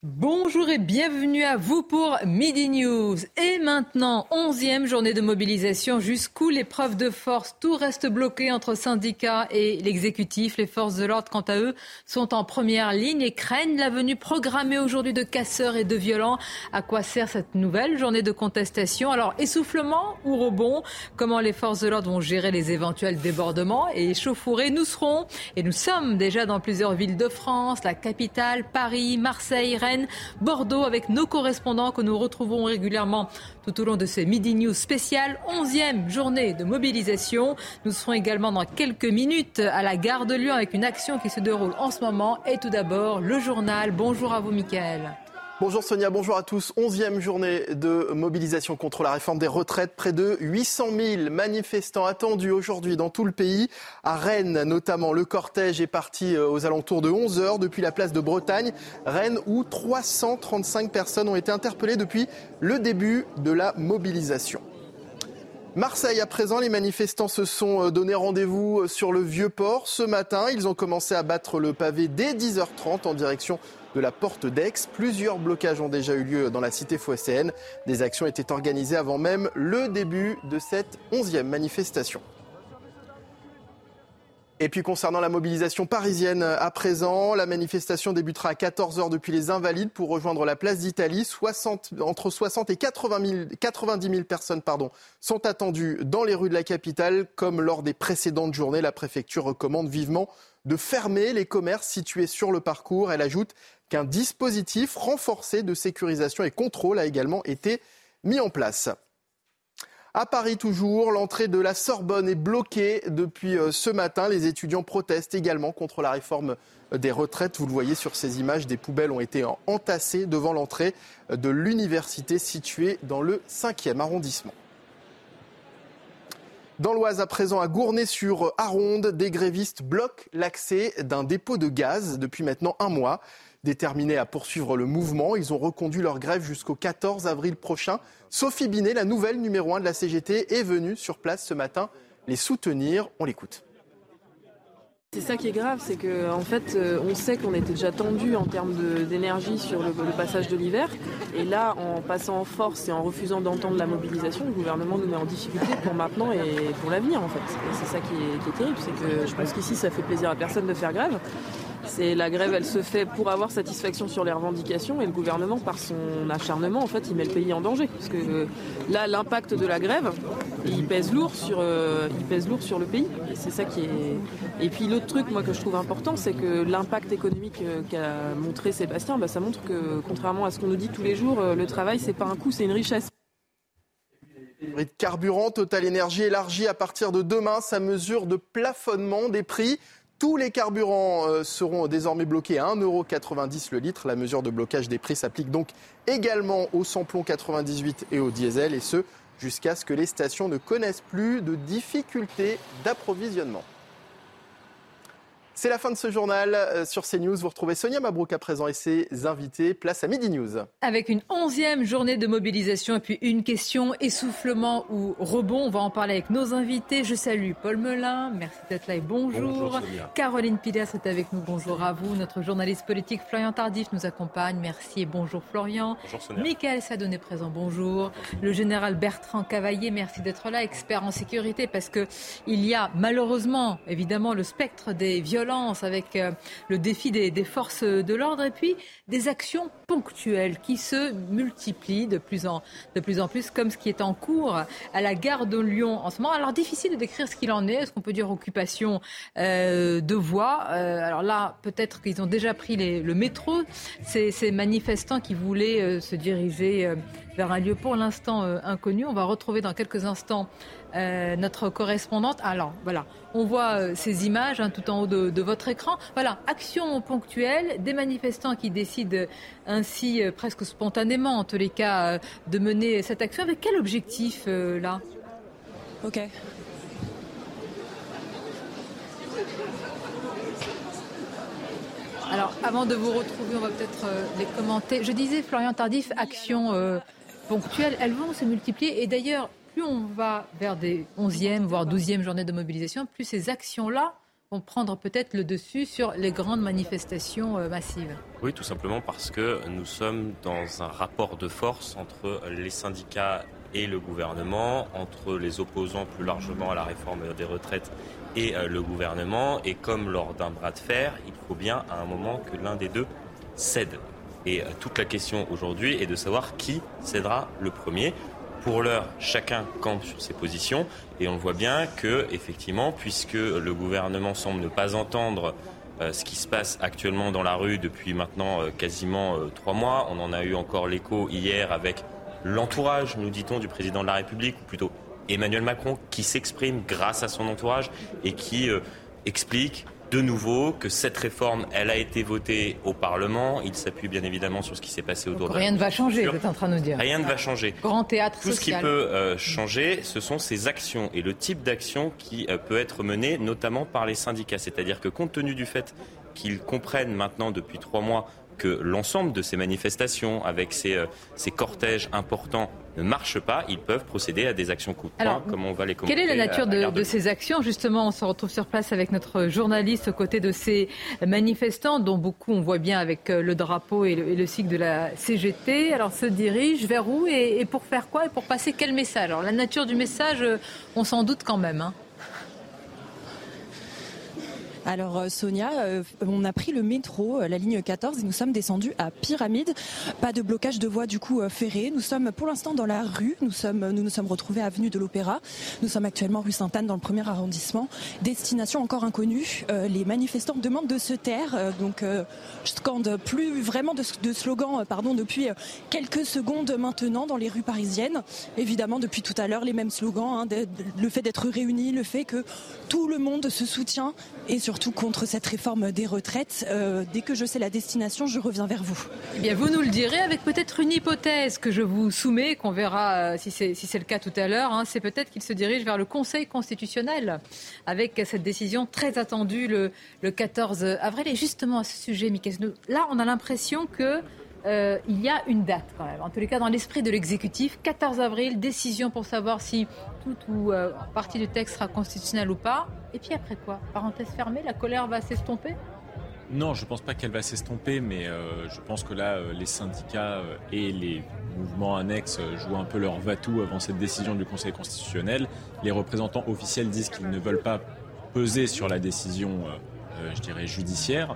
Bonjour et bienvenue à vous pour Midi News. Et maintenant, 11e journée de mobilisation. Jusqu'où l'épreuve de force? Tout reste bloqué entre syndicats et l'exécutif. Les forces de l'ordre, quant à eux, sont en première ligne et craignent la venue programmée aujourd'hui de casseurs et de violents. À quoi sert cette nouvelle journée de contestation? Alors, essoufflement ou rebond? Comment les forces de l'ordre vont gérer les éventuels débordements et échauffourées? Nous serons et nous sommes déjà dans plusieurs villes de France, la capitale, Paris, Marseille, Rennes, Bordeaux, avec nos correspondants que nous retrouvons régulièrement tout au long de ces Midi News spéciales. 11e journée de mobilisation. Nous serons également dans quelques minutes à la gare de Lyon avec une action qui se déroule en ce moment. Et tout d'abord, le journal. Bonjour à vous, Mickaël. Bonjour Sonia, bonjour à tous. 11e journée de mobilisation contre la réforme des retraites. Près de 800 000 manifestants attendus aujourd'hui dans tout le pays. À Rennes notamment, le cortège est parti aux alentours de 11h depuis la place de Bretagne. Rennes où 335 personnes ont été interpellées depuis le début de la mobilisation. Marseille, à présent, les manifestants se sont donné rendez-vous sur le Vieux-Port. Ce matin, ils ont commencé à battre le pavé dès 10h30 en direction de la porte d'Aix. Plusieurs blocages ont déjà eu lieu dans la cité phocéenne. Des actions étaient organisées avant même le début de cette 11e manifestation. Et puis concernant la mobilisation parisienne à présent, la manifestation débutera à 14h depuis les Invalides pour rejoindre la place d'Italie. Entre 60 et 90 000 personnes sont attendues dans les rues de la capitale. Comme lors des précédentes journées, la préfecture recommande vivement de fermer les commerces situés sur le parcours. Elle ajoute qu'un dispositif renforcé de sécurisation et contrôle a également été mis en place. À Paris toujours, l'entrée de la Sorbonne est bloquée depuis ce matin. Les étudiants protestent également contre la réforme des retraites. Vous le voyez sur ces images, des poubelles ont été entassées devant l'entrée de l'université située dans le 5e arrondissement. Dans l'Oise, à présent, à Gournay-sur-Aronde, des grévistes bloquent l'accès d'un dépôt de gaz depuis maintenant un mois. Déterminés à poursuivre le mouvement, ils ont reconduit leur grève jusqu'au 14 avril prochain. Sophie Binet, la nouvelle numéro 1 de la CGT, est venue sur place ce matin les soutenir. On l'écoute. C'est ça qui est grave, c'est qu'en fait, on sait qu'on était déjà tendu en termes d'énergie sur le passage de l'hiver. Et là, en passant en force et en refusant d'entendre la mobilisation, le gouvernement nous met en difficulté pour maintenant et pour l'avenir, en fait. Et c'est ça qui est terrible, c'est que je pense qu'ici, ça fait plaisir à personne de faire grève. La grève, elle se fait pour avoir satisfaction sur les revendications et le gouvernement, par son acharnement, en fait, il met le pays en danger. Parce que là, l'impact de la grève, il pèse lourd sur le pays. Et c'est ça qui est... Et puis l'autre truc, moi, que je trouve important, c'est que l'impact économique qu'a montré Sébastien, ça montre que, contrairement à ce qu'on nous dit tous les jours, le travail, c'est pas un coût, c'est une richesse. Le carburant, Total Énergie élargit à partir de demain sa mesure de plafonnement des prix. Tous les carburants seront désormais bloqués à 1,90 € le litre. La mesure de blocage des prix s'applique donc également au samplon 98 et au diesel, et ce, jusqu'à ce que les stations ne connaissent plus de difficultés d'approvisionnement. C'est la fin de ce journal sur CNews. Vous retrouvez Sonia Mabrouk à présent et ses invités. Place à Midi News. Avec une 11e journée de mobilisation et puis une question, essoufflement ou rebond. On va en parler avec nos invités. Je salue Paul Melun. Merci d'être là et bonjour. Caroline Pilas est avec nous. Bonjour à vous. Notre journaliste politique Florian Tardif nous accompagne. Merci et bonjour Florian. Bonjour Sonia. Mickaël Sadon est présent. Bonjour. Le général Bertrand Cavaillé, merci d'être là. Expert en sécurité parce que il y a malheureusement évidemment le spectre des violences avec le défi des forces de l'ordre et puis des actions ponctuelles qui se multiplient de plus en plus, comme ce qui est en cours à la gare de Lyon en ce moment. Alors difficile de décrire ce qu'il en est. Est-ce qu'on peut dire occupation de voies alors là, peut-être qu'ils ont déjà pris le métro, ces manifestants qui voulaient se diriger vers un lieu pour l'instant inconnu. On va retrouver dans quelques instants notre correspondante. Alors voilà, on voit ces images tout en haut de votre écran. Voilà, action ponctuelle, des manifestants qui décident ainsi presque spontanément, en tous les cas, de mener cette action. Avec quel objectif là ? Ok. Alors, avant de vous retrouver, on va peut-être les commenter. Je disais, Florian Tardif, actions ponctuelles, elles vont se multiplier. Et d'ailleurs, plus on va vers des 11e, voire 12e journées de mobilisation, plus ces actions-là vont prendre peut-être le dessus sur les grandes manifestations massives. Oui, tout simplement parce que nous sommes dans un rapport de force entre les syndicats et le gouvernement, entre les opposants plus largement à la réforme des retraites et le gouvernement. Et comme lors d'un bras de fer, il faut bien à un moment que l'un des deux cède. Et toute la question aujourd'hui est de savoir qui cédera le premier. Pour l'heure, chacun campe sur ses positions et on voit bien que, effectivement, puisque le gouvernement semble ne pas entendre ce qui se passe actuellement dans la rue depuis maintenant quasiment 3 mois, on en a eu encore l'écho hier avec l'entourage, nous dit-on, du président de la République, ou plutôt Emmanuel Macron, qui s'exprime grâce à son entourage et qui explique de nouveau que cette réforme, elle a été votée au Parlement. Il s'appuie bien évidemment sur ce qui s'est passé autour de rien ne va changer, vous êtes en train de nous dire. Rien ne va changer. Grand théâtre social. Tout ce qui peut changer, ce sont ces actions et le type d'action qui peut être mené, notamment par les syndicats. C'est-à-dire que compte tenu du fait qu'ils comprennent maintenant depuis 3 mois que l'ensemble de ces manifestations, avec ces cortèges importants, ne marchent pas, ils peuvent procéder à des actions coup de poing, comme on va les commenter. Quelle est la nature de ces actions ? Justement, on se retrouve sur place avec notre journaliste aux côtés de ces manifestants, dont beaucoup, on voit bien avec le drapeau et le sigle de la CGT. Alors, se dirigent vers où et pour faire quoi et pour passer quel message ? Alors, la nature du message, on s'en doute quand même, hein. Alors Sonia, on a pris le métro, la ligne 14, et nous sommes descendus à Pyramide. Pas de blocage de voie du coup ferrée. Nous sommes pour l'instant dans la rue. Nous nous sommes retrouvés avenue de l'Opéra. Nous sommes actuellement rue Sainte-Anne dans le 1er arrondissement. Destination encore inconnue. Les manifestants demandent de se taire. Donc je scande plus vraiment de slogans depuis quelques secondes maintenant dans les rues parisiennes. Évidemment depuis tout à l'heure les mêmes slogans. Le fait d'être réunis, le fait que tout le monde se soutient et surtout contre cette réforme des retraites. Dès que je sais la destination, je reviens vers vous. Eh bien, vous nous le direz avec peut-être une hypothèse que je vous soumets, qu'on verra si c'est le cas tout à l'heure. C'est peut-être qu'il se dirige vers le Conseil constitutionnel avec cette décision très attendue le 14 avril. Et justement à ce sujet, Mickaël, là on a l'impression que il y a une date quand même. En tous les cas, dans l'esprit de l'exécutif, 14 avril, décision pour savoir si toute ou partie du texte sera constitutionnelle ou pas. Et puis après quoi ? Parenthèse fermée, la colère va s'estomper ? Non, je ne pense pas qu'elle va s'estomper, mais je pense que là, les syndicats et les mouvements annexes jouent un peu leur va-tout avant cette décision du Conseil constitutionnel. Les représentants officiels disent qu'ils ne veulent pas peser sur la décision, judiciaire.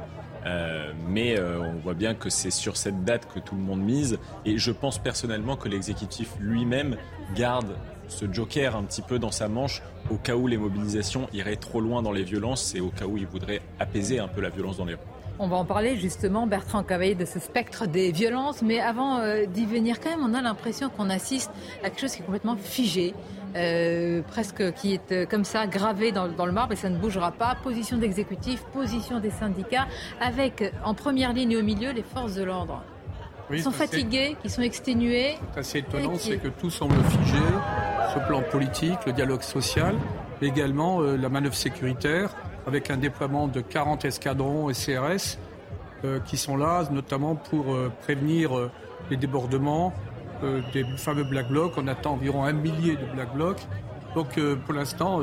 Mais on voit bien que c'est sur cette date que tout le monde mise. Et je pense personnellement que l'exécutif lui-même garde ce joker un petit peu dans sa manche au cas où les mobilisations iraient trop loin dans les violences et au cas où il voudrait apaiser un peu la violence dans les rues. On va en parler justement, Bertrand Cavaillé, de ce spectre des violences. Mais avant d'y venir, quand même, on a l'impression qu'on assiste à quelque chose qui est complètement figé. Presque qui est comme ça gravé dans le marbre et ça ne bougera pas. Position d'exécutif, position des syndicats, avec en première ligne et au milieu les forces de l'ordre. Oui, qui sont fatigués, qui sont exténués. C'est assez étonnant, c'est que tout semble figé, ce plan politique, le dialogue social, mais également la manœuvre sécuritaire, avec un déploiement de 40 escadrons et CRS qui sont là, notamment pour prévenir les débordements des fameux Black Blocs. On attend environ 1 millier de Black Blocs. Donc pour l'instant,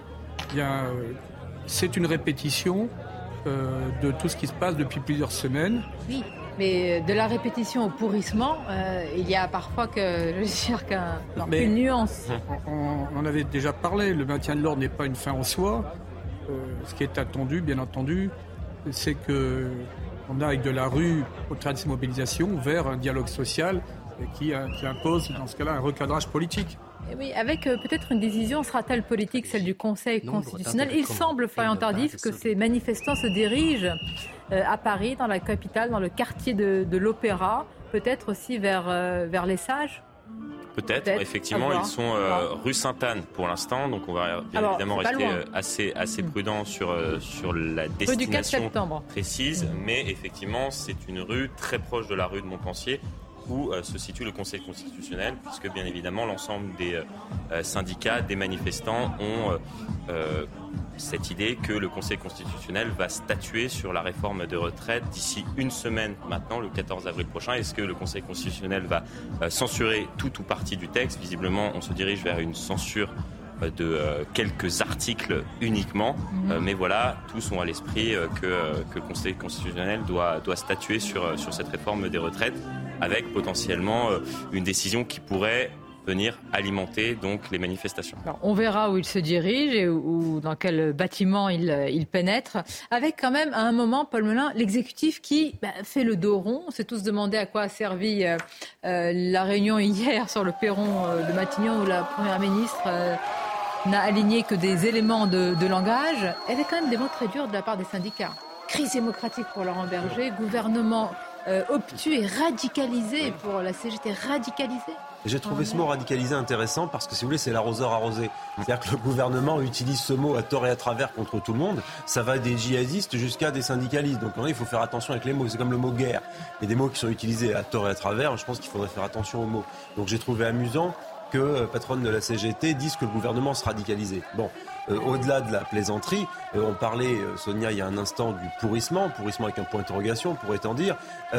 c'est une répétition de tout ce qui se passe depuis plusieurs semaines. Oui, mais de la répétition au pourrissement, il y a parfois une nuance. On en avait déjà parlé, le maintien de l'ordre n'est pas une fin en soi. Ce qui est attendu, bien entendu, c'est qu'on aille de la rue au travers de ces mobilisations vers un dialogue social qui impose, dans ce cas-là, un recadrage politique. Et oui, avec peut-être une décision, sera-t-elle politique, celle du Conseil constitutionnel ? Il semble, Florian Tardif, que ces manifestants se dirigent à Paris, dans la capitale, dans le quartier de l'Opéra, peut-être aussi vers les Sages. Peut-être. Effectivement, ils sont rue Sainte-Anne pour l'instant, donc on va bien évidemment rester assez prudent sur la destination précise, mais effectivement, c'est une rue très proche de la rue de Montpensier, où se situe le Conseil constitutionnel, puisque bien évidemment l'ensemble des syndicats, des manifestants ont cette idée que le Conseil constitutionnel va statuer sur la réforme de retraite d'ici une semaine maintenant, le 14 avril prochain. Est-ce que le Conseil constitutionnel va censurer tout ou partie du texte ? Visiblement, on se dirige vers une censure de quelques articles uniquement. Mais voilà, tous ont à l'esprit que le Conseil constitutionnel doit statuer sur cette réforme des retraites, avec potentiellement une décision qui pourrait venir alimenter donc les manifestations. Alors, on verra où il se dirige et ou dans quel bâtiment il pénètre. Avec quand même, à un moment, Paul Melun, l'exécutif qui fait le dos rond. On s'est tous demandé à quoi a servi la réunion hier sur le perron de Matignon où la Première ministre n'a aligné que des éléments de langage. Il y avait quand même des mots très durs de la part des syndicats. Crise démocratique pour Laurent Berger, gouvernement obtus et radicalisé pour la CGT, radicalisé. J'ai trouvé ce mot radicalisé intéressant parce que, si vous voulez, c'est l'arroseur arrosé. C'est-à-dire que le gouvernement utilise ce mot à tort et à travers contre tout le monde. Ça va des djihadistes jusqu'à des syndicalistes. Donc, il faut faire attention avec les mots. C'est comme le mot guerre. Il y a des mots qui sont utilisés à tort et à travers. Je pense qu'il faudrait faire attention aux mots. Donc, j'ai trouvé amusant que patronne de la CGT dise que le gouvernement se radicalisait. Bon, au-delà de la plaisanterie, on parlait, Sonia, il y a un instant, du pourrissement avec un point d'interrogation, pourrait-on dire.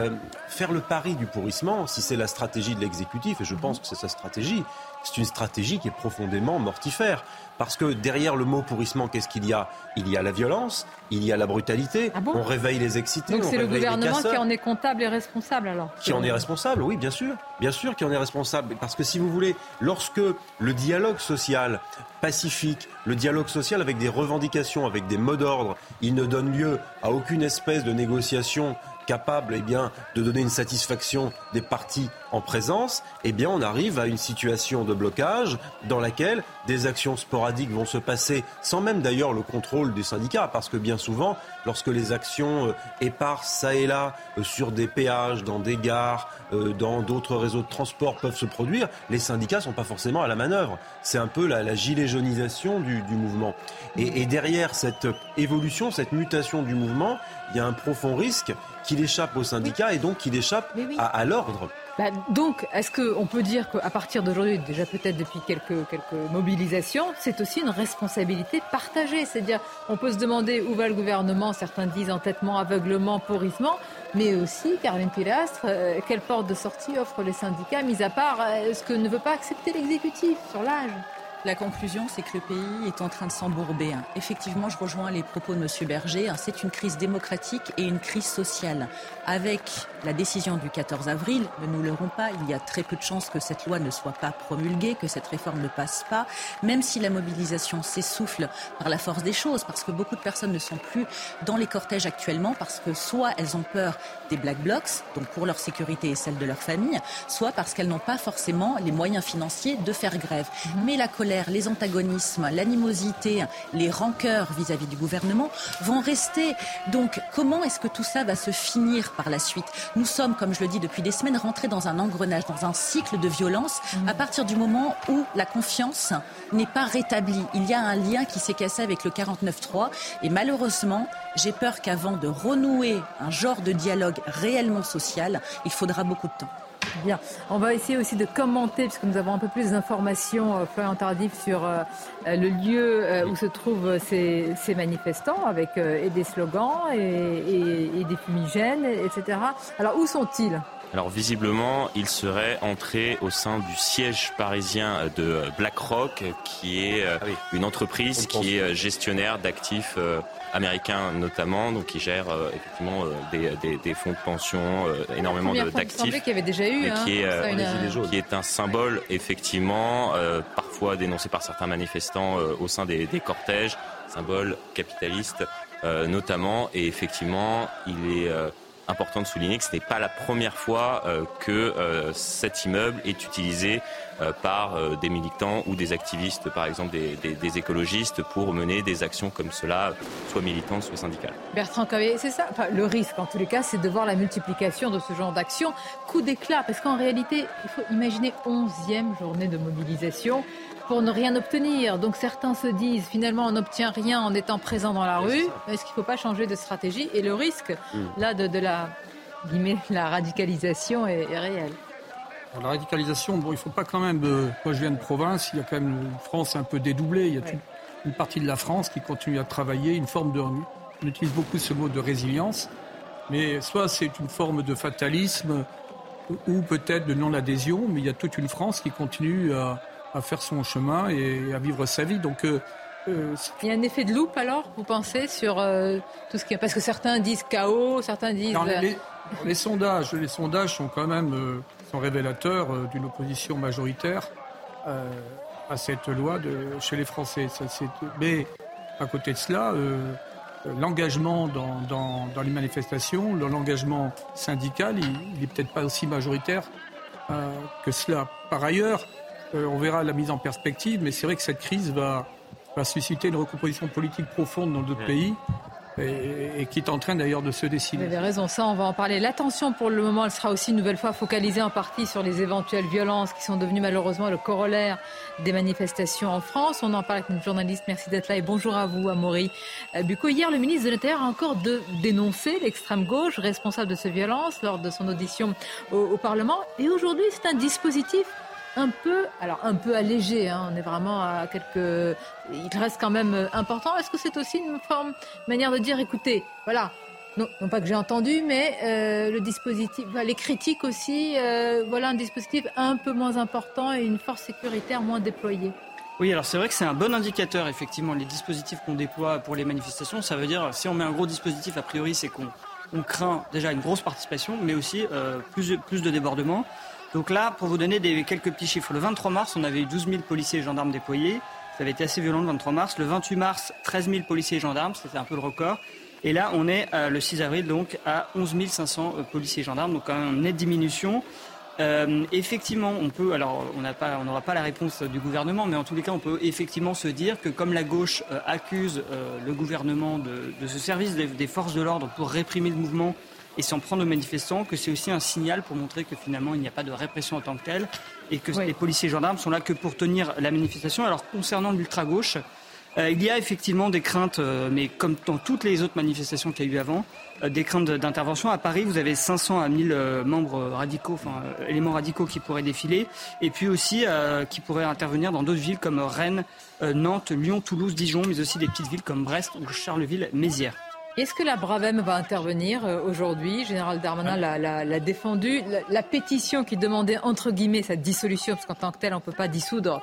Faire le pari du pourrissement, si c'est la stratégie de l'exécutif, et je pense que c'est sa stratégie, c'est une stratégie qui est profondément mortifère. Parce que derrière le mot pourrissement, qu'est-ce qu'il y a ? Il y a la violence, il y a la brutalité, on réveille les excités, donc on c'est réveille les casseurs. le gouvernement qui en est comptable et responsable alors ? Qui en est responsable, oui, bien sûr qui en est responsable. Parce que si vous voulez, lorsque le dialogue social pacifique, le dialogue social avec des revendications, avec des mots d'ordre, il ne donne lieu à aucune espèce de négociation capable de donner une satisfaction des parties en présence, on arrive à une situation de blocage dans laquelle des actions sporadiques vont se passer sans même d'ailleurs le contrôle des syndicats, parce que bien souvent, lorsque les actions éparses ça et là sur des péages, dans des gares, dans d'autres réseaux de transport peuvent se produire, les syndicats ne sont pas forcément à la manœuvre. C'est un peu la gilet jaunisation du mouvement. Et derrière cette évolution, cette mutation du mouvement, il y a un profond risque qu'il échappe aux syndicats et donc qu'il échappe à l'ordre. Donc, est-ce qu'on peut dire qu'à partir d'aujourd'hui, déjà peut-être depuis quelques mobilisations, c'est aussi une responsabilité partagée ? C'est-à-dire, on peut se demander où va le gouvernement, certains disent entêtement, aveuglement, pourrissement, mais aussi, Caroline Pilastre, quelle porte de sortie offrent les syndicats, mis à part ce que ne veut pas accepter l'exécutif sur l'âge ? La conclusion, c'est que le pays est en train de s'embourber. Effectivement, je rejoins les propos de M. Berger. C'est une crise démocratique et une crise sociale. Avec la décision du 14 avril, ne nous leurrons pas, il y a très peu de chances que cette loi ne soit pas promulguée, que cette réforme ne passe pas, même si la mobilisation s'essouffle par la force des choses, parce que beaucoup de personnes ne sont plus dans les cortèges actuellement, parce que soit elles ont peur des Black Blocs, donc pour leur sécurité et celle de leur famille, soit parce qu'elles n'ont pas forcément les moyens financiers de faire grève. Mais la colère, les antagonismes, l'animosité, les rancœurs vis-à-vis du gouvernement vont rester. Donc, comment est-ce que tout ça va se finir par la suite ? Nous sommes, comme je le dis depuis des semaines, rentrés dans un engrenage, dans un cycle de violence, à partir du moment où la confiance n'est pas rétablie. Il y a un lien qui s'est cassé avec le 49.3 et malheureusement, j'ai peur qu'avant de renouer un genre de dialogue réellement social, il faudra beaucoup de temps. Bien, on va essayer aussi de commenter, puisque nous avons un peu plus d'informations, Florian Tardif, sur le lieu où se trouvent ces manifestants, avec et des slogans et des fumigènes, etc. Alors, où sont-ils ? Alors visiblement, ils seraient entrés au sein du siège parisien de BlackRock, qui est une entreprise qui est gestionnaire d'actifs américains notamment, donc qui gère effectivement des fonds de pension, énormément d'actifs. Il semblait qu'il y avait déjà eu, qui est un symbole effectivement, parfois dénoncé par certains manifestants au sein des cortèges, symbole capitaliste notamment, et effectivement il est important de souligner que ce n'est pas la première fois que cet immeuble est utilisé par des militants ou des activistes, par exemple des écologistes, pour mener des actions comme cela, soit militantes, soit syndicales. Bertrand Cavaillé, c'est ça. Enfin, le risque, en tous les cas, c'est de voir la multiplication de ce genre d'actions. Coup d'éclat, parce qu'en réalité, il faut imaginer 11e journée de mobilisation pour ne rien obtenir. Donc certains se disent, finalement, on n'obtient rien en étant présent dans la rue. Est-ce qu'il ne faut pas changer de stratégie ? Et le risque, là, de la radicalisation est réel. Alors, la radicalisation, il ne faut pas quand même... moi, je viens de province, il y a quand même une France un peu dédoublée. Il y a toute une partie de la France qui continue à travailler, une forme de... On utilise beaucoup ce mot de résilience, mais soit c'est une forme de fatalisme ou peut-être de non-adhésion, mais il y a toute une France qui continue à faire son chemin et à vivre sa vie. Donc, il y a un effet de loupe alors, vous pensez, sur tout ce qui est... Parce que certains disent chaos, certains disent... Non, les sondages sont quand même sont révélateurs d'une opposition majoritaire à cette loi chez les Français. Mais à côté de cela, l'engagement dans les manifestations, l'engagement syndical, il n'est peut-être pas aussi majoritaire que cela. Par ailleurs, on verra la mise en perspective, mais c'est vrai que cette crise va susciter une recomposition politique profonde dans d'autres pays et qui est en train d'ailleurs de se dessiner. Vous avez raison, ça on va en parler. L'attention pour le moment, elle sera aussi une nouvelle fois focalisée en partie sur les éventuelles violences qui sont devenues malheureusement le corollaire des manifestations en France. On en parle avec notre journaliste, merci d'être là et bonjour à vous, Amaury Bucco. Hier, le ministre de l'Intérieur a encore dénoncé l'extrême gauche responsable de ces violences lors de son audition au Parlement. Et aujourd'hui, c'est un dispositif un peu allégé, on est vraiment à quelques... Il reste quand même important. Est-ce que c'est aussi une manière de dire, écoutez, voilà, non pas que j'ai entendu, mais le dispositif, les critiques aussi, voilà un dispositif un peu moins important et une force sécuritaire moins déployée. Oui, alors c'est vrai que c'est un bon indicateur, effectivement, les dispositifs qu'on déploie pour les manifestations. Ça veut dire, si on met un gros dispositif, a priori, c'est qu'on craint déjà une grosse participation, mais aussi plus de débordements. Donc là, pour vous donner quelques petits chiffres, le 23 mars, on avait eu 12 000 policiers et gendarmes déployés. Ça avait été assez violent le 23 mars. Le 28 mars, 13 000 policiers et gendarmes, c'était un peu le record. Et là, on est le 6 avril donc à 11 500 policiers et gendarmes, donc quand même une nette diminution. Effectivement, on n'aura pas la réponse du gouvernement, mais en tous les cas, on peut effectivement se dire que comme la gauche accuse le gouvernement de se servir des forces de l'ordre pour réprimer le mouvement et s'en prendre aux manifestants, que c'est aussi un signal pour montrer que finalement il n'y a pas de répression en tant que telle et que les policiers et gendarmes sont là que pour tenir la manifestation. Alors concernant l'ultra-gauche, il y a effectivement des craintes, mais comme dans toutes les autres manifestations qu'il y a eu avant, des craintes d'intervention. À Paris, vous avez 500 à 1000 membres radicaux, éléments radicaux qui pourraient défiler, et puis aussi qui pourraient intervenir dans d'autres villes comme Rennes, Nantes, Lyon, Toulouse, Dijon, mais aussi des petites villes comme Brest ou Charleville, Mézières. Est-ce que la Bravem va intervenir aujourd'hui ? Général Darmanin l'a défendu. La pétition qui demandait, entre guillemets, sa dissolution, parce qu'en tant que telle, on ne peut pas dissoudre,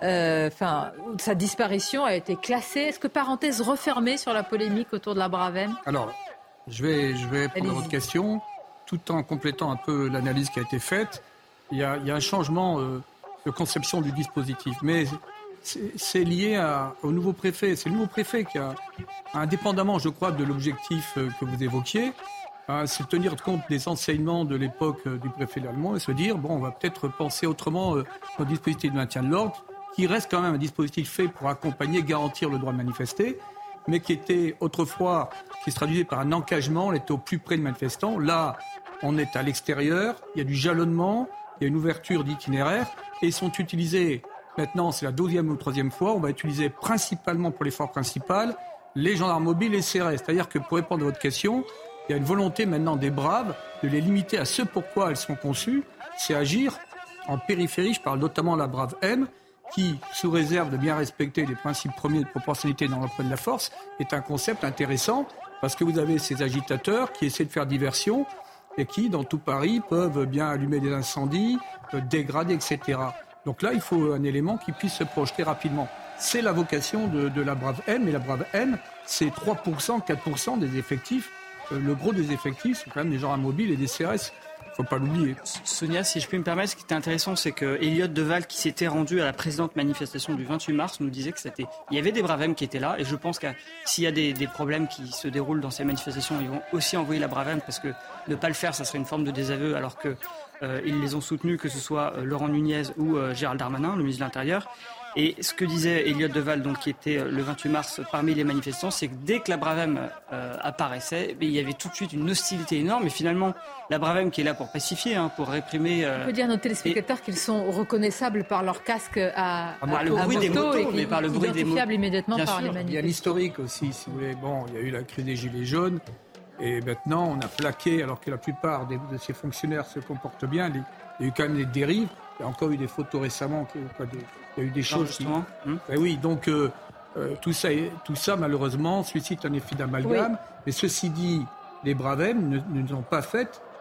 sa disparition a été classée. Est-ce que, parenthèse refermée sur la polémique autour de la Bravem ? Alors, je vais répondre à votre question, tout en complétant un peu l'analyse qui a été faite. Il y a un changement de conception du dispositif, mais c'est lié au nouveau préfet. C'est le nouveau préfet qui a, indépendamment, je crois, de l'objectif que vous évoquiez, c'est tenir compte des enseignements de l'époque du préfet Lallement et se dire, on va peut-être penser autrement au dispositif de maintien de l'ordre, qui reste quand même un dispositif fait pour accompagner, garantir le droit de manifester, mais qui était autrefois, qui se traduisait par un encagement, on était au plus près de manifestants. Là, on est à l'extérieur, il y a du jalonnement, il y a une ouverture d'itinéraire, et ils sont utilisés... Maintenant, c'est la 12e ou 3e fois. On va utiliser principalement pour l'effort principal les gendarmes mobiles et les CRS. C'est-à-dire que pour répondre à votre question, il y a une volonté maintenant des braves de les limiter à ce pourquoi elles sont conçues, c'est agir en périphérie. Je parle notamment de la Brave M, qui, sous réserve de bien respecter les principes premiers de proportionnalité dans l'emploi de la force, est un concept intéressant parce que vous avez ces agitateurs qui essaient de faire diversion et qui, dans tout Paris, peuvent bien allumer des incendies, dégrader, etc. Donc là, il faut un élément qui puisse se projeter rapidement. C'est la vocation de la Brave M, et la Brave M, c'est 3%, 4% des effectifs. Le gros des effectifs, c'est quand même des gendarmes mobiles et des CRS. Il ne faut pas l'oublier. Sonia, si je puis me permettre, ce qui était intéressant, c'est que Elliott Deval, qui s'était rendu à la précédente manifestation du 28 mars, nous disait il y avait des Braves M qui étaient là. Et je pense que s'il y a des problèmes qui se déroulent dans ces manifestations, ils vont aussi envoyer la Brave M, parce que ne pas le faire, ça serait une forme de désaveu, alors que ils les ont soutenus, que ce soit Laurent Nunez ou Gérald Darmanin, le ministre de l'Intérieur. Et ce que disait Elliott Deval, donc, qui était le 28 mars parmi les manifestants, c'est que dès que la Bravem apparaissait, il y avait tout de suite une hostilité énorme. Et finalement, la Bravem qui est là pour pacifier, pour réprimer... On peut dire à nos téléspectateurs qu'ils sont reconnaissables par leur casque par le bruit des motos, mais par le bruit des motos. Immédiatement Bien par sûr. les manifestants. Il y a l'historique aussi, si vous voulez. Il y a eu la crise des Gilets jaunes. Et maintenant, on a plaqué, alors que la plupart de ces fonctionnaires se comportent bien, il y a eu quand même des dérives. Il y a encore eu des photos récemment, il y a eu des choses qui... oui, donc tout ça, malheureusement, suscite un effet d'amalgame. Oui. Mais ceci dit, les Bravem ne nous ont pas fait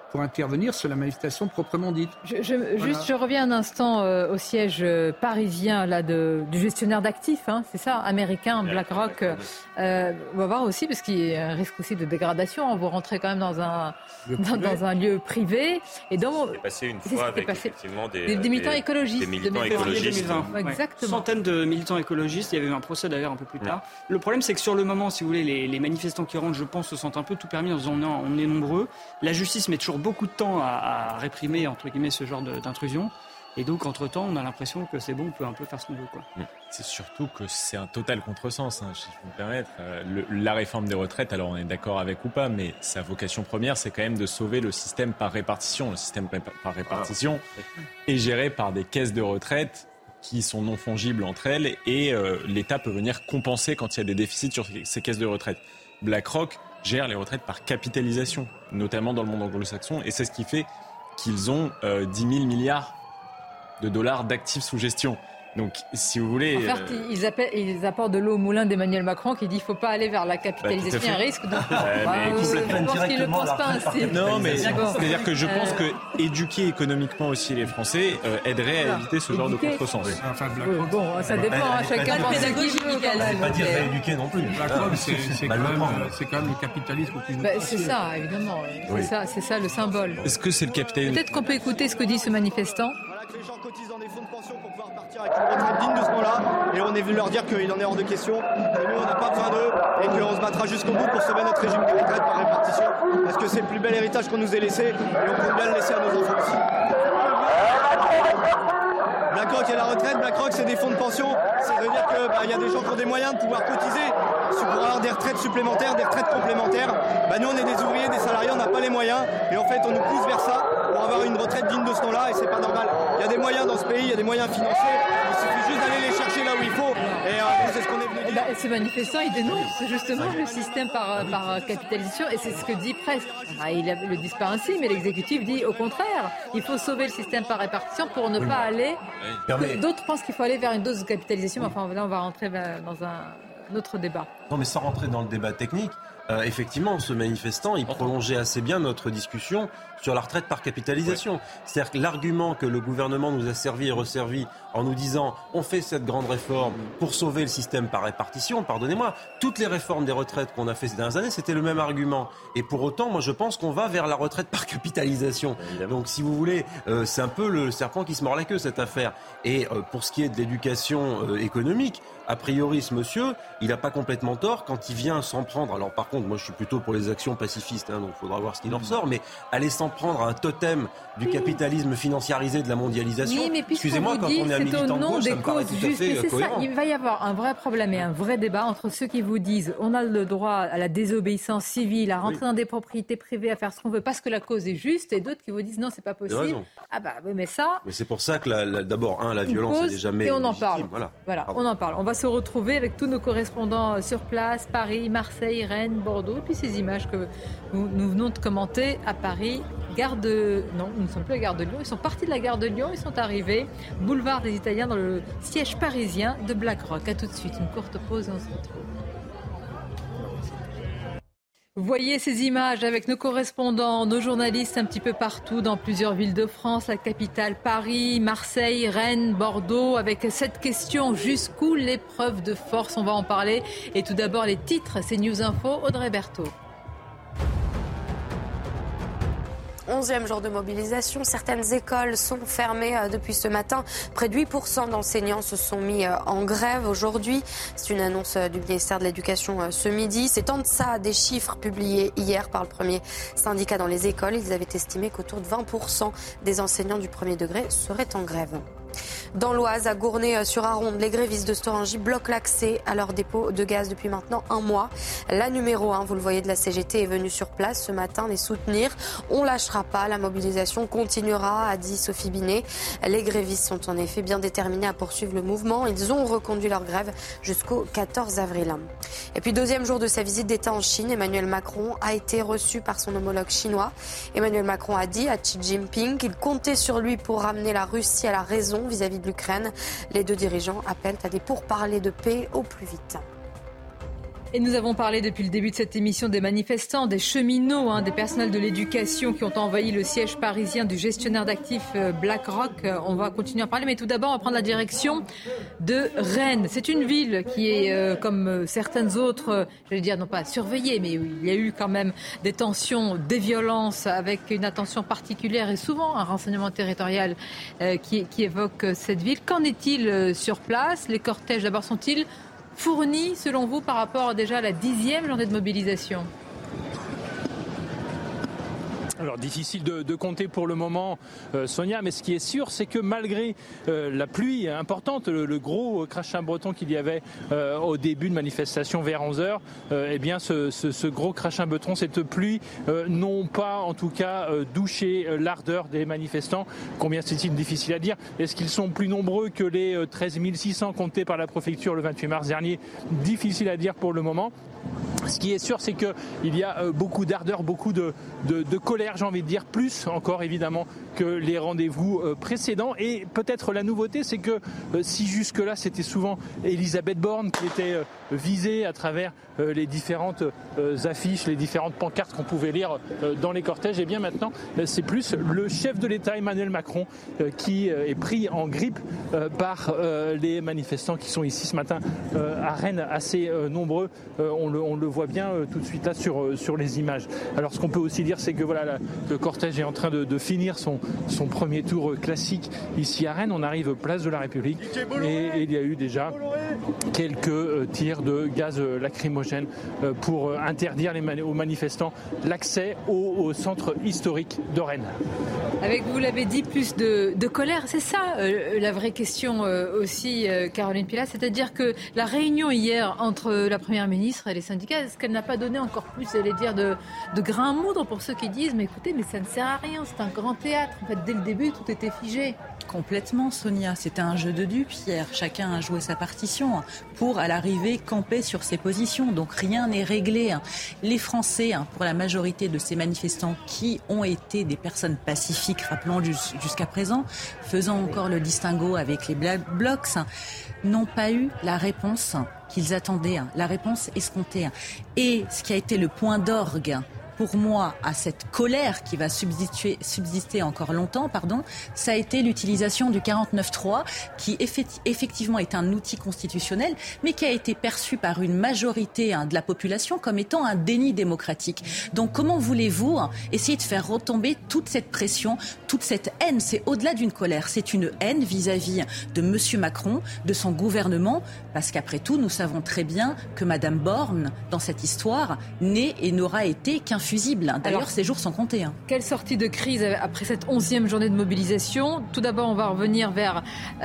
pour intervenir sur la manifestation proprement dite. Je reviens un instant au siège parisien là, du gestionnaire d'actifs, hein, c'est ça, américain, BlackRock. On va voir aussi, parce qu'il y a un risque aussi de dégradation. Vous rentrez quand même dans un lieu privé. Et donc, c'est passé une fois avec effectivement des militants écologistes. Des militants écologistes. 2020. Exactement. Centaines de militants écologistes. Il y avait eu un procès d'ailleurs un peu plus tard. Le problème, c'est que sur le moment, si vous voulez, les manifestants qui rentrent, je pense, se sentent un peu tout permis en disant non, on est nombreux. La justice met toujours beaucoup de temps à réprimer, entre guillemets, ce genre d'intrusion. Et donc, entre-temps, on a l'impression que c'est bon, on peut un peu faire ce qu'on veut, quoi. C'est surtout que c'est un total contresens, hein, si je peux me permettre. La réforme des retraites, alors on est d'accord avec ou pas, mais sa vocation première, c'est quand même de sauver le système par répartition. Le système par répartition est géré par des caisses de retraite qui sont non fongibles entre elles, et l'État peut venir compenser quand il y a des déficits sur ces caisses de retraite. BlackRock gère les retraites par capitalisation, notamment dans le monde anglo-saxon, et c'est ce qui fait qu'ils ont 10 000 milliards de dollars d'actifs sous gestion. Donc, si vous voulez... En fait, ils apportent de l'eau au moulin d'Emmanuel Macron qui dit qu'il ne faut pas aller vers la capitalisation. Il y a un risque. Donc, je pense qu'il ne le pense pas ainsi. Non, mais c'est-à-dire que je pense que éduquer économiquement aussi les Français aiderait à éviter ce genre de contresens. Bon, ça dépend. Chacun pense ce qu'il veut. C'est pas dire rééduquer non plus. C'est quand même le capitalisme au plus haut. C'est ça, évidemment. C'est ça le symbole. Est-ce que c'est le capitalisme ? Peut-être qu'on peut écouter ce que dit ce manifestant. Les gens cotisent dans des fonds de pension pour pouvoir partir avec une retraite digne de ce moment-là. Et on est venu leur dire qu'il en est hors de question, que nous on n'a pas besoin d'eux et qu'on se battra jusqu'au bout pour sauver notre régime de retraite par répartition. Parce que c'est le plus bel héritage qu'on nous ait laissé et on compte bien le laisser à nos enfants aussi. BlackRock et la retraite, BlackRock c'est des fonds de pension. Ça veut dire qu'il y a des gens qui ont des moyens de pouvoir cotiser pour avoir des retraites supplémentaires, des retraites complémentaires. Nous on est des ouvriers, des salariés, on n'a pas les moyens. Et en fait on nous pousse vers ça pour avoir une retraite digne de ce nom-là et c'est pas normal. Il y a des moyens dans ce pays, il y a des moyens financiers. Il suffit juste d'aller les chercher là où il faut. Et c'est ce qu'on est venu dire. Ce manifestant, il dénonce justement le système par capitalisation et c'est ce que dit presque. Il ne le dit pas ainsi, mais l'exécutif dit au contraire. Il faut sauver le système par répartition pour ne pas aller... D'autres pensent qu'il faut aller vers une dose de capitalisation. Mais enfin, là, on va rentrer dans un autre débat. Non, mais sans rentrer dans le débat technique, effectivement, ce manifestant, il prolongeait assez bien notre discussion sur la retraite par capitalisation. C'est-à-dire que l'argument que le gouvernement nous a servi et resservi en nous disant on fait cette grande réforme pour sauver le système par répartition, pardonnez-moi, toutes les réformes des retraites qu'on a fait ces dernières années, c'était le même argument. Et pour autant, moi je pense qu'on va vers la retraite par capitalisation. Donc si vous voulez, c'est un peu le serpent qui se mord la queue cette affaire. Et pour ce qui est de l'éducation économique, a priori ce monsieur, il n'a pas complètement tort quand il vient s'en prendre. Alors par contre, moi je suis plutôt pour les actions pacifistes, donc il faudra voir ce qu'il en ressort, mais aller s'en prendre à un totem du capitalisme financiarisé de la mondialisation, mais excusez-moi, quand on est un militant de gauche, ça me paraît tout à fait cohérent. Il va y avoir un vrai problème et un vrai débat entre ceux qui vous disent on a le droit à la désobéissance civile, à rentrer dans des propriétés privées, à faire ce qu'on veut parce que la cause est juste, et d'autres qui vous disent non, c'est pas possible. Mais ça... Mais c'est pour ça que d'abord, la violence, elle n'est jamais et on en légitime. parle. Voilà, on en parle. On va se retrouver avec tous nos correspondants sur place, Paris, Marseille, Rennes, Bordeaux, et puis ces images que nous venons de commenter à Paris. Non, nous ne sommes plus à Gare de Lyon. Ils sont partis de la Gare de Lyon, ils sont arrivés boulevard des Italiens dans le siège parisien de BlackRock. À tout de suite, une courte pause et on se retrouve. Vous voyez ces images avec nos correspondants, nos journalistes un petit peu partout dans plusieurs villes de France, la capitale Paris, Marseille, Rennes, Bordeaux, avec cette question, jusqu'où l'épreuve de force? On va en parler. Et tout d'abord les titres, c'est News Info, Audrey Berthaud. 11e jour de mobilisation. Certaines écoles sont fermées depuis ce matin. Près de 8% d'enseignants se sont mis en grève aujourd'hui. C'est une annonce du ministère de l'Éducation ce midi. C'est en deçà des chiffres publiés hier par le premier syndicat dans les écoles. Ils avaient estimé qu'autour de 20% des enseignants du premier degré seraient en grève. Dans l'Oise, à Gournay-sur-Aronde, les grévistes de Storingy bloquent l'accès à leur dépôt de gaz depuis maintenant un mois. La numéro 1, vous le voyez, de la CGT est venue sur place ce matin les soutenir. On lâchera pas, la mobilisation continuera, a dit Sophie Binet. Les grévistes sont en effet bien déterminés à poursuivre le mouvement. Ils ont reconduit leur grève jusqu'au 14 avril. Et puis deuxième jour de sa visite d'État en Chine, Emmanuel Macron a été reçu par son homologue chinois. Emmanuel Macron a dit à Xi Jinping qu'il comptait sur lui pour ramener la Russie à la raison vis-à-vis de l'Ukraine. Les deux dirigeants appellent à des pourparlers de paix au plus vite. Et nous avons parlé depuis le début de cette émission des manifestants, des cheminots, des personnels de l'éducation qui ont envahi le siège parisien du gestionnaire d'actifs BlackRock. On va continuer à parler, mais tout d'abord, on va prendre la direction de Rennes. C'est une ville qui est, comme certaines autres, non pas surveillée, mais il y a eu quand même des tensions, des violences, avec une attention particulière et souvent un renseignement territorial qui évoque cette ville. Qu'en est-il sur place ? Les cortèges, d'abord, sont-ils fournis, selon vous, par rapport déjà à la 10e journée de mobilisation ? Alors difficile de compter pour le moment, Sonia, mais ce qui est sûr, c'est que malgré la pluie importante, le gros crachin breton qu'il y avait au début de manifestation vers 11h, eh bien ce gros crachin breton, cette pluie, n'ont pas en tout cas douché l'ardeur des manifestants. Combien c'est-il difficile à dire ? Est-ce qu'ils sont plus nombreux que les 13 600 comptés par la préfecture le 28 mars dernier ? Difficile à dire pour le moment. Ce qui est sûr, c'est qu'il y a beaucoup d'ardeur, beaucoup de colère, j'ai envie de dire, plus encore évidemment que les rendez-vous précédents. Et peut-être la nouveauté, c'est que si jusque-là c'était souvent Elisabeth Borne qui était visée à travers les différentes affiches, les différentes pancartes qu'on pouvait lire dans les cortèges, et bien maintenant c'est plus le chef de l'État Emmanuel Macron qui est pris en grippe par les manifestants qui sont ici ce matin à Rennes, assez nombreux. On le voit bien tout de suite là sur les images. Alors ce qu'on peut aussi dire, c'est que voilà, le cortège est en train de finir son premier tour classique ici à Rennes. On arrive place de la République et il y a eu déjà quelques tirs de gaz lacrymogène pour interdire aux manifestants l'accès au centre historique de Rennes. Avec, vous l'avez dit, plus de colère, c'est ça la vraie question aussi, Caroline Pilat, c'est-à-dire que la réunion hier entre la Première ministre et les syndicats, est-ce qu'elle n'a pas donné encore plus, j'allais dire, de grain à moudre pour ceux qui disent, mais écoutez, mais ça ne sert à rien, c'est un grand théâtre, en fait, dès le début, tout était figé. Complètement, Sonia. C'était un jeu de dupes hier. Chacun a joué sa partition pour, à l'arrivée, camper sur ses positions. Donc rien n'est réglé. Les Français, pour la majorité de ces manifestants qui ont été des personnes pacifiques, rappelons jusqu'à présent, faisant encore le distinguo avec les Black Blocs, n'ont pas eu la réponse qu'ils attendaient, la réponse escomptée. Et ce qui a été le point d'orgue pour moi, à cette colère qui va subsister encore longtemps, ça a été l'utilisation du 49.3, qui effectivement est un outil constitutionnel, mais qui a été perçu par une majorité de la population comme étant un déni démocratique. Donc comment voulez-vous essayer de faire retomber toute cette pression, toute cette haine ? C'est au-delà d'une colère, c'est une haine vis-à-vis de M. Macron, de son gouvernement, parce qu'après tout, nous savons très bien que Mme Borne, dans cette histoire, n'est et n'aura été qu'un fusible. D'ailleurs, ces jours sont comptés. Quelle sortie de crise après cette 11e journée de mobilisation ? Tout d'abord, on va revenir vers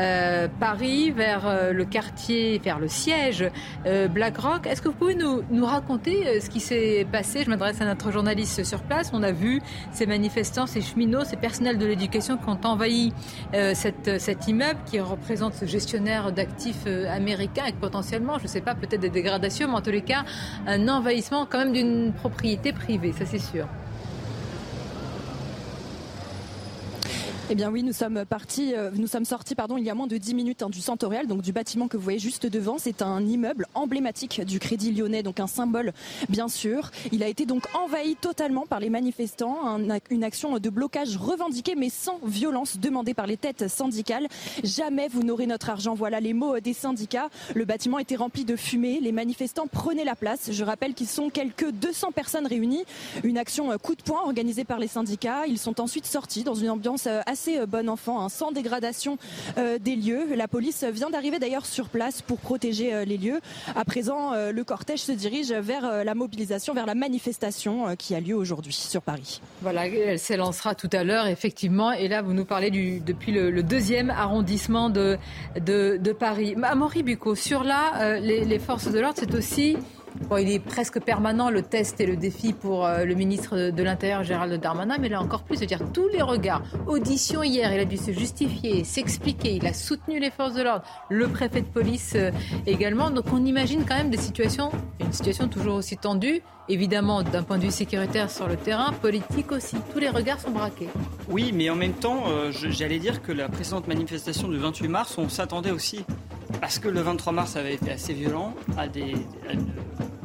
Paris, vers le quartier, vers le siège BlackRock. Est-ce que vous pouvez nous raconter ce qui s'est passé ? Je m'adresse à notre journaliste sur place. On a vu ces manifestants, ces cheminots, ces personnels de l'éducation qui ont envahi cet immeuble qui représente ce gestionnaire d'actifs américain avec potentiellement, je ne sais pas, peut-être des dégradations, mais en tous les cas, un envahissement quand même d'une propriété privée. Ça, c'est sûr. Eh bien oui, nous sommes sortis il y a moins de 10 minutes du Centorial, donc du bâtiment que vous voyez juste devant. C'est un immeuble emblématique du Crédit Lyonnais, donc un symbole bien sûr. Il a été donc envahi totalement par les manifestants, une action de blocage revendiquée mais sans violence demandée par les têtes syndicales. Jamais vous n'aurez notre argent, voilà les mots des syndicats. Le bâtiment était rempli de fumée, les manifestants prenaient la place. Je rappelle qu'ils sont quelques 200 personnes réunies. Une action coup de poing organisée par les syndicats. Ils sont ensuite sortis dans une ambiance assez bon enfant, sans dégradation des lieux. La police vient d'arriver d'ailleurs sur place pour protéger les lieux. À présent, le cortège se dirige vers la mobilisation, vers la manifestation qui a lieu aujourd'hui sur Paris. Voilà, elle s'élancera tout à l'heure, effectivement. Et là, vous nous parlez depuis le 2e arrondissement de Paris. Amaury Bucco, sur là, les forces de l'ordre, c'est aussi... Bon, il est presque permanent, le test et le défi pour le ministre de l'Intérieur, Gérald Darmanin, mais là encore plus, c'est-à-dire tous les regards. Audition hier, il a dû se justifier, s'expliquer, il a soutenu les forces de l'ordre, le préfet de police également. Donc on imagine quand même une situation toujours aussi tendue, évidemment d'un point de vue sécuritaire sur le terrain, politique aussi. Tous les regards sont braqués. Oui, mais en même temps, j'allais dire que la précédente manifestation du 28 mars, on s'attendait aussi. Parce que le 23 mars avait été assez violent, à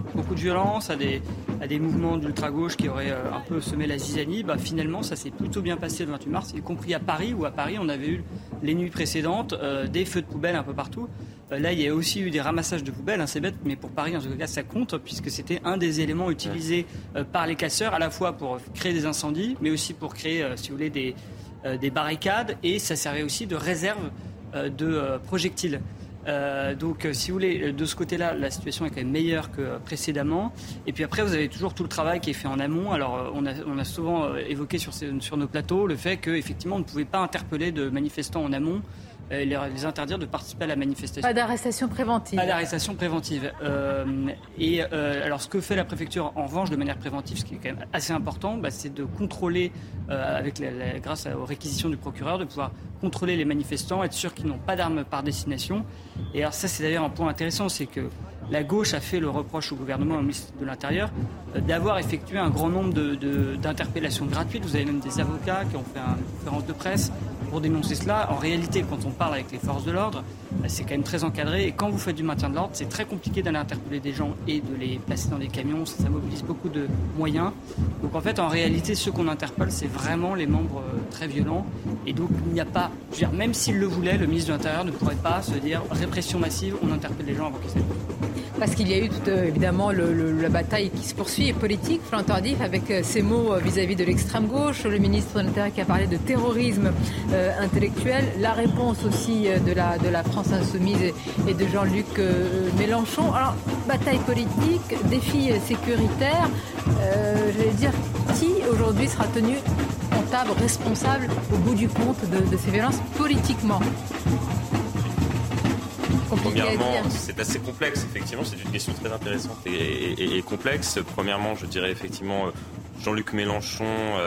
beaucoup de violence, à des mouvements d'ultra-gauche qui auraient un peu semé la zizanie, finalement ça s'est plutôt bien passé le 28 mars, y compris à Paris, où à Paris on avait eu les nuits précédentes des feux de poubelle un peu partout. Là, il y a aussi eu des ramassages de poubelles, c'est bête, mais pour Paris, en tout cas, ça compte, puisque c'était un des éléments utilisés par les casseurs, à la fois pour créer des incendies, mais aussi pour créer, si vous voulez, des barricades, et ça servait aussi de réserve de projectiles. Donc, si vous voulez, de ce côté-là, la situation est quand même meilleure que précédemment. Et puis après, vous avez toujours tout le travail qui est fait en amont. Alors, on a souvent évoqué sur nos plateaux le fait qu'effectivement, on ne pouvait pas interpeller de manifestants en amont, les interdire de participer à la manifestation. Pas d'arrestation préventive. Pas d'arrestation préventive. Alors, ce que fait la préfecture, en revanche, de manière préventive, ce qui est quand même assez important, c'est de contrôler, grâce aux réquisitions du procureur, de pouvoir contrôler les manifestants, être sûr qu'ils n'ont pas d'armes par destination. Et alors ça, c'est d'ailleurs un point intéressant, c'est que la gauche a fait le reproche au gouvernement, au ministre de l'Intérieur, d'avoir effectué un grand nombre d'interpellations gratuites. Vous avez même des avocats qui ont fait une conférence de presse pour dénoncer cela. En réalité, quand on parle avec les forces de l'ordre, c'est quand même très encadré. Et quand vous faites du maintien de l'ordre, c'est très compliqué d'aller interpeller des gens et de les placer dans des camions. Ça mobilise beaucoup de moyens. Donc en fait, en réalité, ceux qu'on interpelle, c'est vraiment les membres très violents. Et donc il n'y a pas, même s'il le voulait, le ministre de l'Intérieur ne pourrait pas se dire répression massive, on interpelle les gens avant qu'ils s'aient. Parce qu'il y a eu évidemment la bataille qui se poursuit, politique, Florent Tardif, avec ces mots vis-à-vis de l'extrême gauche, le ministre de l'Intérieur qui a parlé de terrorisme intellectuel, la réponse aussi de la France Insoumise et de Jean-Luc Mélenchon. Alors, bataille politique, défi sécuritaire, j'allais dire, qui aujourd'hui sera tenu comptable, responsable au bout du compte de ces violences politiquement? Premièrement, c'est assez complexe, effectivement, c'est une question très intéressante et complexe. Premièrement, je dirais effectivement Jean-Luc Mélenchon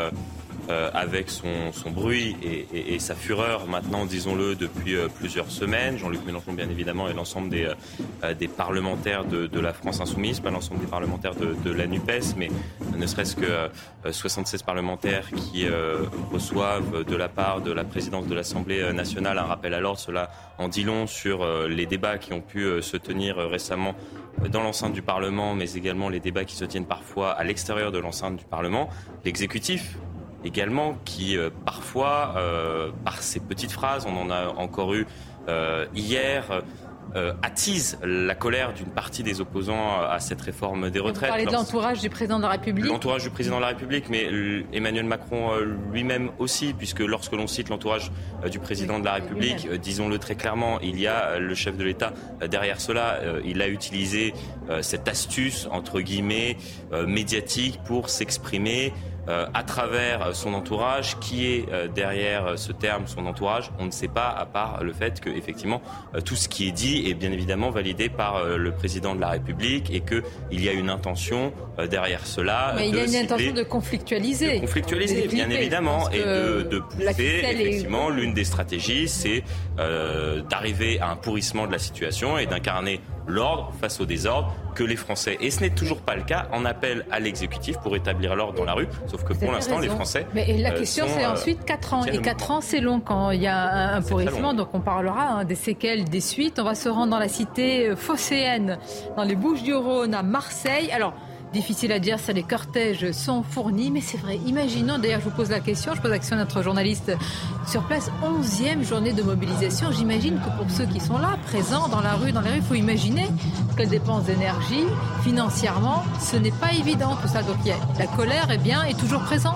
avec son bruit et sa fureur, maintenant, disons-le, depuis plusieurs semaines. Jean-Luc Mélenchon, bien évidemment, et l'ensemble des parlementaires de la France Insoumise, pas l'ensemble des parlementaires de la NUPES, mais ne serait-ce que 76 parlementaires qui reçoivent de la part de la présidence de l'Assemblée nationale un rappel à l'ordre. Cela en dit long sur les débats qui ont pu se tenir récemment dans l'enceinte du Parlement, mais également les débats qui se tiennent parfois à l'extérieur de l'enceinte du Parlement. L'exécutif également, qui parfois, par ces petites phrases, on en a encore eu hier, attise la colère d'une partie des opposants à cette réforme des retraites. Vous parlez de l'entourage du président de la République. L'entourage du président de la République, mais Emmanuel Macron lui-même aussi, puisque lorsque l'on cite l'entourage du président de la République, disons-le très clairement, il y a le chef de l'État derrière cela. Il a utilisé cette astuce, entre guillemets, médiatique pour s'exprimer à travers son entourage. Qui est derrière ce terme, son entourage? On ne sait pas, à part le fait que, effectivement, tout ce qui est dit est bien évidemment validé par le président de la République et qu'il y a une intention derrière cela. Mais il y a une intention de conflictualiser. De conflictualiser, bien évidemment, et de pousser. Effectivement, l'une des stratégies, c'est d'arriver à un pourrissement de la situation et d'incarner l'ordre face au désordre que les Français, et ce n'est toujours pas le cas, en appellent à l'exécutif pour établir l'ordre dans la rue. Sauf que pour l'instant, les Français. Mais la question, c'est ensuite 4 ans. Et 4 ans, c'est long quand il y a un pourrissement. Donc on parlera des séquelles, des suites. On va se rendre dans la cité phocéenne, dans les Bouches-du-Rhône, à Marseille. Alors, difficile à dire, ça, les cortèges sont fournis, mais c'est vrai. Imaginons, d'ailleurs, je vous pose la question, je pose la question à notre journaliste sur place, 11e journée de mobilisation. J'imagine que pour ceux qui sont là, présents dans la rue, il faut imaginer quelles dépenses d'énergie, financièrement, ce n'est pas évident tout ça. Donc la colère est toujours présente.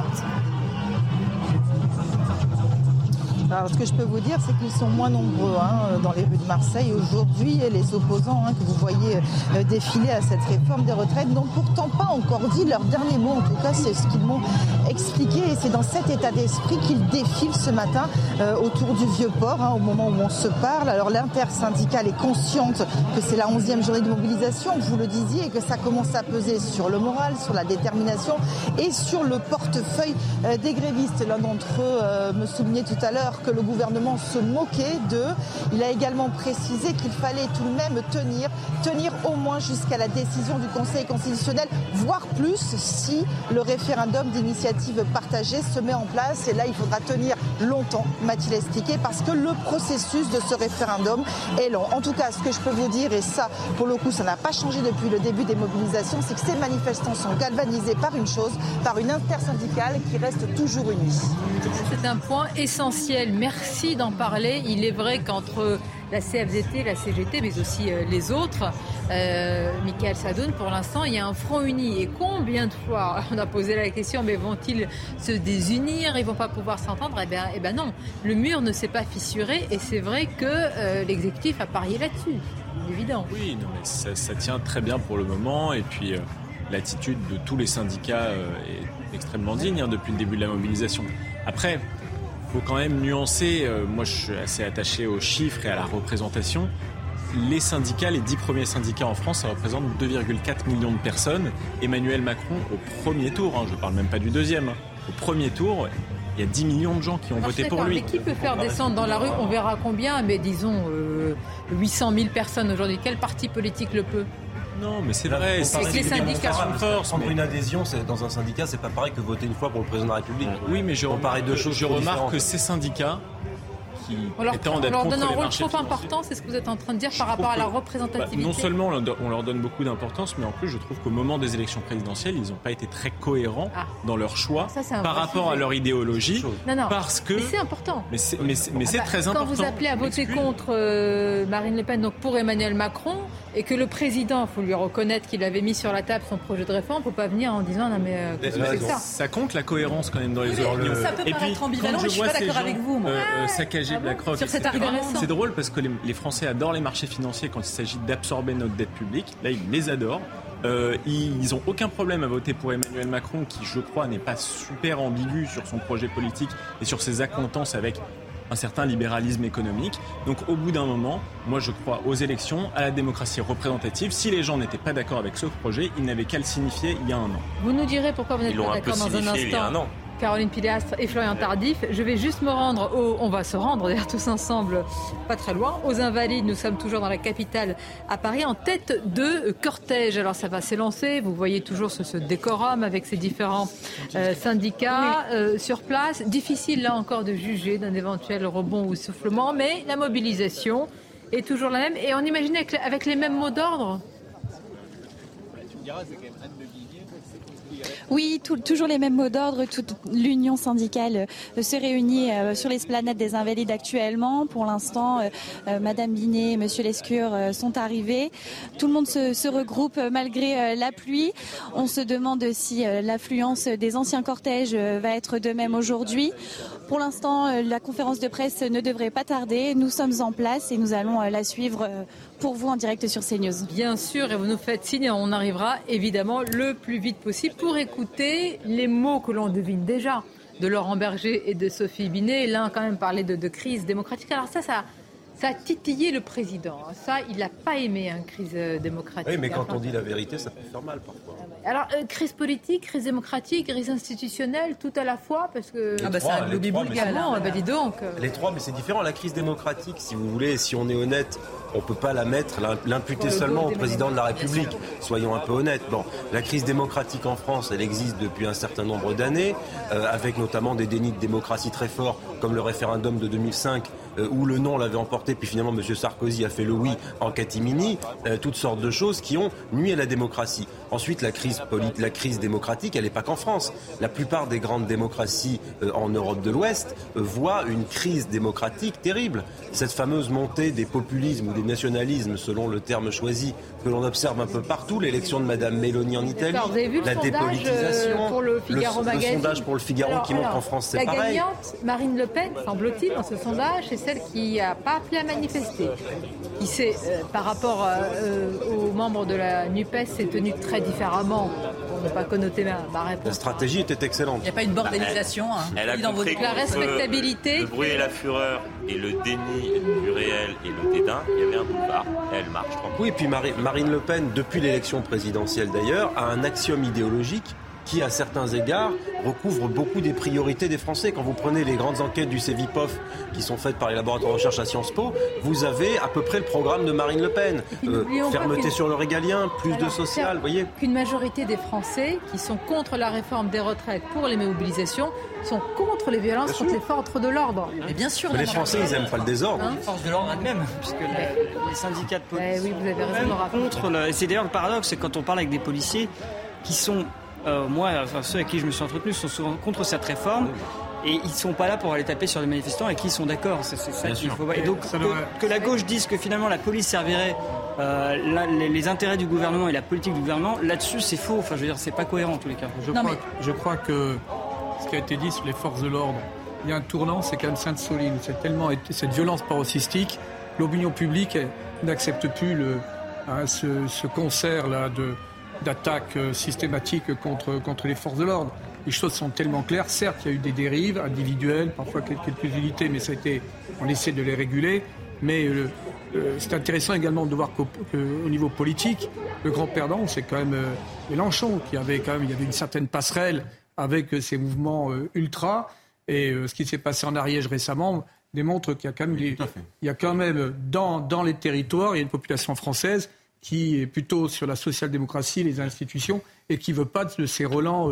Alors, ce que je peux vous dire, c'est qu'ils sont moins nombreux dans les rues de Marseille aujourd'hui. Et les opposants que vous voyez défiler à cette réforme des retraites n'ont pourtant pas encore dit leur dernier mot. En tout cas, c'est ce qu'ils m'ont expliqué. Et c'est dans cet état d'esprit qu'ils défilent ce matin autour du Vieux-Port, au moment où on se parle. Alors, l'intersyndicale est consciente que c'est la 11e journée de mobilisation, vous le disiez, et que ça commence à peser sur le moral, sur la détermination et sur le portefeuille des grévistes. L'un d'entre eux me soulignait tout à l'heure que le gouvernement se moquait d'eux. Il a également précisé qu'il fallait tout de même tenir au moins jusqu'à la décision du Conseil constitutionnel, voire plus si le référendum d'initiative partagée se met en place. Et là, il faudra tenir longtemps, m'a-t-il expliqué, parce que le processus de ce référendum est long. En tout cas, ce que je peux vous dire, et ça, pour le coup, ça n'a pas changé depuis le début des mobilisations, c'est que ces manifestants sont galvanisés par une chose, par une intersyndicale qui reste toujours unie. C'est un point essentiel. Merci d'en parler. Il est vrai qu'entre la CFDT, la CGT, mais aussi les autres, Michaël Sadoun, pour l'instant, il y a un front uni. Et combien de fois on a posé la question, mais vont-ils se désunir? Ils ne vont pas pouvoir s'entendre? Eh ben non, le mur ne s'est pas fissuré et c'est vrai que l'exécutif a parié là-dessus. C'est évident. Oui, non, mais ça tient très bien pour le moment. Et puis, l'attitude de tous les syndicats est extrêmement digne depuis le début de la mobilisation. Après, il faut quand même nuancer. Moi, je suis assez attaché aux chiffres et à la représentation. Les syndicats, les 10 premiers syndicats en France, ça représente 2,4 millions de personnes. Emmanuel Macron, au premier tour, je ne parle même pas du deuxième, au premier tour, il y a 10 millions de gens qui ont voté pour lui. Mais qui peut faire descendre dans la rue? On verra combien, mais disons 800 000 personnes aujourd'hui. Quel parti politique le peut? Non, mais c'est vrai. C'est que les syndicats de force. Prendre une adhésion dans un syndicat, c'est pas pareil que voter une fois pour le président de la République. Oui, mais je remarque que ces syndicats qui prétendent d'être contre les marchés financiers. On leur donne un rôle trop important, c'est ce que vous êtes en train de dire par rapport à la représentativité. Non seulement on leur donne beaucoup d'importance, mais en plus je trouve qu'au moment des élections présidentielles, ils n'ont pas été très cohérents dans leur choix par rapport à leur idéologie. Non, parce que... Mais c'est important. Mais c'est très important. Quand vous appelez à voter contre Marine Le Pen, donc pour Emmanuel Macron, et que le président, il faut lui reconnaître qu'il avait mis sur la table son projet de réforme, il ne faut pas venir en disant non mais qu'est-ce que c'est que ça? Ça compte la cohérence quand même dans les opinions. Ça peut paraître ambivalent, mais je suis pas d'accord avec vous. Saccager BlackRock, c'est drôle parce que les Français adorent les marchés financiers quand il s'agit d'absorber notre dette publique. Là, ils les adorent. Ils n'ont aucun problème à voter pour Emmanuel Macron, qui, je crois, n'est pas super ambigu sur son projet politique et sur ses accointances avec un certain libéralisme économique. Donc au bout d'un moment, moi je crois aux élections, à la démocratie représentative. Si les gens n'étaient pas d'accord avec ce projet, ils n'avaient qu'à le signifier il y a un an. Vous nous direz pourquoi vous n'êtes pas d'accord dans un instant. Il y a un an. Caroline Pilastre et Florian Tardif. Je vais juste me rendre on va se rendre d'ailleurs tous ensemble, pas très loin, aux Invalides. Nous sommes toujours dans la capitale à Paris, en tête de cortège. Alors ça va s'élancer, vous voyez toujours ce décorum avec ces différents syndicats sur place. Difficile là encore de juger d'un éventuel rebond ou soufflement, mais la mobilisation est toujours la même. Et on imagine avec les mêmes mots d'ordre. Oui, toujours les mêmes mots d'ordre. Toute l'union syndicale se réunit sur l'esplanade des Invalides actuellement. Pour l'instant, Madame Binet et Monsieur Lescure sont arrivés. Tout le monde se regroupe malgré la pluie. On se demande si l'affluence des anciens cortèges va être de même aujourd'hui. Pour l'instant, la conférence de presse ne devrait pas tarder. Nous sommes en place et nous allons la suivre pour vous en direct sur CNews. Bien sûr, et vous nous faites signe, on arrivera évidemment le plus vite possible pour écouter les mots que l'on devine déjà de Laurent Berger et de Sophie Binet. L'un quand même parlait de crise démocratique. Alors ça a titillé le président. Ça, il n'a pas aimé, crise démocratique. Oui, mais quand on dit la vérité, ça peut faire mal parfois. Alors, crise politique, crise démocratique, crise institutionnelle, tout à la fois, parce que... c'est un globi-boulga, dis donc. Les trois, mais c'est différent. La crise démocratique, si vous voulez, si on est honnête, on ne peut pas l'imputer seulement au président de la République. Soyons un peu honnêtes. Bon, la crise démocratique en France, elle existe depuis un certain nombre d'années, avec notamment des dénis de démocratie très forts, comme le référendum de 2005, où le non l'avait emporté, puis finalement M. Sarkozy a fait le oui en catimini, toutes sortes de choses qui ont nui à la démocratie. Ensuite, la crise démocratique, elle n'est pas qu'en France. La plupart des grandes démocraties en Europe de l'Ouest voient une crise démocratique terrible. Cette fameuse montée des populismes ou des nationalismes, selon le terme choisi, que l'on observe un peu partout, l'élection de Mme Meloni en Italie, la dépolitisation, pour le Figaro Magazine. Le sondage pour le Figaro qui montre qu'en France c'est pareil. La gagnante, Marine Le Pen, semble-t-il, dans ce sondage, c'est celle qui n'a pas appelé à manifester. Qui s'est, par rapport aux membres de la NUPES, s'est tenue très différemment, pour ne pas connoter ma réponse. La stratégie était excellente. Il n'y a pas une bordélisation. Elle a compris la respectabilité. Le bruit et la fureur et le déni du réel et le dédain, il y avait un boulevard. Elle marche tranquille. Oui, puis Marine Le Pen, depuis l'élection présidentielle d'ailleurs, a un axiome idéologique qui, à certains égards, recouvre beaucoup des priorités des Français. Quand vous prenez les grandes enquêtes du Cevipof qui sont faites par les laboratoires de recherche à Sciences Po, vous avez à peu près le programme de Marine Le Pen. Fermeté sur le régalien, plus de social, vous voyez. Qu'une majorité des Français qui sont contre la réforme des retraites pour les mobilisations sont contre les violences contre les forces de l'ordre. Mais bien sûr. Mais les Français, ils n'aiment pas le désordre. Les forces de l'ordre elles-mêmes, puisque les syndicats de police oui, vous avez raison, contre. Et c'est d'ailleurs le paradoxe, c'est quand on parle avec des policiers qui sont, ceux avec qui je me suis entretenu, sont souvent contre cette réforme. Et ils ne sont pas là pour aller taper sur les manifestants et qui sont d'accord. C'est ça qu'il faut voir. Et donc que la gauche dise que finalement la police servirait les intérêts du gouvernement et la politique du gouvernement, là-dessus c'est faux. Enfin, je veux dire, c'est pas cohérent en tous les cas. Je crois que ce qui a été dit sur les forces de l'ordre, il y a un tournant, c'est quand même Sainte-Soline. C'est tellement cette violence paroxystique, l'opinion publique n'accepte plus ce concert-là d'attaques systématiques contre les forces de l'ordre. Les choses sont tellement claires. Certes, il y a eu des dérives individuelles, parfois quelques unités, mais on essaie de les réguler. Mais c'est intéressant également de voir qu'au niveau politique, le grand perdant, c'est quand même Mélenchon, il y avait une certaine passerelle avec ces mouvements ultra. Et ce qui s'est passé en Ariège récemment démontre qu'il y a quand même dans les territoires, il y a une population française qui est plutôt sur la social-démocratie, les institutions, et qui ne veut pas de ces relents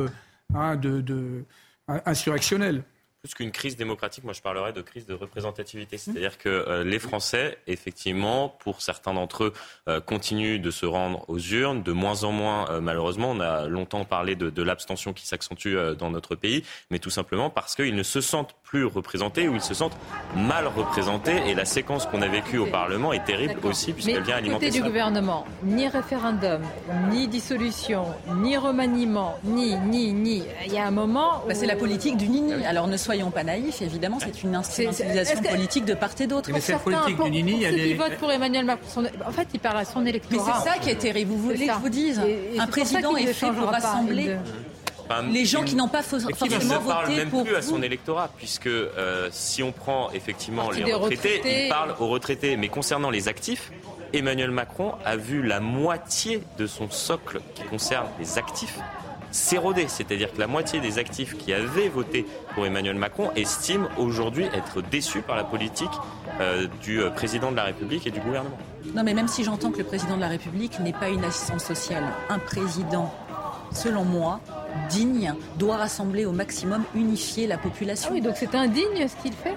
insurrectionnels. Plus qu'une crise démocratique, moi je parlerais de crise de représentativité. C'est-à-dire que les Français, effectivement, pour certains d'entre eux, continuent de se rendre aux urnes, de moins en moins, malheureusement. On a longtemps parlé de l'abstention qui s'accentue dans notre pays, mais tout simplement parce qu'ils ne se sentent plus représentés ou ils se sentent mal représentés. Et la séquence qu'on a vécue au Parlement est terrible aussi, puisqu'elle vient alimenter ça. Mais côté du gouvernement, ni référendum, ni dissolution, ni remaniement, ni. Il y a un moment où... c'est la politique du nini. Alors ne soyons pas naïfs, évidemment, c'est une instrumentalisation politique de part et d'autre. Mais cette politique du nini, elle est... qui votent pour Emmanuel Macron, en fait, il parle à son électorat. Mais c'est ça qui est terrible. Vous voulez que je vous dise, un président est fait pour rassembler... les gens qui n'ont pas forcément voté pour... Il ne parle même plus à son électorat, puisque si on prend effectivement les retraités, il parle aux retraités. Mais concernant les actifs, Emmanuel Macron a vu la moitié de son socle qui concerne les actifs s'éroder. C'est-à-dire que la moitié des actifs qui avaient voté pour Emmanuel Macron estiment aujourd'hui être déçus par la politique du président de la République et du gouvernement. Non, mais même si j'entends que le président de la République n'est pas une assistance sociale, un président, selon moi, digne, doit rassembler au maximum, unifier la population. Ah oui, donc c'est indigne ce qu'il fait ?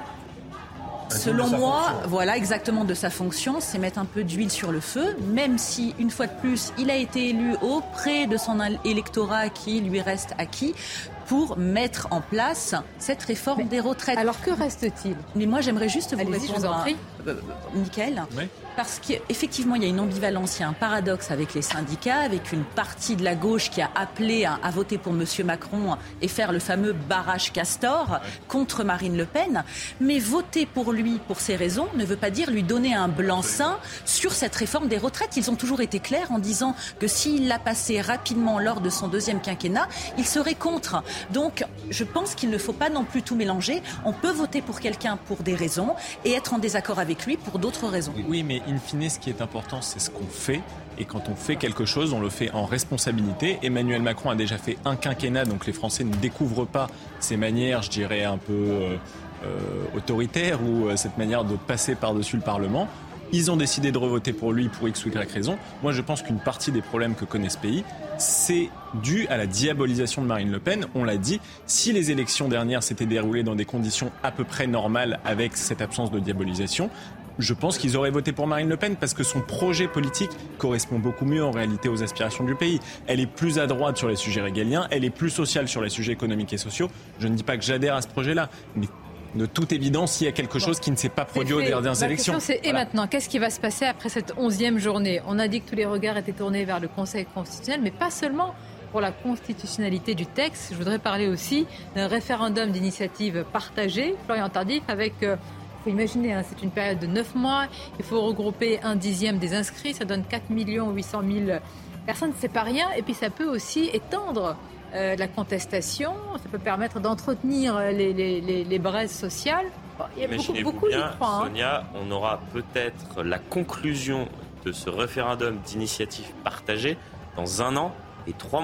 Selon moi, voilà exactement de sa fonction, c'est mettre un peu d'huile sur le feu, même si, une fois de plus, il a été élu auprès de son électorat qui lui reste acquis, pour mettre en place cette réforme des retraites. Alors que reste-t-il ? Mais moi, j'aimerais juste vous répondre, je vous en prie. Mickaël, oui. Parce qu'effectivement, il y a une ambivalence, il y a un paradoxe avec les syndicats, avec une partie de la gauche qui a appelé à voter pour M. Macron et faire le fameux barrage Castor contre Marine Le Pen. Mais voter pour lui, pour ces raisons, ne veut pas dire lui donner un blanc-seing sur cette réforme des retraites. Ils ont toujours été clairs en disant que s'il l'a passé rapidement lors de son deuxième quinquennat, il serait contre. Donc, je pense qu'il ne faut pas non plus tout mélanger. On peut voter pour quelqu'un pour des raisons et être en désaccord avec lui pour d'autres raisons. Oui, mais in fine, ce qui est important, c'est ce qu'on fait. Et quand on fait quelque chose, on le fait en responsabilité. Emmanuel Macron a déjà fait un quinquennat, donc les Français ne découvrent pas ces manières, je dirais, un peu autoritaires ou cette manière de passer par-dessus le Parlement. Ils ont décidé de revoter pour lui pour X ou Y raison. Moi, je pense qu'une partie des problèmes que connaît ce pays, c'est dû à la diabolisation de Marine Le Pen. On l'a dit, si les élections dernières s'étaient déroulées dans des conditions à peu près normales avec cette absence de diabolisation, je pense qu'ils auraient voté pour Marine Le Pen parce que son projet politique correspond beaucoup mieux en réalité aux aspirations du pays. Elle est plus à droite sur les sujets régaliens, elle est plus sociale sur les sujets économiques et sociaux. Je ne dis pas que j'adhère à ce projet-là, mais de toute évidence, il y a quelque chose qui ne s'est pas produit aux dernières élections. Et maintenant, qu'est-ce qui va se passer après cette 11e journée ? On a dit que tous les regards étaient tournés vers le Conseil constitutionnel, mais pas seulement pour la constitutionnalité du texte. Je voudrais parler aussi d'un référendum d'initiative partagée, Florian Tardif, avec... Il faut imaginer, c'est une période de 9 mois, il faut regrouper 1/10 des inscrits, ça donne 4 800 000 personnes, c'est pas rien, et puis ça peut aussi étendre la contestation, ça peut permettre d'entretenir les braises sociales. Bon, il y a beaucoup bien, d'y croient, Sonia, on aura peut-être la conclusion de ce référendum d'initiative partagée dans 1 an et 3 mois.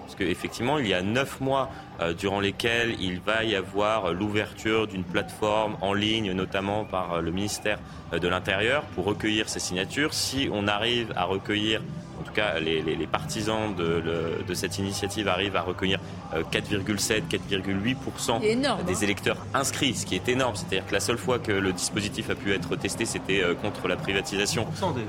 Parce qu'effectivement, il y a 9 mois durant lesquels il va y avoir l'ouverture d'une plateforme en ligne, notamment par le ministère de l'Intérieur, pour recueillir ces signatures. Si on arrive à recueillir, en tout cas les partisans de cette initiative arrivent à recueillir 4,7, 4,8% des électeurs inscrits, ce qui est énorme. C'est-à-dire que la seule fois que le dispositif a pu être testé, c'était contre la privatisation.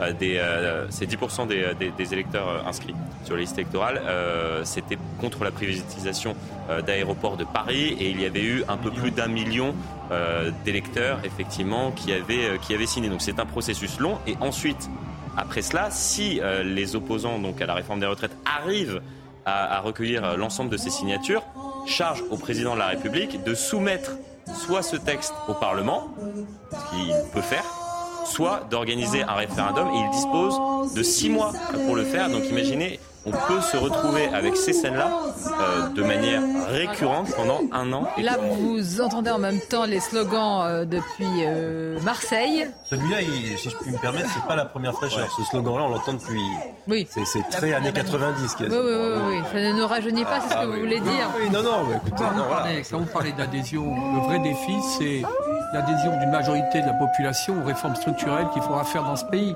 C'est 10% des électeurs inscrits sur les listes électorales. C'était contre la privatisation d'aéroports de Paris, et il y avait eu un peu plus d'1 million d'électeurs, effectivement, qui avaient signé. Donc c'est un processus long. Et ensuite, après cela, si les opposants donc à la réforme des retraites arrivent à recueillir l'ensemble de ces signatures, charge au président de la République de soumettre soit ce texte au Parlement, ce qu'il peut faire, soit d'organiser un référendum, et il dispose de 6 mois pour le faire. Donc imaginez, on peut se retrouver avec ces scènes-là de manière récurrente pendant 1 an. Là, vous entendez en même temps les slogans depuis Marseille. Celui-là, si je puis me permettre, c'est pas la première fraîcheur. Ce slogan-là, on l'entend depuis. Oui. C'est très années 90. Oui. Ça ne nous rajeunit pas, c'est ce que vous voulez dire. Oui, non, écoutez, quand vous parlez d'adhésion, le vrai défi, c'est l'adhésion d'une majorité de la population aux réformes structurelles qu'il faudra faire dans ce pays.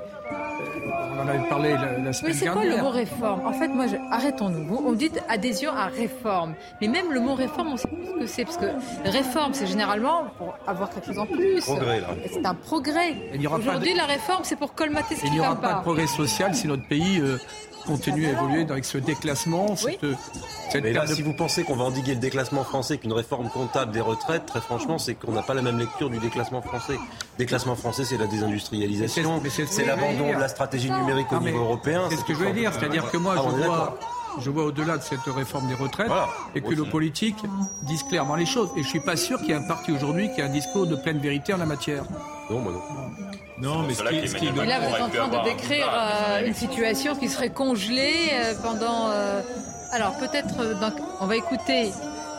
On en avait parlé la semaine dernière. C'est quoi le mot réforme ? En fait, arrêtons-nous. On dit adhésion à réforme. Mais même le mot réforme, on sait plus ce que c'est. Parce que réforme, c'est généralement pour avoir quelque chose en plus. Progrès, c'est un progrès. Aujourd'hui, la réforme, c'est pour colmater ce qui ne va pas. Il n'y aura pas de progrès social si notre pays continue à évoluer avec ce déclassement. Mais là, si vous pensez qu'on va endiguer le déclassement français qu'une réforme comptable des retraites, très franchement, c'est qu'on n'a pas la même lecture du déclassement français. Le déclassement français, c'est la désindustrialisation, c'est l'abandon de la stratégie numérique au niveau européen. C'est ce que je veux dire, c'est-à-dire que moi, je vois au-delà de cette réforme des retraites, et que le politique dise clairement les choses. Et je ne suis pas sûr qu'il y ait un parti aujourd'hui qui ait un discours de pleine vérité en la matière. Non, moi non. Non, mais Et là, vous êtes en train de décrire une situation qui serait congelée pendant... Alors, peut-être, on va écouter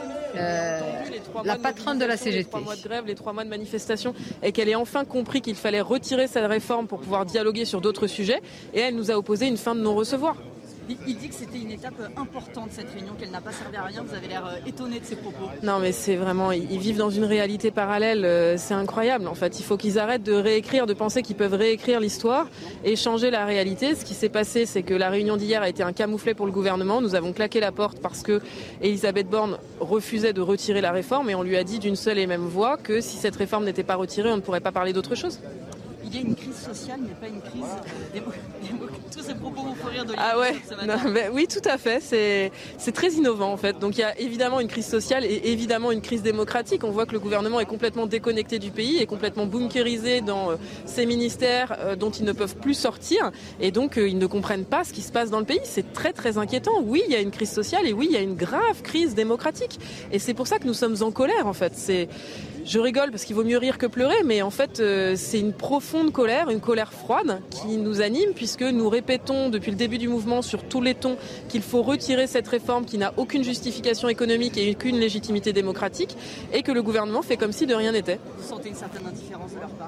la patronne de la CGT. Les 3 mois de grève, les 3 mois de manifestation, et qu'elle ait enfin compris qu'il fallait retirer cette réforme pour pouvoir dialoguer sur d'autres sujets, et elle nous a opposé une fin de non-recevoir. Il dit que c'était une étape importante, cette réunion, qu'elle n'a pas servi à rien. Vous avez l'air étonné de ses propos. Non, mais c'est vraiment... Ils vivent dans une réalité parallèle. C'est incroyable, en fait. Il faut qu'ils arrêtent de réécrire, de penser qu'ils peuvent réécrire l'histoire et changer la réalité. Ce qui s'est passé, c'est que la réunion d'hier a été un camouflet pour le gouvernement. Nous avons claqué la porte parce que Elisabeth Borne refusait de retirer la réforme, et on lui a dit d'une seule et même voix que si cette réforme n'était pas retirée, on ne pourrait pas parler d'autre chose. Il y a une crise sociale, mais pas une crise tous ces propos vous font rire de oui, tout à fait. C'est très innovant, en fait. Donc il y a évidemment une crise sociale et évidemment une crise démocratique. On voit que le gouvernement est complètement déconnecté du pays, est complètement bunkérisé dans ses ministères dont ils ne peuvent plus sortir, et donc ils ne comprennent pas ce qui se passe dans le pays. C'est très très inquiétant. Oui, il y a une crise sociale, et oui, il y a une grave crise démocratique. Et c'est pour ça que nous sommes en colère, en fait. Je rigole parce qu'il vaut mieux rire que pleurer, mais en fait, c'est une profonde colère, une colère froide qui nous anime, puisque nous répétons depuis le début du mouvement sur tous les tons qu'il faut retirer cette réforme qui n'a aucune justification économique et aucune légitimité démocratique, et que le gouvernement fait comme si de rien n'était. Vous sentez une certaine indifférence de leur part ?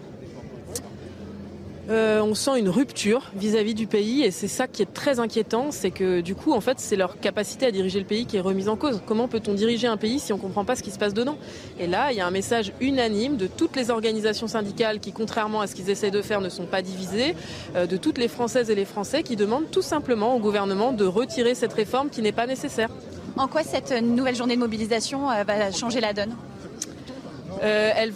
On sent une rupture vis-à-vis du pays, et c'est ça qui est très inquiétant, c'est que du coup, en fait, c'est leur capacité à diriger le pays qui est remise en cause. Comment peut-on diriger un pays si on ne comprend pas ce qui se passe dedans ? Et là, il y a un message unanime de toutes les organisations syndicales qui, contrairement à ce qu'ils essaient de faire, ne sont pas divisées, de toutes les Françaises et les Français qui demandent tout simplement au gouvernement de retirer cette réforme qui n'est pas nécessaire. En quoi cette nouvelle journée de mobilisation va changer la donne ? Elle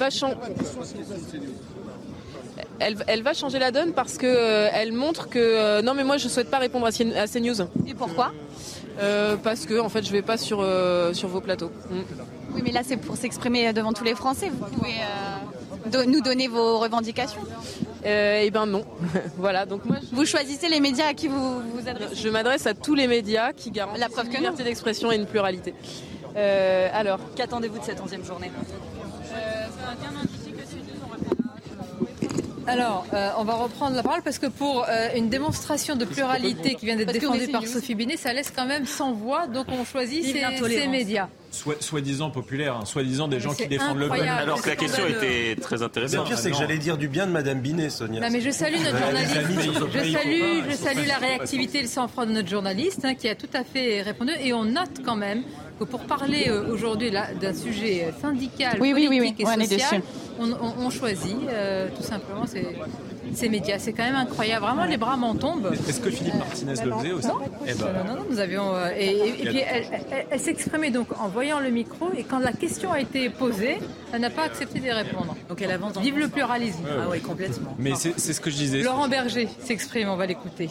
va changer la donne parce que elle montre que non, mais moi je souhaite pas répondre à CNews. Et pourquoi ? Parce que en fait je vais pas sur vos plateaux. Oui, mais là c'est pour s'exprimer devant tous les Français. Vous pouvez nous donner vos revendications ? Eh ben non. Voilà, donc moi vous choisissez les médias à qui vous vous adressez ? Je m'adresse à tous les médias qui garantissent une liberté d'expression et une pluralité. Alors, qu'attendez-vous de cette 11e journée ? Ça va bien indiquer que CNews on reprendra. Alors, on va reprendre la parole parce que pour une démonstration de pluralité qui vient d'être défendue par Sophie Binet, ça laisse quand même sans voix, donc on choisit ces médias. Soi-disant populaire, soi-disant des gens qui défendent le peuple. Alors que la question était très intéressante. Le pire, c'est que j'allais dire du bien de Madame Binet, Sonia. Non, mais je salue notre journaliste. Je salue la réactivité et le sang-froid de notre journaliste qui a tout à fait répondu. Et on note quand même que pour parler aujourd'hui d'un sujet syndical, politique et social, on choisit tout simplement ces médias. C'est quand même incroyable. Vraiment, les bras m'en tombent. Est-ce que Philippe Martinez le faisait aussi? Non, nous avions... et puis, elle s'exprimait donc en voyant le micro, et quand la question a été posée, elle n'a pas accepté d'y répondre. Donc elle avance. Vive le pluralisme. Ah oui, complètement. Mais c'est ce que je disais. Laurent Berger s'exprime, on va l'écouter.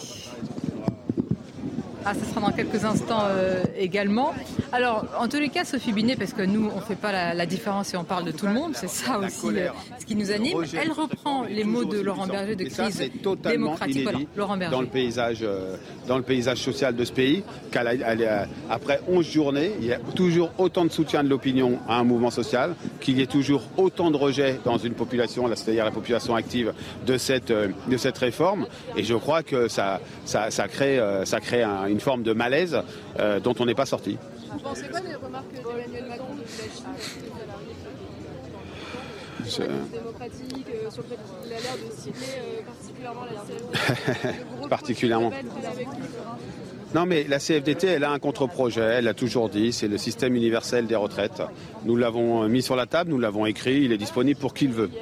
Ah, ce sera dans quelques instants également. Alors, en tous les cas, Sophie Binet, parce que nous, on ne fait pas la différence et on parle de tout le monde, c'est ça aussi ce qui nous anime. Elle reprend les mots de Laurent Berger de crise démocratique. Voilà, Laurent Berger. Dans le paysage social de ce pays, après 11 journées, il y a toujours autant de soutien de l'opinion à un mouvement social, qu'il y ait toujours autant de rejet dans une population, c'est-à-dire la population active de cette réforme. Et je crois que ça crée une forme de malaise dont on n'est pas sorti. Vous pensez quoi des remarques d'Emmanuel Macron de la Chine démocratique sur le fait qu'il a l'air de cibler particulièrement la CFDT particulièrement. Non, mais la CFDT, elle a un contre-projet, elle l'a toujours dit, c'est le système universel des retraites. Nous l'avons mis sur la table, nous l'avons écrit, il est disponible pour qui le veut.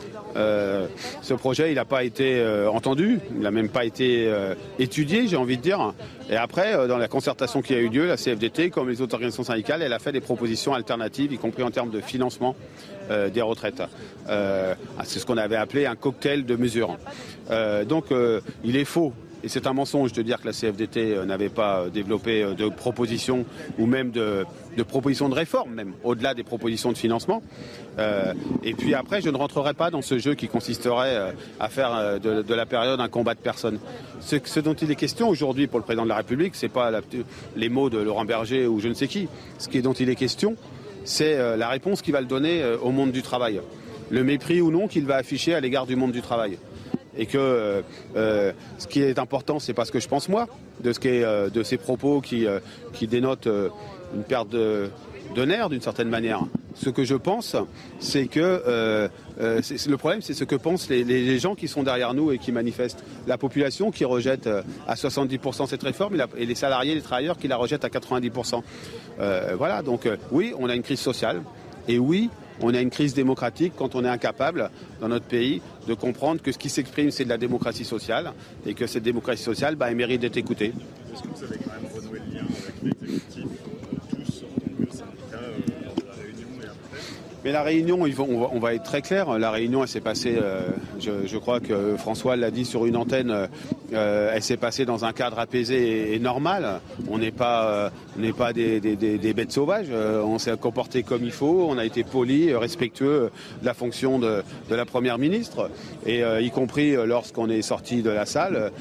Ce projet, il n'a pas été entendu, il n'a même pas été étudié, j'ai envie de dire. Et après, dans la concertation qui a eu lieu, la CFDT, comme les autres organisations syndicales, elle a fait des propositions alternatives, y compris en termes de financement des retraites. C'est ce qu'on avait appelé un cocktail de mesures. Donc, il est faux. Et c'est un mensonge de dire que la CFDT n'avait pas développé de propositions ou même de propositions de réforme, même au-delà des propositions de financement. Et puis après, je ne rentrerai pas dans ce jeu qui consisterait à faire de la période un combat de personnes. Ce dont il est question aujourd'hui pour le président de la République, c'est pas les mots de Laurent Berger ou je ne sais qui. Dont il est question, c'est la réponse qu'il va le donner au monde du travail. Le mépris ou non qu'il va afficher à l'égard du monde du travail. Et que ce qui est important, c'est pas ce que je pense moi, de ces propos qui dénotent une perte de nerfs d'une certaine manière. Ce que je pense, c'est que le problème, c'est ce que pensent les gens qui sont derrière nous et qui manifestent. La population qui rejette à 70% cette réforme et les salariés, les travailleurs qui la rejettent à 90%. Voilà, donc oui, on a une crise sociale et oui, on a une crise démocratique quand on est incapable, dans notre pays, de comprendre que ce qui s'exprime, c'est de la démocratie sociale et que cette démocratie sociale, elle mérite d'être écoutée. Est-ce que vous avez quand même renoué le lien avec l'exécutif, tous en tant que syndicat, lors de la réunion et après? Mais la réunion, on va être très clair, la réunion, elle s'est passée, je crois que François l'a dit sur une antenne, elle s'est passée dans un cadre apaisé et normal. On n'est pas des bêtes sauvages, on s'est comporté comme il faut, on a été poli, respectueux de la fonction de la Première ministre, et y compris lorsqu'on est sorti de la salle,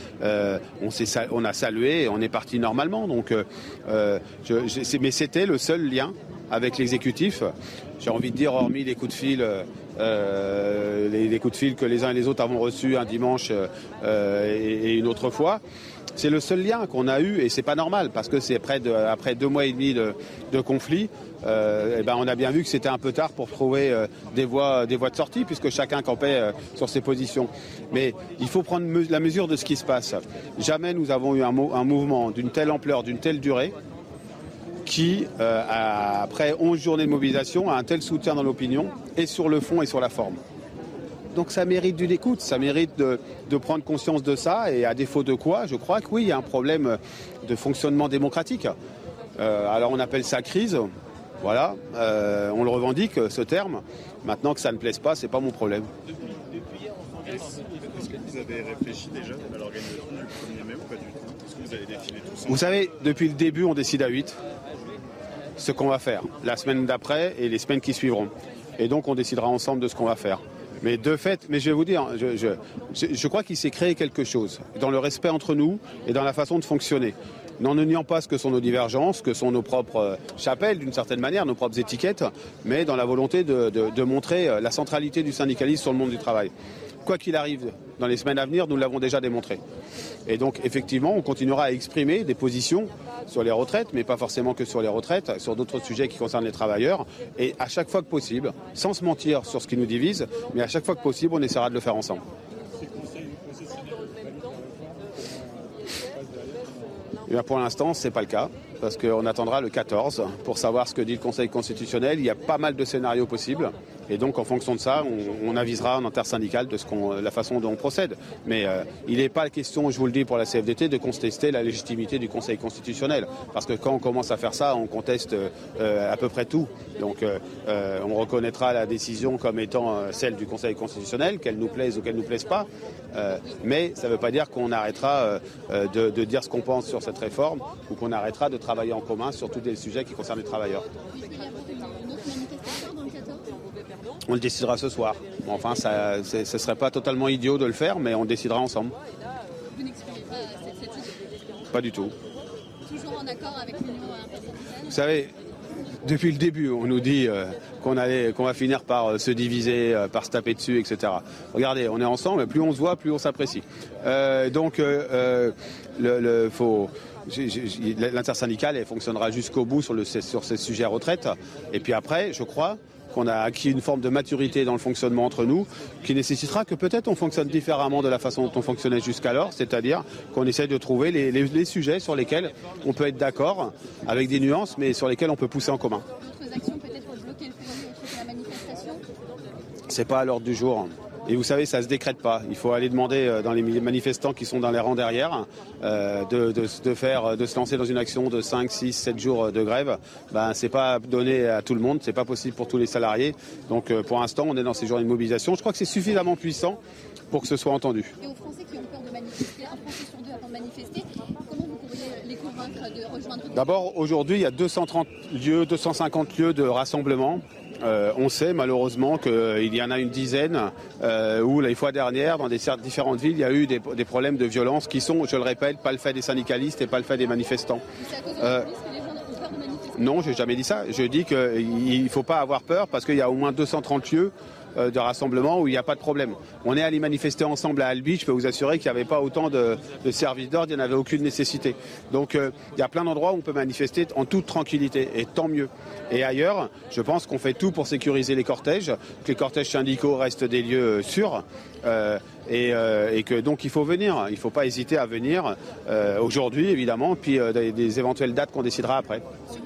on a salué et on est parti normalement. Donc, mais c'était le seul lien avec l'exécutif. J'ai envie de dire, hormis les coups de fil, les coups de fil que les uns et les autres avons reçus un dimanche et une autre fois, c'est le seul lien qu'on a eu et c'est pas normal parce que c'est après 2 mois et demi de conflit, on a bien vu que c'était un peu tard pour trouver des voies de sortie puisque chacun campait sur ses positions. Mais il faut prendre la mesure de ce qui se passe. Jamais nous avons eu un mouvement d'une telle ampleur, d'une telle durée, qui, après 11 journées de mobilisation, a un tel soutien dans l'opinion, et sur le fond et sur la forme. Donc ça mérite d'une écoute, ça mérite de prendre conscience de ça, et à défaut de quoi, je crois que oui, il y a un problème de fonctionnement démocratique. Alors on appelle ça crise, voilà, on le revendique, ce terme. Maintenant que ça ne plaise pas, c'est pas mon problème. Est-ce que vous avez réfléchi déjà à l'organisation du 1er mai ou pas du tout? Est-ce que vous allez défiler tout ça? Vous savez, depuis le début, on décide à 8 ce qu'on va faire, la semaine d'après et les semaines qui suivront. Et donc on décidera ensemble de ce qu'on va faire. Mais de fait, mais je vais vous dire, je crois qu'il s'est créé quelque chose dans le respect entre nous et dans la façon de fonctionner. En ne niant pas ce que sont nos divergences, que sont nos propres chapelles d'une certaine manière, nos propres étiquettes, mais dans la volonté de montrer la centralité du syndicalisme sur le monde du travail. quoi qu'il arrive dans les semaines à venir, nous l'avons déjà démontré. Et donc effectivement, on continuera à exprimer des positions sur les retraites, mais pas forcément que sur les retraites, sur d'autres sujets qui concernent les travailleurs. Et à chaque fois que possible, sans se mentir sur ce qui nous divise, mais à chaque fois que possible, on essaiera de le faire ensemble. Et bien pour l'instant, ce n'est pas le cas, parce qu'on attendra le 14 pour savoir ce que dit le Conseil constitutionnel. Il y a pas mal de scénarios possibles. Et donc, en fonction de ça, on avisera en intersyndicale de la façon dont on procède. Mais il n'est pas question, je vous le dis pour la CFDT, de contester la légitimité du Conseil constitutionnel. Parce que quand on commence à faire ça, on conteste à peu près tout. Donc, on reconnaîtra la décision comme étant celle du Conseil constitutionnel, qu'elle nous plaise ou qu'elle ne nous plaise pas. Mais ça ne veut pas dire qu'on arrêtera de dire ce qu'on pense sur cette réforme ou qu'on arrêtera de travailler en commun sur tous les sujets qui concernent les travailleurs. On le décidera ce soir. Enfin, ce ne serait pas totalement idiot de le faire, mais on le décidera ensemble. Vous n'excluez pas cette idée ? Pas du tout. Toujours en accord avec l'Union intersyndicale ? Vous savez, depuis le début, on nous dit qu'on va finir par se diviser, par se taper dessus, etc. Regardez, on est ensemble, plus on se voit, plus on s'apprécie. L'intersyndicale, elle fonctionnera jusqu'au bout sur ces sujets retraite. Et puis après, je crois qu'on a acquis une forme de maturité dans le fonctionnement entre nous qui nécessitera que peut-être on fonctionne différemment de la façon dont on fonctionnait jusqu'alors, c'est-à-dire qu'on essaye de trouver les sujets sur lesquels on peut être d'accord, avec des nuances, mais sur lesquels on peut pousser en commun. D'autres actions peut-être pour bloquer le pays autre que la manifestation ? C'est pas à l'ordre du jour. Et vous savez, ça ne se décrète pas. Il faut aller demander dans les manifestants qui sont dans les rangs derrière de se lancer dans une action de 5, 6, 7 jours de grève. Ce n'est pas donné à tout le monde, ce n'est pas possible pour tous les salariés. Donc pour l'instant, on est dans ces journées de mobilisation. Je crois que c'est suffisamment puissant pour que ce soit entendu. Et aux Français qui ont peur de manifester, un Français sur deux avant de manifester, comment vous pourriez les convaincre de rejoindre ? D'abord, aujourd'hui, il y a 230 lieux, 250 lieux de rassemblement. On sait malheureusement qu'il y en a une dizaine où les fois dernières, dans différentes villes, il y a eu des problèmes de violence qui sont, je le répète, pas le fait des syndicalistes et pas le fait des manifestants. C'est à cause de la police que les gens ont peur de manifester ? Non, je n'ai jamais dit ça. Je dis qu'il ne faut pas avoir peur parce qu'il y a au moins 230 lieux de rassemblement où il n'y a pas de problème. On est allé manifester ensemble à Albi, je peux vous assurer qu'il n'y avait pas autant de services d'ordre, il n'y en avait aucune nécessité. Donc il y a plein d'endroits où on peut manifester en toute tranquillité, et tant mieux. Et ailleurs, je pense qu'on fait tout pour sécuriser les cortèges, que les cortèges syndicaux restent des lieux sûrs, et que donc il faut venir, il ne faut pas hésiter à venir aujourd'hui évidemment, puis des éventuelles dates qu'on décidera après.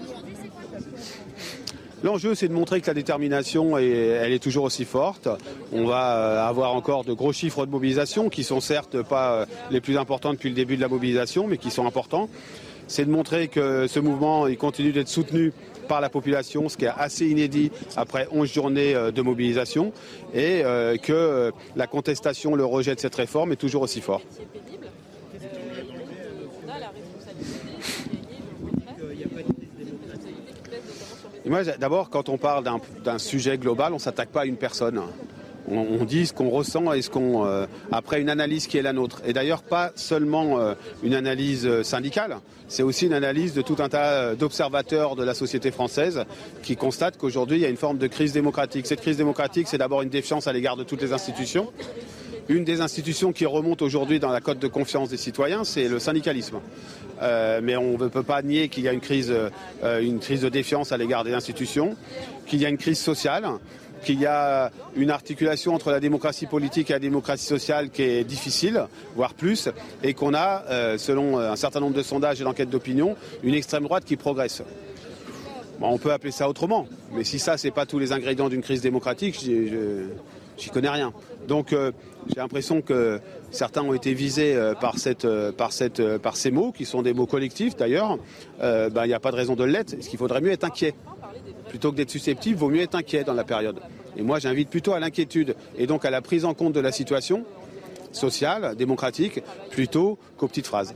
L'enjeu, c'est de montrer que la détermination, elle est toujours aussi forte. On va avoir encore de gros chiffres de mobilisation qui sont certes pas les plus importants depuis le début de la mobilisation, mais qui sont importants. C'est de montrer que ce mouvement, il continue d'être soutenu par la population, ce qui est assez inédit après 11 journées de mobilisation, et que la contestation, le rejet de cette réforme est toujours aussi fort. Et moi, d'abord, quand on parle d'un sujet global, on ne s'attaque pas à une personne. On dit ce qu'on ressent et après une analyse qui est la nôtre. Et d'ailleurs, pas seulement une analyse syndicale, c'est aussi une analyse de tout un tas d'observateurs de la société française qui constatent qu'aujourd'hui, il y a une forme de crise démocratique. Cette crise démocratique, c'est d'abord une défiance à l'égard de toutes les institutions. Une des institutions qui remonte aujourd'hui dans la cote de confiance des citoyens, c'est le syndicalisme. Mais on ne peut pas nier qu'il y a une crise de défiance à l'égard des institutions, qu'il y a une crise sociale, qu'il y a une articulation entre la démocratie politique et la démocratie sociale qui est difficile, voire plus, et qu'on a, selon un certain nombre de sondages et d'enquêtes d'opinion, une extrême droite qui progresse. Bon, on peut appeler ça autrement, mais si ça, c'est pas tous les ingrédients d'une crise démocratique, j'y connais rien. Donc j'ai l'impression que certains ont été visés par ces mots, qui sont des mots collectifs d'ailleurs. Il n'y a pas de raison de l'être. Ce qu'il faudrait mieux être inquiet. Plutôt que d'être susceptible, il vaut mieux être inquiet dans la période. Et moi, j'invite plutôt à l'inquiétude et donc à la prise en compte de la situation sociale, démocratique, plutôt qu'aux petites phrases.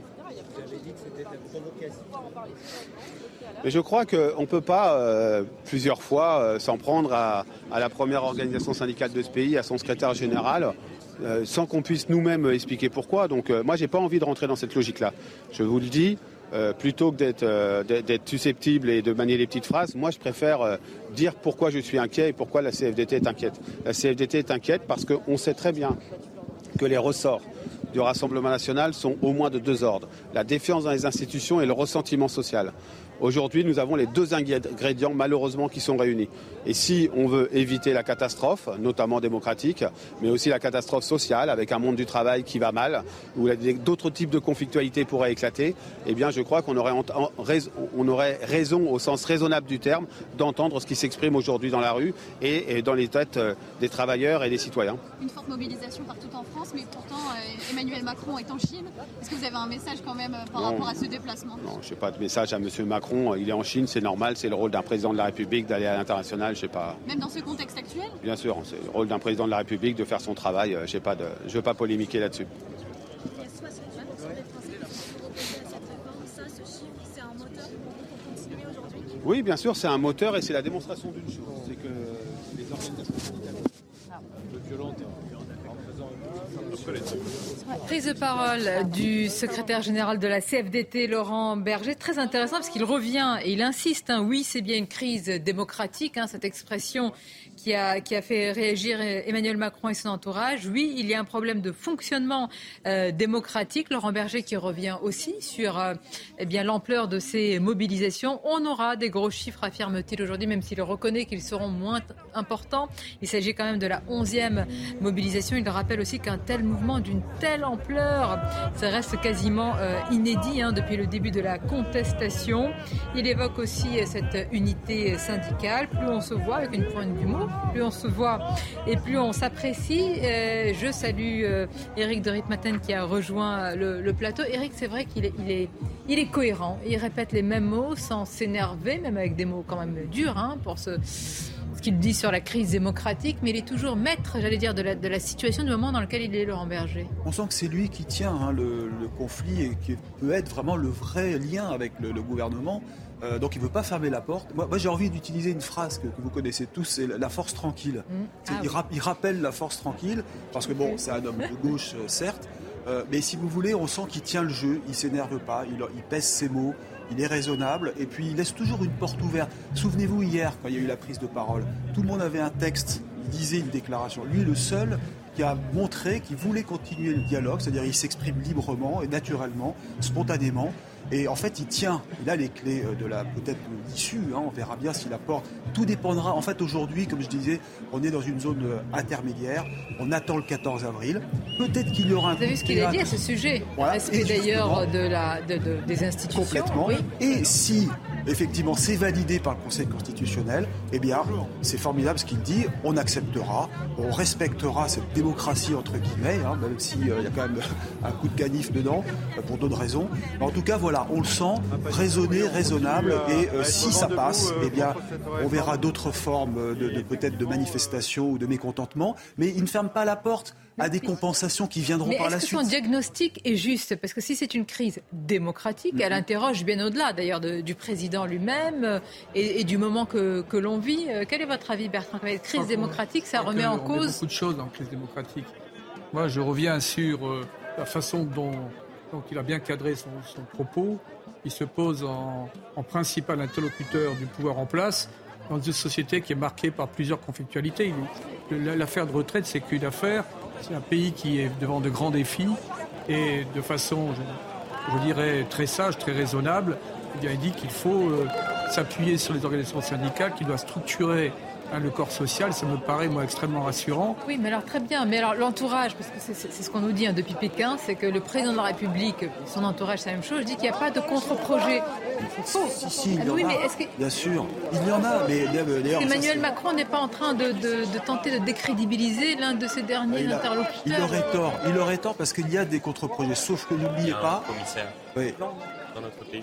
Mais je crois qu'on ne peut pas plusieurs fois s'en prendre à la première organisation syndicale de ce pays, à son secrétaire général, sans qu'on puisse nous-mêmes expliquer pourquoi. Donc moi, je n'ai pas envie de rentrer dans cette logique-là. Je vous le dis, plutôt que d'être susceptible et de manier les petites phrases, moi je préfère dire pourquoi je suis inquiet et pourquoi la CFDT est inquiète. La CFDT est inquiète parce qu'on sait très bien que les ressorts du Rassemblement national sont au moins de 2 ordres. La défiance dans les institutions et le ressentiment social. Aujourd'hui, nous avons les 2 ingrédients malheureusement qui sont réunis. Et si on veut éviter la catastrophe, notamment démocratique, mais aussi la catastrophe sociale, avec un monde du travail qui va mal, où d'autres types de conflictualités pourraient éclater, eh bien je crois qu'on aurait raison, au sens raisonnable du terme, d'entendre ce qui s'exprime aujourd'hui dans la rue et dans les têtes des travailleurs et des citoyens. Une forte mobilisation partout en France, mais pourtant Emmanuel Macron est en Chine. Est-ce que vous avez un message quand même par rapport à ce déplacement ? Non, je n'ai pas de message à M. Macron. Il est en Chine, c'est normal, c'est le rôle d'un président de la République d'aller à l'international, je sais pas. Même dans ce contexte actuel ? Bien sûr, c'est le rôle d'un président de la République de faire son travail, je ne veux pas polémiquer là-dessus. Il y a 60% des Français qui sont opposés à cette réforme. Ça, ce chiffre, c'est un moteur pour continuer aujourd'hui ? Oui, bien sûr, c'est un moteur et c'est la démonstration d'une chose, c'est que les organisations syndicales un peu violentes Prise de parole du secrétaire général de la CFDT, Laurent Berger, très intéressant parce qu'il revient et il insiste, oui, c'est bien une crise démocratique, cette expression qui a fait réagir Emmanuel Macron et son entourage. Oui, il y a un problème de fonctionnement démocratique. Laurent Berger qui revient aussi sur l'ampleur de ces mobilisations. On aura des gros chiffres, affirme-t-il aujourd'hui, même s'il reconnaît qu'ils seront moins importants. Il s'agit quand même de la 11e mobilisation. Il rappelle aussi qu'un tel mouvement d'une telle ampleur, ça reste quasiment inédit depuis le début de la contestation. Il évoque aussi cette unité syndicale. Plus on se voit avec une pointe d'humour, plus on se voit et plus on s'apprécie. Je salue Éric de Ritmaten qui a rejoint le plateau. Éric, c'est vrai qu'il est cohérent. Il répète les mêmes mots sans s'énerver, même avec des mots quand même durs pour ce qu'il dit sur la crise démocratique, mais il est toujours maître, de la situation du moment dans lequel il est, Laurent Berger. On sent que c'est lui qui tient le conflit et qui peut être vraiment le vrai lien avec le gouvernement. Donc il ne veut pas fermer la porte. Moi j'ai envie d'utiliser une phrase que vous connaissez tous, c'est la force tranquille. Il rappelle la force tranquille, parce que c'est un homme de gauche, certes, mais si vous voulez, on sent qu'il tient le jeu, il ne s'énerve pas, il pèse ses mots. Il est raisonnable et puis il laisse toujours une porte ouverte. Souvenez-vous hier, quand il y a eu la prise de parole, tout le monde avait un texte, il disait une déclaration. Lui, le seul qui a montré qu'il voulait continuer le dialogue, c'est-à-dire il s'exprime librement et naturellement, spontanément. Et en fait, il tient. Il a les clés peut-être de l'issue. On verra bien s'il apporte. Tout dépendra. En fait, aujourd'hui, comme je disais, on est dans une zone intermédiaire. On attend le 14 avril. Peut-être qu'il y aura un. Vous avez vu ce qu'il a dit à ce sujet ? Voilà. Respect d'ailleurs des institutions. Complètement. Oui. Et si effectivement c'est validé par le Conseil constitutionnel, eh bien, c'est formidable ce qu'il dit. On acceptera, on respectera cette démocratie entre guillemets, même s'il y a quand même un coup de canif dedans pour d'autres raisons. Mais en tout cas, voilà. On le sent raisonné, raisonnable, et si ça passe, eh bien, on verra d'autres formes peut-être de manifestations ou de mécontentement, mais il ne ferme pas la porte à des compensations qui viendront par la suite. Mais est-ce que son diagnostic est juste ? Parce que si c'est une crise démocratique, elle interroge bien au-delà d'ailleurs du président lui-même et du moment que l'on vit. Quel est votre avis, Bertrand ? Une crise démocratique, ça remet en cause... Il y a beaucoup de choses en crise démocratique. Moi, je reviens sur la façon dont il a bien cadré son propos. Il se pose en principal interlocuteur du pouvoir en place dans une société qui est marquée par plusieurs conflictualités. L'affaire de retraite, c'est qu'une affaire. C'est un pays qui est devant de grands défis et de façon, je dirais, très sage, très raisonnable, il dit qu'il faut s'appuyer sur les organisations syndicales, qu'il doit structurer le corps social. Ça me paraît, moi, extrêmement rassurant. Oui, mais alors très bien. Mais alors l'entourage, parce que c'est ce qu'on nous dit depuis Pékin, c'est que le président de la République, son entourage, c'est la même chose, dit qu'il n'y a pas de contre-projet. C'est faux. Si, il y en a. Bien sûr, il y en a. Mais d'ailleurs, Emmanuel Macron n'est pas en train de tenter de décrédibiliser l'un de ses derniers interlocuteurs. Il aurait tort parce qu'il y a des contre-projets. Sauf que n'oubliez pas. Commissaire. Oui. Dans notre pays,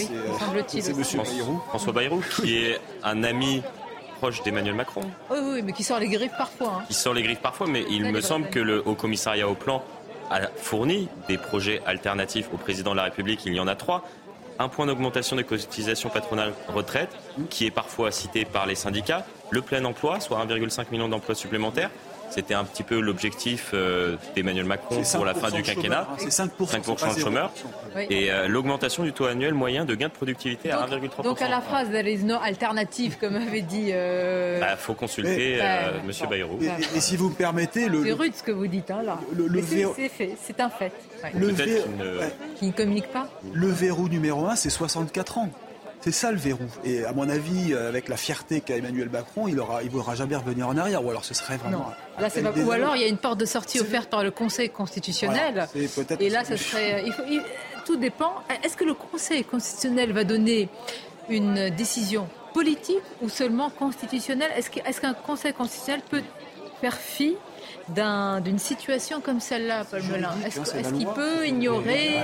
c'est M. Bayrou. François Bayrou, qui est un ami proche d'Emmanuel Macron. Oui, mais qui sort les griffes parfois. Qui sort les griffes parfois, mais il me semble que le Haut Commissariat au Plan a fourni des projets alternatifs au président de la République. Il y en a 3. Un point d'augmentation des cotisations patronales retraite, qui est parfois cité par les syndicats. Le plein emploi, soit 1,5 million d'emplois supplémentaires. C'était un petit peu l'objectif d'Emmanuel Macron pour la fin du quinquennat. C'est 5% de chômeurs. Oui. Et l'augmentation du taux annuel moyen de gain de productivité à 1,3%. Donc à la phrase there is no alternative, comme avait dit... faut consulter M. Bayrou. Et si vous me permettez... C'est rude ce que vous dites, là. C'est fait, c'est un fait. Ouais. Qui ne communique pas. Le verrou numéro 1, c'est 64 ans. C'est ça le verrou. Et à mon avis, avec la fierté qu'a Emmanuel Macron, il ne voudra jamais revenir en arrière. Ou alors ce serait vraiment... Là, c'est pas... Ou alors il y a une porte de sortie offerte par le Conseil constitutionnel. Voilà, et là, ça serait... Tout dépend. Est-ce que le Conseil constitutionnel va donner une décision politique ou seulement constitutionnelle ? Est-ce qu'un Conseil constitutionnel peut faire fi d'une situation comme celle-là, Paul Melun? Est-ce qu'il peut ignorer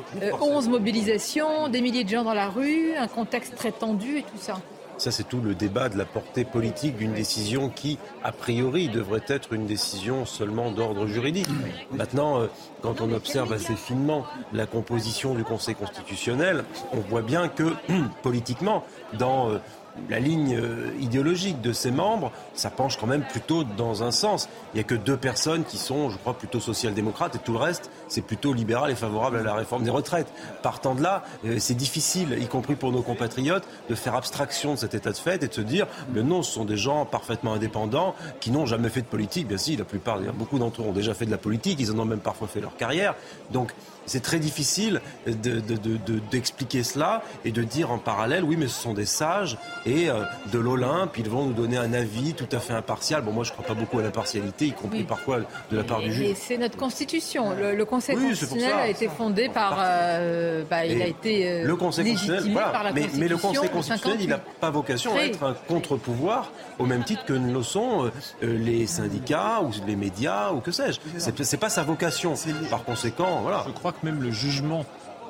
11 mobilisations, des milliers de gens dans la rue, un contexte très tendu et tout ça? Ça, c'est tout le débat de la portée politique d'une décision qui, a priori, devrait être une décision seulement d'ordre juridique. Maintenant, quand on observe assez finement la composition du Conseil constitutionnel, on voit bien que, politiquement, dans la ligne idéologique de ses membres, ça penche quand même plutôt dans un sens. Il n'y a que 2 personnes qui sont, je crois, plutôt social-démocrates et tout le reste, c'est plutôt libéral et favorable à la réforme des retraites. Partant de là, c'est difficile, y compris pour nos compatriotes, de faire abstraction de cet état de fait et de se dire mais non, ce sont des gens parfaitement indépendants qui n'ont jamais fait de politique. Bien si, la plupart, beaucoup d'entre eux ont déjà fait de la politique, ils en ont même parfois fait leur carrière. Donc, c'est très difficile d'expliquer cela et de dire en parallèle, oui, mais ce sont des sages et de l'Olympe, ils vont nous donner un avis tout à fait impartial. Bon, moi, je ne crois pas beaucoup à l'impartialité, y compris parfois de la part du juge. Et c'est notre Constitution. Le Conseil constitutionnel a été fondé par... il a été légitimé par la Constitution. Mais le Conseil constitutionnel, il n'a pas vocation à être un contre-pouvoir, au même titre que ne le sont les syndicats ou les médias ou que sais-je. C'est pas sa vocation. Par conséquent, voilà. Je crois que même le jugement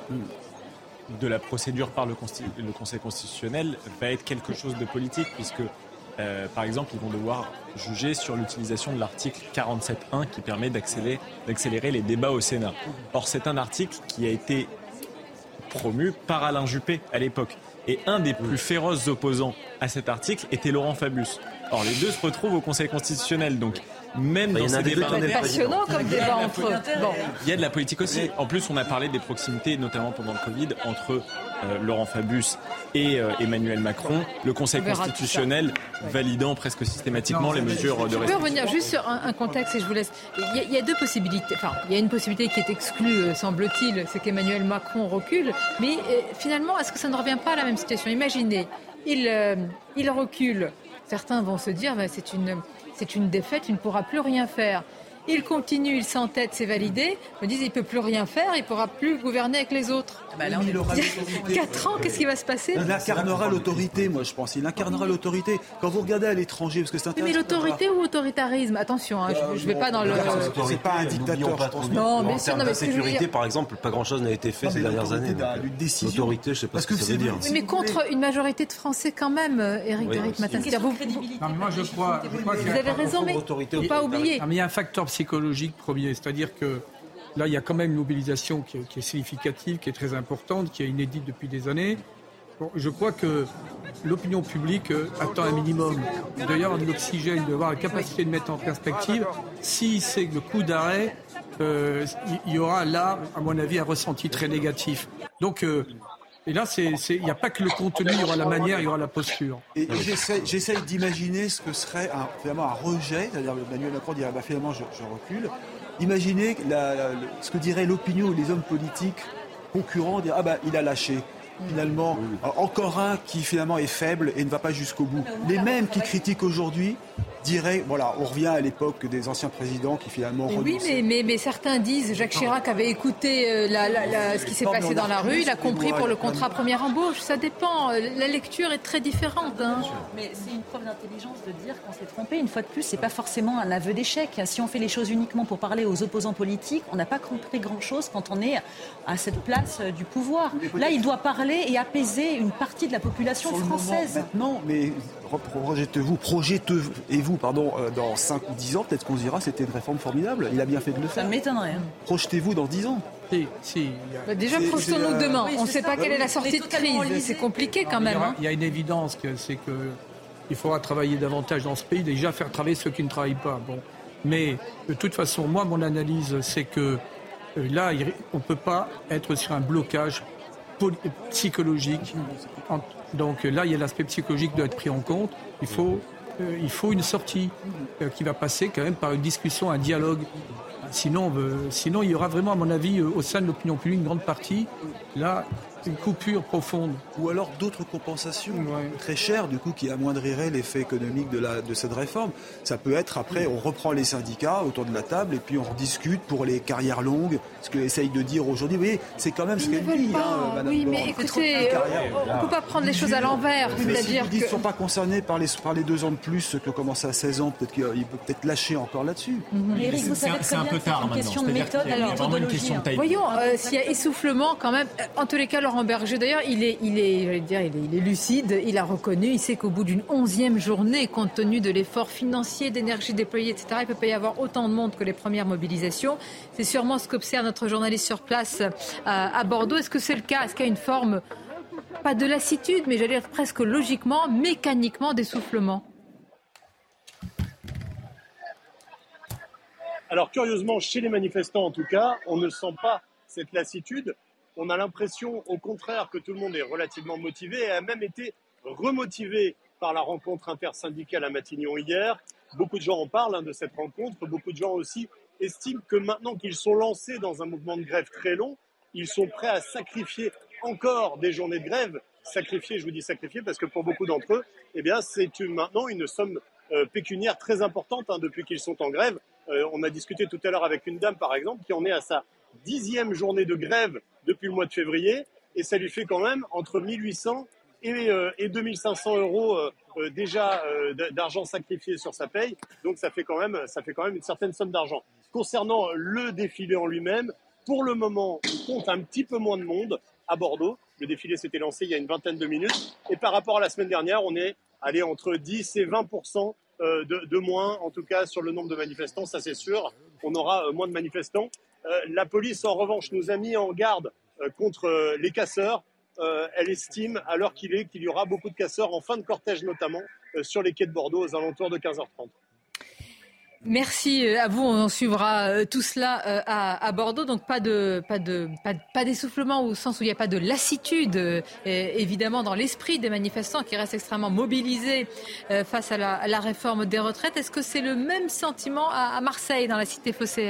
de la procédure par le Conseil constitutionnel va être quelque chose de politique, puisque, par exemple, ils vont devoir juger sur l'utilisation de l'article 47.1 qui permet d'accélérer les débats au Sénat. Or, c'est un article qui a été promu par Alain Juppé à l'époque. Et un des plus féroces opposants à cet article était Laurent Fabius. Or, les deux se retrouvent au Conseil constitutionnel, donc même dans ces débats... C'est passionnant comme débat entre eux. Bon. Il y a de la politique aussi. En plus, on a parlé des proximités, notamment pendant le Covid, entre Laurent Fabius et Emmanuel Macron. Le Conseil constitutionnel validant presque systématiquement les mesures de restriction. Je peux revenir juste sur un contexte et je vous laisse. Il y a 2 possibilités. Enfin, il y a une possibilité qui est exclue, semble-t-il, c'est qu'Emmanuel Macron recule. Mais finalement, est-ce que ça ne revient pas à la même situation? Imaginez, il recule. Certains vont se dire, c'est une défaite, il ne pourra plus rien faire. Il continue, il s'entête, c'est validé. Ils me disent, il ne peut plus rien faire, il ne pourra plus gouverner avec les autres. Il aura 4 ans, qu'est-ce qui va se passer? Il incarnera l'autorité, moi je pense. Il incarnera l'autorité. Quand vous regardez à l'étranger, parce que c'est intéressant. Mais l'autorité ou autoritarisme? Attention, je ne vais pas dans le... C'est pas un dictateur. Non, mais en termes de sécurité, par exemple, pas grand-chose n'a été fait ces dernières années. L'autorité, je ne sais pas ce que ça veut dire. Mais contre une majorité de Français quand même, Éric Deric-Matinski. Moi je crois vous avez raison, mais il ne faut pas oublier. Il y a un facteur psychologique premier, c'est-à-dire que là, il y a quand même une mobilisation qui est significative, qui est très importante, qui est inédite depuis des années. Bon, je crois que l'opinion publique attend un minimum. D'ailleurs, de l'oxygène, d'avoir la capacité de mettre en perspective. Si c'est le coup d'arrêt, il y aura là, à mon avis, un ressenti très négatif. Donc, et là, il n'y a pas que le contenu, il y aura la manière, il y aura la posture. Et j'essaye d'imaginer ce que serait finalement un rejet, c'est-à-dire Emmanuel Macron dirait finalement je recule. Imaginez ce que dirait l'opinion ou les hommes politiques concurrents, dire il a lâché. Finalement, encore un qui finalement est faible et ne va pas jusqu'au bout. Les mêmes qui critiquent aujourd'hui diraient, voilà, on revient à l'époque des anciens présidents qui finalement renonçaient. Oui, mais certains disent, Jacques Chirac avait écouté ce qui s'est passé dans la rue, il a compris pour le contrat première embauche, ça dépend, la lecture est très différente. Mais c'est une preuve d'intelligence de dire qu'on s'est trompé, une fois de plus, c'est pas forcément un aveu d'échec. Si on fait les choses uniquement pour parler aux opposants politiques, on n'a pas compris grand-chose quand on est à cette place du pouvoir. Là, il doit parler et apaiser une partie de la population française. Maintenant, mais projetez-vous, dans 5 ou 10 ans, peut-être qu'on se dira c'était une réforme formidable, il a bien fait de le faire. Ça m'étonnerait. Projetez-vous dans 10 ans. Déjà, projetons-nous demain. On ne sait pas quelle est la sortie de crise. C'est compliqué quand même. Il y a une évidence, c'est qu'il faudra travailler davantage dans ce pays, déjà faire travailler ceux qui ne travaillent pas. Bon. Mais de toute façon, moi, mon analyse, c'est que là, on ne peut pas être sur un blocage psychologique. Donc là, il y a l'aspect psychologique qui doit être pris en compte. Il faut une sortie qui va passer quand même par une discussion, un dialogue. Sinon, il y aura vraiment, à mon avis, au sein de l'opinion publique, une grande partie, là, une coupure profonde. Ou alors d'autres compensations très chères, du coup, qui amoindriraient l'effet économique de cette réforme. Ça peut être, après, on reprend les syndicats autour de la table et puis on rediscute pour les carrières longues. Ce que essaye de dire aujourd'hui, vous voyez, c'est quand même ce qu'elle dit, Madame Oui, Borne. mais écoutez, on ne peut pas prendre les choses à l'envers. C'est-à-dire qu'ils ne sont pas concernés par les 2 ans de plus, ceux qui ont commencé à 16 ans, peut-être qu'il peut lâcher encore là-dessus. Eric, vous savez très bien que c'est une question de méthode et de méthodologie. Voyons, s'il y a essoufflement, quand même, en tous les cas, Laurent Berger, d'ailleurs, il est lucide, il a reconnu, il sait qu'au bout d'une 11e journée, compte tenu de l'effort financier, d'énergie déployée, etc., il ne peut pas y avoir autant de monde que les premières mobilisations. C'est sûrement ce qu'observe notre journaliste sur place à Bordeaux. Est-ce que c'est le cas ? Est-ce qu'il y a une forme, pas de lassitude, mais j'allais dire presque logiquement, mécaniquement d'essoufflement ? Alors curieusement, chez les manifestants en tout cas, on ne sent pas cette lassitude. On a l'impression au contraire que tout le monde est relativement motivé et a même été remotivé par la rencontre intersyndicale à Matignon hier. Beaucoup de gens en parlent de cette rencontre. Beaucoup de gens aussi estiment que maintenant qu'ils sont lancés dans un mouvement de grève très long, ils sont prêts à sacrifier encore des journées de grève. Sacrifier, je vous dis sacrifier parce que pour beaucoup d'entre eux, eh bien, c'est maintenant une somme pécuniaire très importante depuis qu'ils sont en grève. On a discuté tout à l'heure avec une dame, par exemple, qui en est à sa 10e journée de grève depuis le mois de février, et ça lui fait quand même entre 1800 et 2500 euros déjà d'argent sacrifié sur sa paye. Donc ça fait quand même une certaine somme d'argent. Concernant le défilé en lui-même, pour le moment, il compte un petit peu moins de monde à Bordeaux. Le défilé s'était lancé il y a une vingtaine de minutes, et par rapport à la semaine dernière, on est allé entre 10 et 20% de moins, en tout cas sur le nombre de manifestants, ça c'est sûr. On aura moins de manifestants. La police, en revanche, nous a mis en garde contre les casseurs. Elle estime, à l'heure qu'il y aura beaucoup de casseurs en fin de cortège notamment sur les quais de Bordeaux aux alentours de 15h30. Merci à vous, on suivra tout cela à Bordeaux, donc pas d'essoufflement au sens où il n'y a pas de lassitude, évidemment dans l'esprit des manifestants qui restent extrêmement mobilisés face à la réforme des retraites. Est-ce que c'est le même sentiment à Marseille, dans la cité phocéenne ?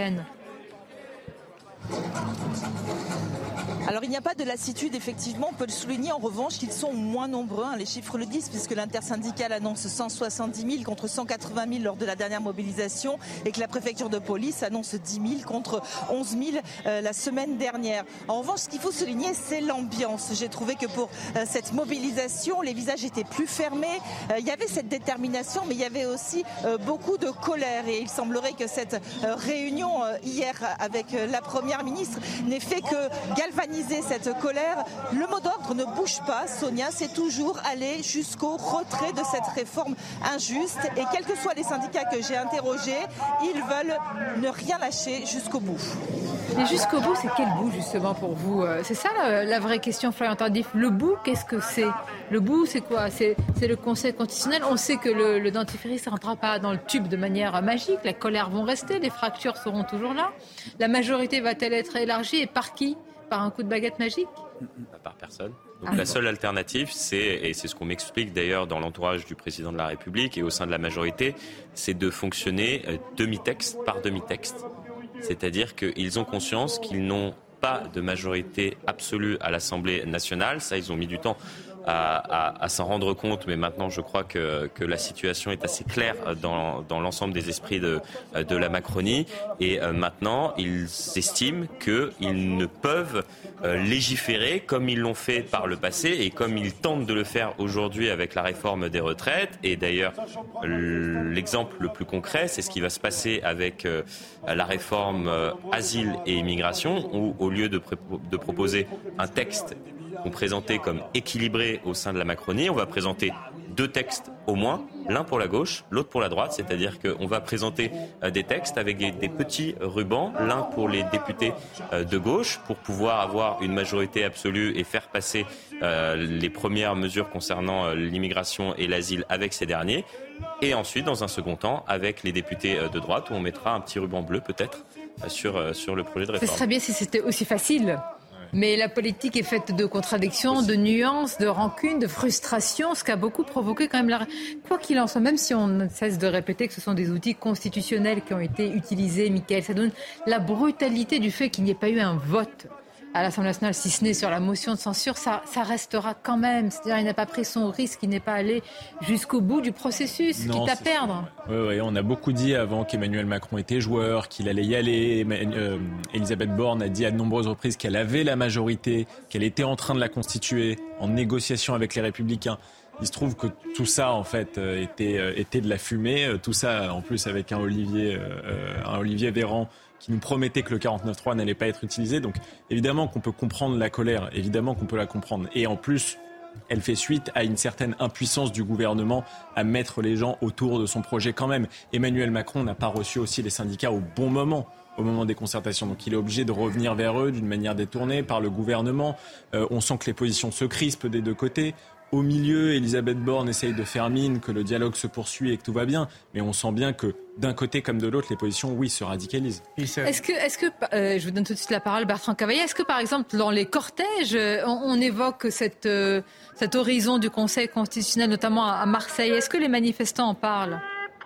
Alors il n'y a pas de lassitude, effectivement, on peut le souligner. En revanche, ils sont moins nombreux, les chiffres le disent, puisque l'intersyndicale annonce 170 000 contre 180 000 lors de la dernière mobilisation et que la préfecture de police annonce 10 000 contre 11 000 la semaine dernière. En revanche, ce qu'il faut souligner, c'est l'ambiance. J'ai trouvé que pour cette mobilisation, les visages étaient plus fermés. Il y avait cette détermination, mais il y avait aussi beaucoup de colère. Et il semblerait que cette réunion hier avec la Première ministre n'ait fait que galvaniser cette colère. Le mot d'ordre ne bouge pas, Sonia, c'est toujours aller jusqu'au retrait de cette réforme injuste. Et quels que soient les syndicats que j'ai interrogés, ils veulent ne rien lâcher jusqu'au bout. Et jusqu'au bout, c'est quel bout justement pour vous ? C'est ça la vraie question, Florian Tardif. Le bout, qu'est-ce que c'est ? Le bout, c'est quoi ? C'est le Conseil constitutionnel. On sait que le dentifrice ne rentrera pas dans le tube de manière magique. La colère vont rester, les fractures seront toujours là. La majorité va-t-elle être élargie et par qui ? Par un coup de baguette magique ? Pas par personne. Donc la seule alternative, et c'est ce qu'on m'explique d'ailleurs dans l'entourage du président de la République et au sein de la majorité, c'est de fonctionner demi-texte par demi-texte. C'est-à-dire qu'ils ont conscience qu'ils n'ont pas de majorité absolue à l'Assemblée nationale. Ça, ils ont mis du temps à s'en rendre compte, mais maintenant je crois que la situation est assez claire dans l'ensemble des esprits de la Macronie. Et maintenant, ils estiment qu'ils ne peuvent légiférer comme ils l'ont fait par le passé et comme ils tentent de le faire aujourd'hui avec la réforme des retraites. Et d'ailleurs, l'exemple le plus concret, c'est ce qui va se passer avec la réforme asile et immigration, où au lieu de proposer un texte qu'on présentait comme équilibré au sein de la Macronie, on va présenter 2 textes au moins, l'un pour la gauche, l'autre pour la droite, c'est-à-dire qu'on va présenter des textes avec des petits rubans, l'un pour les députés de gauche, pour pouvoir avoir une majorité absolue et faire passer les premières mesures concernant l'immigration et l'asile avec ces derniers, et ensuite, dans un second temps, avec les députés de droite, où on mettra un petit ruban bleu peut-être sur le projet de réforme. Ce serait bien si c'était aussi facile. Mais la politique est faite de contradictions, de nuances, de rancunes, de frustrations, ce qui a beaucoup provoqué quand même Quoi qu'il en soit, même si on ne cesse de répéter que ce sont des outils constitutionnels qui ont été utilisés, Mickaël Sadoun, la brutalité du fait qu'il n'y ait pas eu un vote à l'Assemblée nationale, si ce n'est sur la motion de censure, ça restera quand même. C'est-à-dire, il n'a pas pris son risque, il n'est pas allé jusqu'au bout du processus, quitte à perdre. Oui, on a beaucoup dit avant qu'Emmanuel Macron était joueur, qu'il allait y aller. Elisabeth Borne a dit à de nombreuses reprises qu'elle avait la majorité, qu'elle était en train de la constituer en négociation avec les Républicains. Il se trouve que tout ça, en fait, était de la fumée. Tout ça, en plus, avec un Olivier Véran qui nous promettait que le 49.3 n'allait pas être utilisé. Donc, évidemment qu'on peut comprendre la colère. Évidemment qu'on peut la comprendre. Et en plus, elle fait suite à une certaine impuissance du gouvernement à mettre les gens autour de son projet quand même. Emmanuel Macron n'a pas reçu aussi les syndicats au bon moment, au moment des concertations. Donc il est obligé de revenir vers eux d'une manière détournée par le gouvernement. On sent que les positions se crispent des deux côtés. Au milieu, Elisabeth Borne essaye de faire mine que le dialogue se poursuit et que tout va bien. Mais on sent bien que d'un côté comme de l'autre, les positions, oui, se radicalisent. Est-ce que je vous donne tout de suite la parole, Bertrand Cavaillé, est-ce que par exemple dans les cortèges, on évoque cet horizon du Conseil constitutionnel, notamment à Marseille, est-ce que les manifestants en parlent ?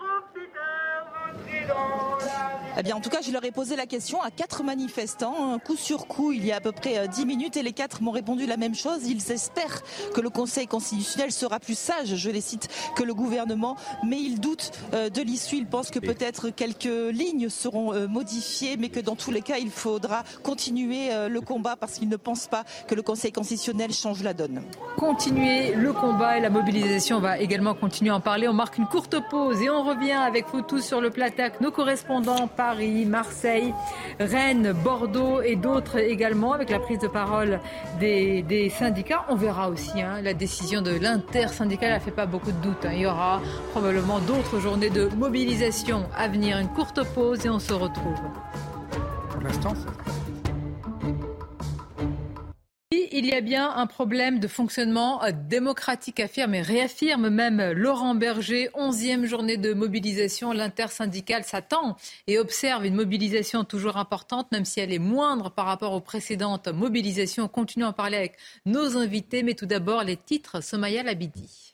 Eh bien, en tout cas, je leur ai posé la question à 4 manifestants, coup sur coup, il y a à peu près 10 minutes, et les 4 m'ont répondu la même chose. Ils espèrent que le Conseil constitutionnel sera plus sage, je les cite, que le gouvernement, mais ils doutent de l'issue. Ils pensent que peut-être quelques lignes seront modifiées, mais que dans tous les cas, il faudra continuer le combat parce qu'ils ne pensent pas que le Conseil constitutionnel change la donne. Continuer le combat et la mobilisation, on va également continuer à en parler. On marque une courte pause et on revient avec vous tous sur le plateau, nos correspondants Paris, Marseille, Rennes, Bordeaux et d'autres également, avec la prise de parole des syndicats. On verra aussi la décision de l'intersyndicale, elle ne fait pas beaucoup de doute. Il y aura probablement d'autres journées de mobilisation à venir. Une courte pause et on se retrouve. Pour l'instant, il y a bien un problème de fonctionnement démocratique, affirme et réaffirme même Laurent Berger. 11e journée de mobilisation. L'intersyndicale s'attend et observe une mobilisation toujours importante, même si elle est moindre par rapport aux précédentes mobilisations. On continue à en parler avec nos invités, mais tout d'abord les titres. Somaya Labidi.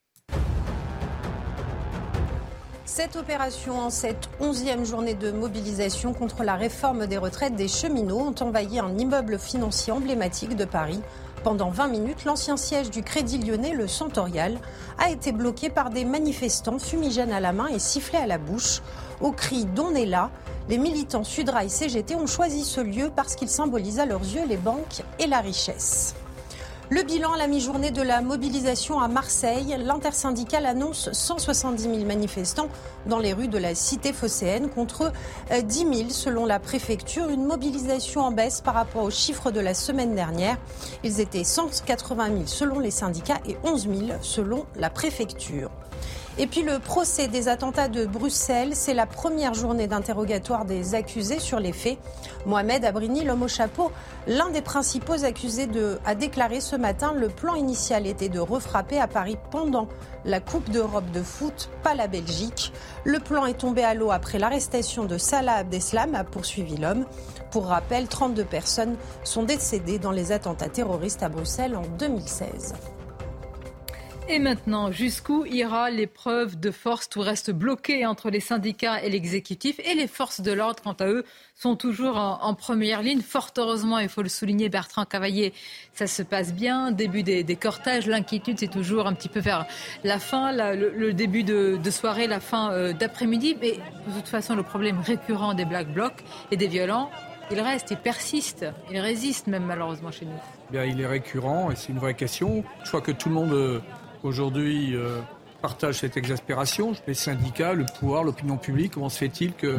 Cette opération, en cette 11e journée de mobilisation contre la réforme des retraites des cheminots, ont envahi un immeuble financier emblématique de Paris. Pendant 20 minutes, l'ancien siège du Crédit Lyonnais, le Centorial, a été bloqué par des manifestants, fumigènes à la main et sifflets à la bouche. Au cri « d'on est là », les militants Sudrail CGT ont choisi ce lieu parce qu'il symbolise à leurs yeux les banques et la richesse. Le bilan à la mi-journée de la mobilisation à Marseille, l'intersyndicale annonce 170 000 manifestants dans les rues de la cité phocéenne contre 10 000 selon la préfecture. Une mobilisation en baisse par rapport aux chiffres de la semaine dernière. Ils étaient 180 000 selon les syndicats et 11 000 selon la préfecture. Et puis le procès des attentats de Bruxelles, c'est la première journée d'interrogatoire des accusés sur les faits. Mohamed Abrini, l'homme au chapeau, l'un des principaux accusés, a déclaré ce matin le plan initial était de refrapper à Paris pendant la Coupe d'Europe de foot, pas la Belgique. Le plan est tombé à l'eau après l'arrestation de Salah Abdeslam, a poursuivi l'homme. Pour rappel, 32 personnes sont décédées dans les attentats terroristes à Bruxelles en 2016. Et maintenant, jusqu'où ira l'épreuve de force ? Tout reste bloqué entre les syndicats et l'exécutif. Et les forces de l'ordre, quant à eux, sont toujours en première ligne. Fort heureusement, il faut le souligner, Bertrand Cavaillé, ça se passe bien. Début des cortèges, l'inquiétude, c'est toujours un petit peu vers la fin, le début de soirée, la fin d'après-midi. Mais de toute façon, le problème récurrent des Black Blocs et des violents, il reste, il persiste, il résiste même malheureusement chez nous. Bien, il est récurrent et c'est une vraie question. Je crois que tout le monde... Aujourd'hui, partage cette exaspération. Les syndicats, le pouvoir, l'opinion publique. Comment se fait-il que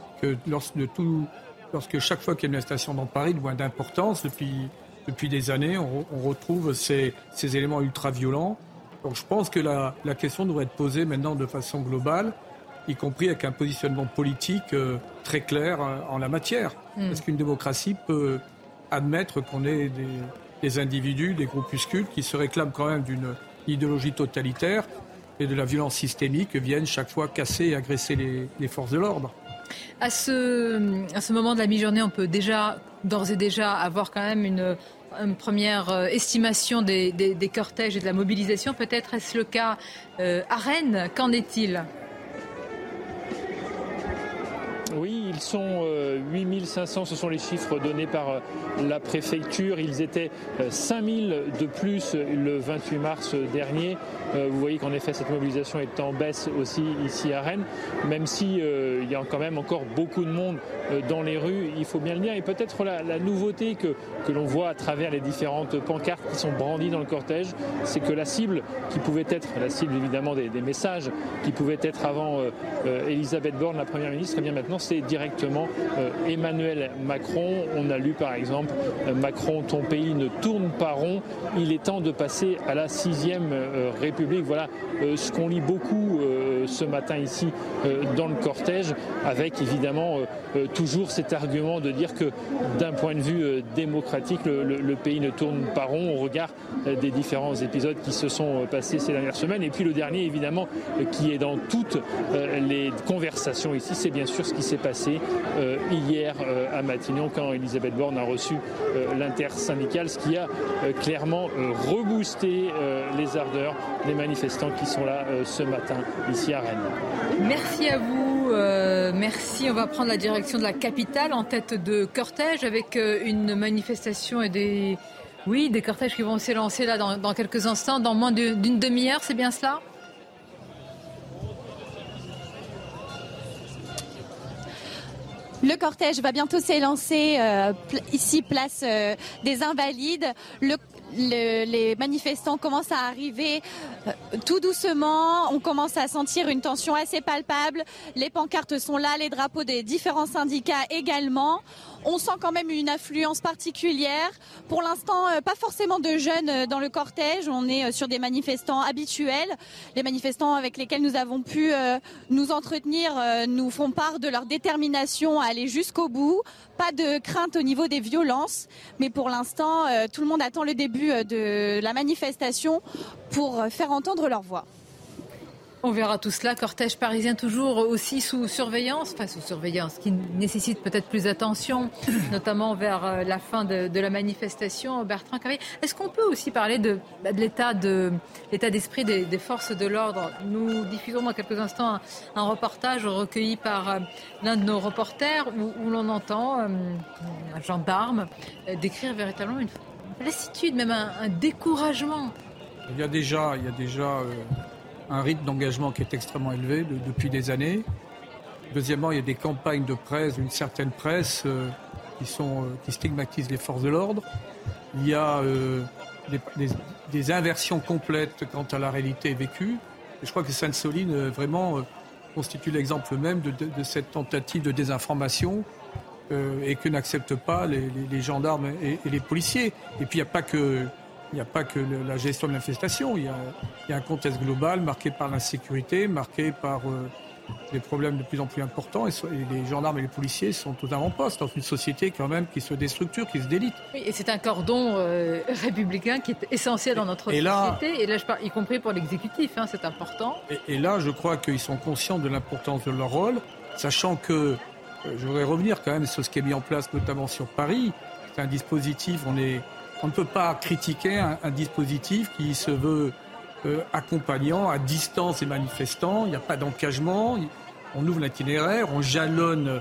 lorsque chaque fois qu'il y a une manifestation dans Paris de moins d'importance, depuis des années, on retrouve ces éléments ultra-violents Donc je pense que la question devrait être posée maintenant de façon globale, y compris avec un positionnement politique très clair en la matière. Parce qu'une démocratie peut admettre qu'on ait des individus, des groupuscules qui se réclament quand même d'une idéologie totalitaire et de la violence systémique viennent chaque fois casser et agresser les forces de l'ordre. À ce moment de la mi-journée, on peut d'ores et déjà avoir quand même une première estimation des cortèges et de la mobilisation. Peut-être est-ce le cas à Rennes? Qu'en est-il? Oui, ils sont 8500, ce sont les chiffres donnés par la préfecture. Ils étaient 5000 de plus le 28 mars dernier. Vous voyez qu'en effet, cette mobilisation est en baisse aussi ici à Rennes, même si il y a quand même encore beaucoup de monde dans les rues, il faut bien le dire. Et peut-être la nouveauté que l'on voit à travers les différentes pancartes qui sont brandies dans le cortège, c'est que la cible qui pouvait être, la cible évidemment des messages qui pouvaient être avant Elisabeth Borne, la Première ministre, et bien maintenant c'est directement Emmanuel Macron. On a lu par exemple Macron, ton pays ne tourne pas rond, il est temps de passer à la 6e République. Voilà ce qu'on lit beaucoup ce matin ici dans le cortège, avec évidemment toujours cet argument de dire que d'un point de vue démocratique, le pays ne tourne pas rond au regard des différents épisodes qui se sont passés ces dernières semaines. Et puis le dernier évidemment qui est dans toutes les conversations ici, c'est bien sûr ce qui s'est passé hier à Matignon quand Elisabeth Borne a reçu l'intersyndicale, ce qui a clairement reboosté les ardeurs des manifestants qui sont là ce matin ici à Rennes. Merci à vous, merci. On va prendre la direction de la capitale en tête de cortège avec une manifestation et des cortèges qui vont s'élancer là dans quelques instants, dans moins d'une demi-heure, c'est bien cela ? Le cortège va bientôt s'élancer ici, place des Invalides. Les manifestants commencent à arriver tout doucement. On commence à sentir une tension assez palpable. Les pancartes sont là, les drapeaux des différents syndicats également. On sent quand même une affluence particulière. Pour l'instant, pas forcément de jeunes dans le cortège. On est sur des manifestants habituels. Les manifestants avec lesquels nous avons pu nous entretenir nous font part de leur détermination à aller jusqu'au bout. Pas de crainte au niveau des violences. Mais pour l'instant, tout le monde attend le début de la manifestation pour faire entendre leur voix. On verra tout cela. Cortège parisien toujours aussi sous surveillance, qui nécessite peut-être plus d'attention, notamment vers la fin de la manifestation. Bertrand Cavaillé, est-ce qu'on peut aussi parler de l'état d'esprit des forces de l'ordre? Nous diffusons dans quelques instants un reportage recueilli par l'un de nos reporters où l'on entend un gendarme décrire véritablement une lassitude, même un découragement. Il y a déjà un rythme d'engagement qui est extrêmement élevé depuis des années. Deuxièmement, il y a des campagnes de presse, une certaine presse qui stigmatisent les forces de l'ordre. Il y a des inversions complètes quant à la réalité vécue. Et je crois que Sainte-Soline vraiment constitue l'exemple même de cette tentative de désinformation et que n'acceptent pas les gendarmes et les policiers. Et puis il n'y a pas que la gestion de l'infestation, il y a un contexte global marqué par l'insécurité, marqué par des problèmes de plus en plus importants. Et les gendarmes et les policiers sont aux avant-postes dans une société quand même qui se déstructure, qui se délite. Oui, et c'est un cordon républicain qui est essentiel dans notre société. Et là, je parle y compris pour l'exécutif, c'est important. Et là, je crois qu'ils sont conscients de l'importance de leur rôle, sachant que, je voudrais revenir quand même sur ce qui est mis en place, notamment sur Paris. C'est un dispositif, on ne peut pas critiquer un dispositif qui se veut accompagnant à distance les manifestants. Il n'y a pas d'encagement. On ouvre l'itinéraire, on jalonne,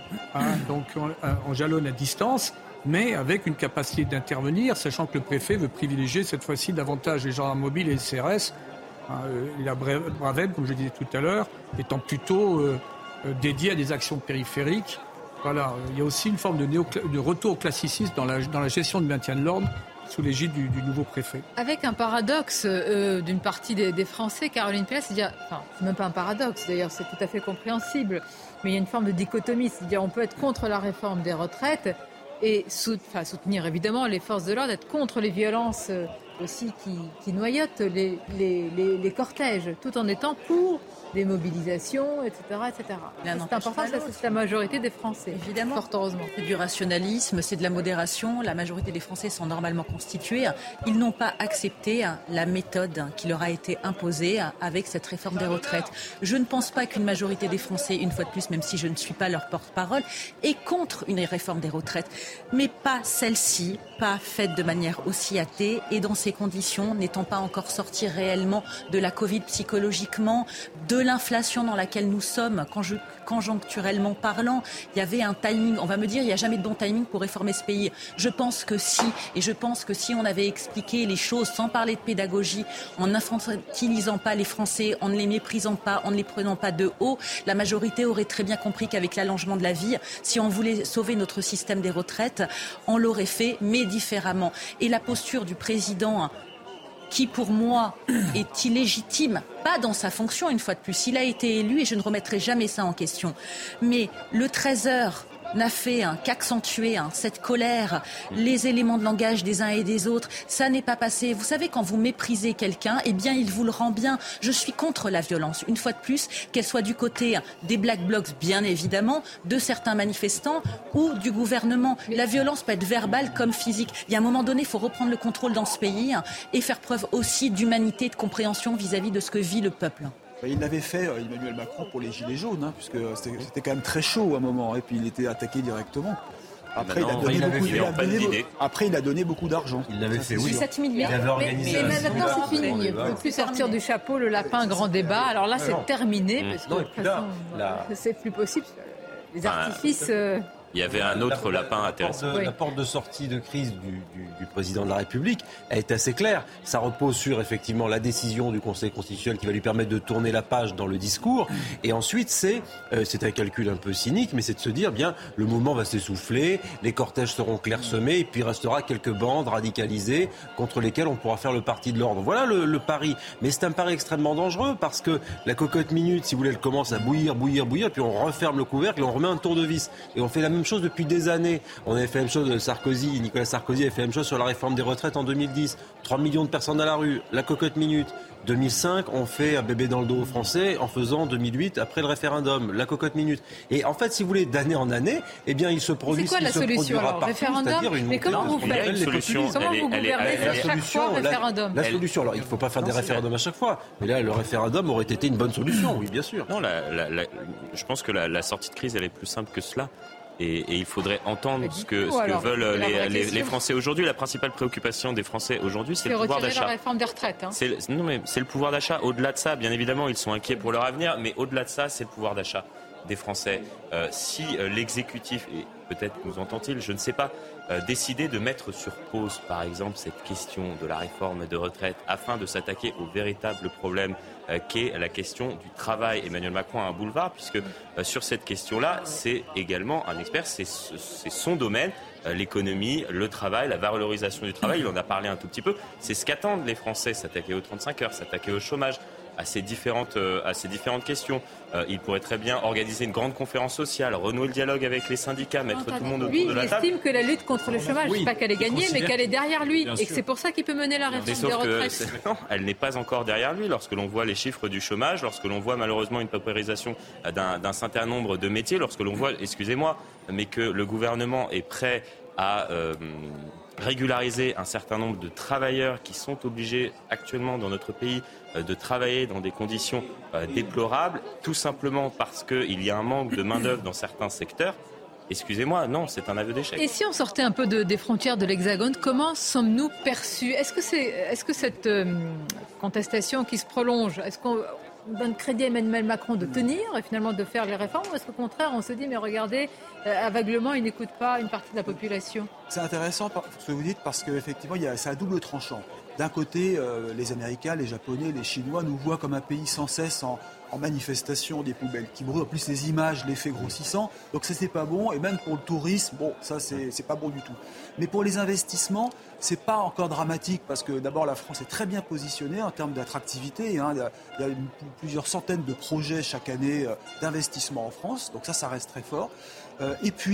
on jalonne à distance, mais avec une capacité d'intervenir, sachant que le préfet veut privilégier cette fois-ci davantage les gendarmes mobiles et les CRS. La Bravem, comme je disais tout à l'heure, étant plutôt dédiée à des actions périphériques. Voilà, il y a aussi une forme de retour au classicisme dans la gestion du maintien de l'ordre sous l'égide du nouveau préfet. Avec un paradoxe d'une partie des Français, Caroline Pérez, c'est-à-dire, c'est même pas un paradoxe d'ailleurs, c'est tout à fait compréhensible, mais il y a une forme de dichotomie, c'est-à-dire on peut être contre la réforme des retraites et soutenir évidemment les forces de l'ordre, être contre les violences aussi qui noyote les cortèges, tout en étant pour des mobilisations, etc. C'est important, ça, c'est la majorité des Français. Évidemment. Fort heureusement. C'est du rationalisme, c'est de la modération. La majorité des Français sont normalement constitués. Ils n'ont pas accepté la méthode qui leur a été imposée avec cette réforme des retraites. Je ne pense pas qu'une majorité des Français, une fois de plus, même si je ne suis pas leur porte-parole, est contre une réforme des retraites. Mais pas celle-ci, pas faite de manière aussi hâtée et dans ces conditions, n'étant pas encore sortis réellement de la Covid psychologiquement, de l'inflation dans laquelle nous sommes, conjoncturellement parlant, il y avait un timing. On va me dire, il n'y a jamais de bon timing pour réformer ce pays. Je pense que si, et je pense que si on avait expliqué les choses sans parler de pédagogie, en n'infantilisant pas les Français, en ne les méprisant pas, en ne les prenant pas de haut, la majorité aurait très bien compris qu'avec l'allongement de la vie, si on voulait sauver notre système des retraites, on l'aurait fait, mais différemment. Et la posture du président, qui pour moi est illégitime, pas dans sa fonction une fois de plus. Il a été élu et je ne remettrai jamais ça en question. Mais le 13h n'a fait qu'accentuer cette colère, les éléments de langage des uns et des autres. Ça n'est pas passé. Vous savez, quand vous méprisez quelqu'un, eh bien, il vous le rend bien. Je suis contre la violence, une fois de plus, qu'elle soit du côté des Black Blocs, bien évidemment, de certains manifestants ou du gouvernement. La violence peut être verbale comme physique. Il y a un moment donné, il faut reprendre le contrôle dans ce pays et faire preuve aussi d'humanité, de compréhension vis-à-vis de ce que vit le peuple. Il l'avait fait, Emmanuel Macron, pour les Gilets jaunes, puisque c'était quand même très chaud à un moment, et puis il était attaqué directement. Après, il a donné beaucoup d'argent. Il l'avait fait, oui. 17 milliards. Il avait organisé. Mais maintenant, c'est fini. Il ne peut plus sortir du chapeau le lapin grand débat. Alors là, c'est terminé, parce que de toute façon, c'est plus possible. Les artifices... Il y avait un autre lapin intéressant. La porte de sortie de crise du président de la République est assez claire. Ça repose sur effectivement la décision du Conseil constitutionnel qui va lui permettre de tourner la page dans le discours. Et ensuite, c'est un calcul un peu cynique, mais c'est de se dire, bien, le mouvement va s'essouffler, les cortèges seront clairsemés, et puis il restera quelques bandes radicalisées contre lesquelles on pourra faire le parti de l'ordre. Voilà le pari. Mais c'est un pari extrêmement dangereux parce que la cocotte minute, si vous voulez, elle commence à bouillir, puis on referme le couvercle et on remet un tour de vis. Et on fait la même chose depuis des années. On avait fait la même chose de Nicolas Sarkozy avait fait la même chose sur la réforme des retraites en 2010. 3 millions de personnes à la rue, la cocotte minute. 2005, on fait un bébé dans le dos aux Français en faisant 2008 après le référendum, la cocotte minute. Et en fait, si vous voulez, d'année en année, eh bien, il se produit. C'est quoi la solution alors, référendum? Mais comment vous faites? Comment vous gouvernez chaque fois référendum? La solution, alors il ne faut pas faire des référendums à chaque fois. Mais là, le référendum aurait été une bonne solution, oui, bien sûr. Non, je pense que la sortie de crise, elle est plus simple que cela. Et il faudrait entendre ce que veulent les Français aujourd'hui. La principale préoccupation des Français aujourd'hui, c'est le pouvoir d'achat. La réforme des retraites. Non, mais c'est le pouvoir d'achat. Au-delà de ça, bien évidemment, ils sont inquiets pour leur avenir, mais au-delà de ça, c'est le pouvoir d'achat des Français. Si l'exécutif, et peut-être nous entend-il, je ne sais pas, décider de mettre sur pause, par exemple, cette question de la réforme de retraite afin de s'attaquer au véritable problème qu'est la question du travail. Emmanuel Macron a un boulevard puisque sur cette question-là, c'est également un expert, c'est son domaine, l'économie, le travail, la valorisation du travail, il en a parlé un tout petit peu. C'est ce qu'attendent les Français, s'attaquer aux 35 heures, s'attaquer au chômage, à ces différentes questions. Il pourrait très bien organiser une grande conférence sociale, renouer le dialogue avec les syndicats, mettre tout le monde autour de la table. Lui, il estime que la lutte contre le chômage, c'est pas qu'elle est gagnée, mais qu'elle est derrière lui. Et que c'est pour ça qu'il peut mener la réforme des retraites. Non, elle n'est pas encore derrière lui. Lorsque l'on voit les chiffres du chômage, lorsque l'on voit malheureusement une paupérisation d'un certain nombre de métiers, lorsque l'on voit, excusez-moi, mais que le gouvernement est prêt à régulariser un certain nombre de travailleurs qui sont obligés actuellement dans notre pays de travailler dans des conditions déplorables, tout simplement parce qu'il y a un manque de main-d'œuvre dans certains secteurs. Excusez-moi, non, c'est un aveu d'échec. Et si on sortait un peu des frontières de l'Hexagone, comment sommes-nous perçus? Est-ce que cette contestation qui se prolonge, est-ce qu'on donne crédit à Emmanuel Macron de tenir et finalement de faire les réformes, ou est-ce qu'au contraire on se dit mais regardez, aveuglement il n'écoute pas une partie de la population? C'est intéressant ce que vous dites parce qu'effectivement c'est à double tranchant. D'un côté, les Américains, les Japonais, les Chinois nous voient comme un pays sans cesse en manifestation, des poubelles qui brûlent, en plus les images, l'effet grossissant, donc ça c'est pas bon, et même pour le tourisme, bon, ça c'est pas bon du tout. Mais pour les investissements, c'est pas encore dramatique, parce que d'abord la France est très bien positionnée en termes d'attractivité, il y a plusieurs centaines de projets chaque année d'investissement en France, donc ça reste très fort. Et puis,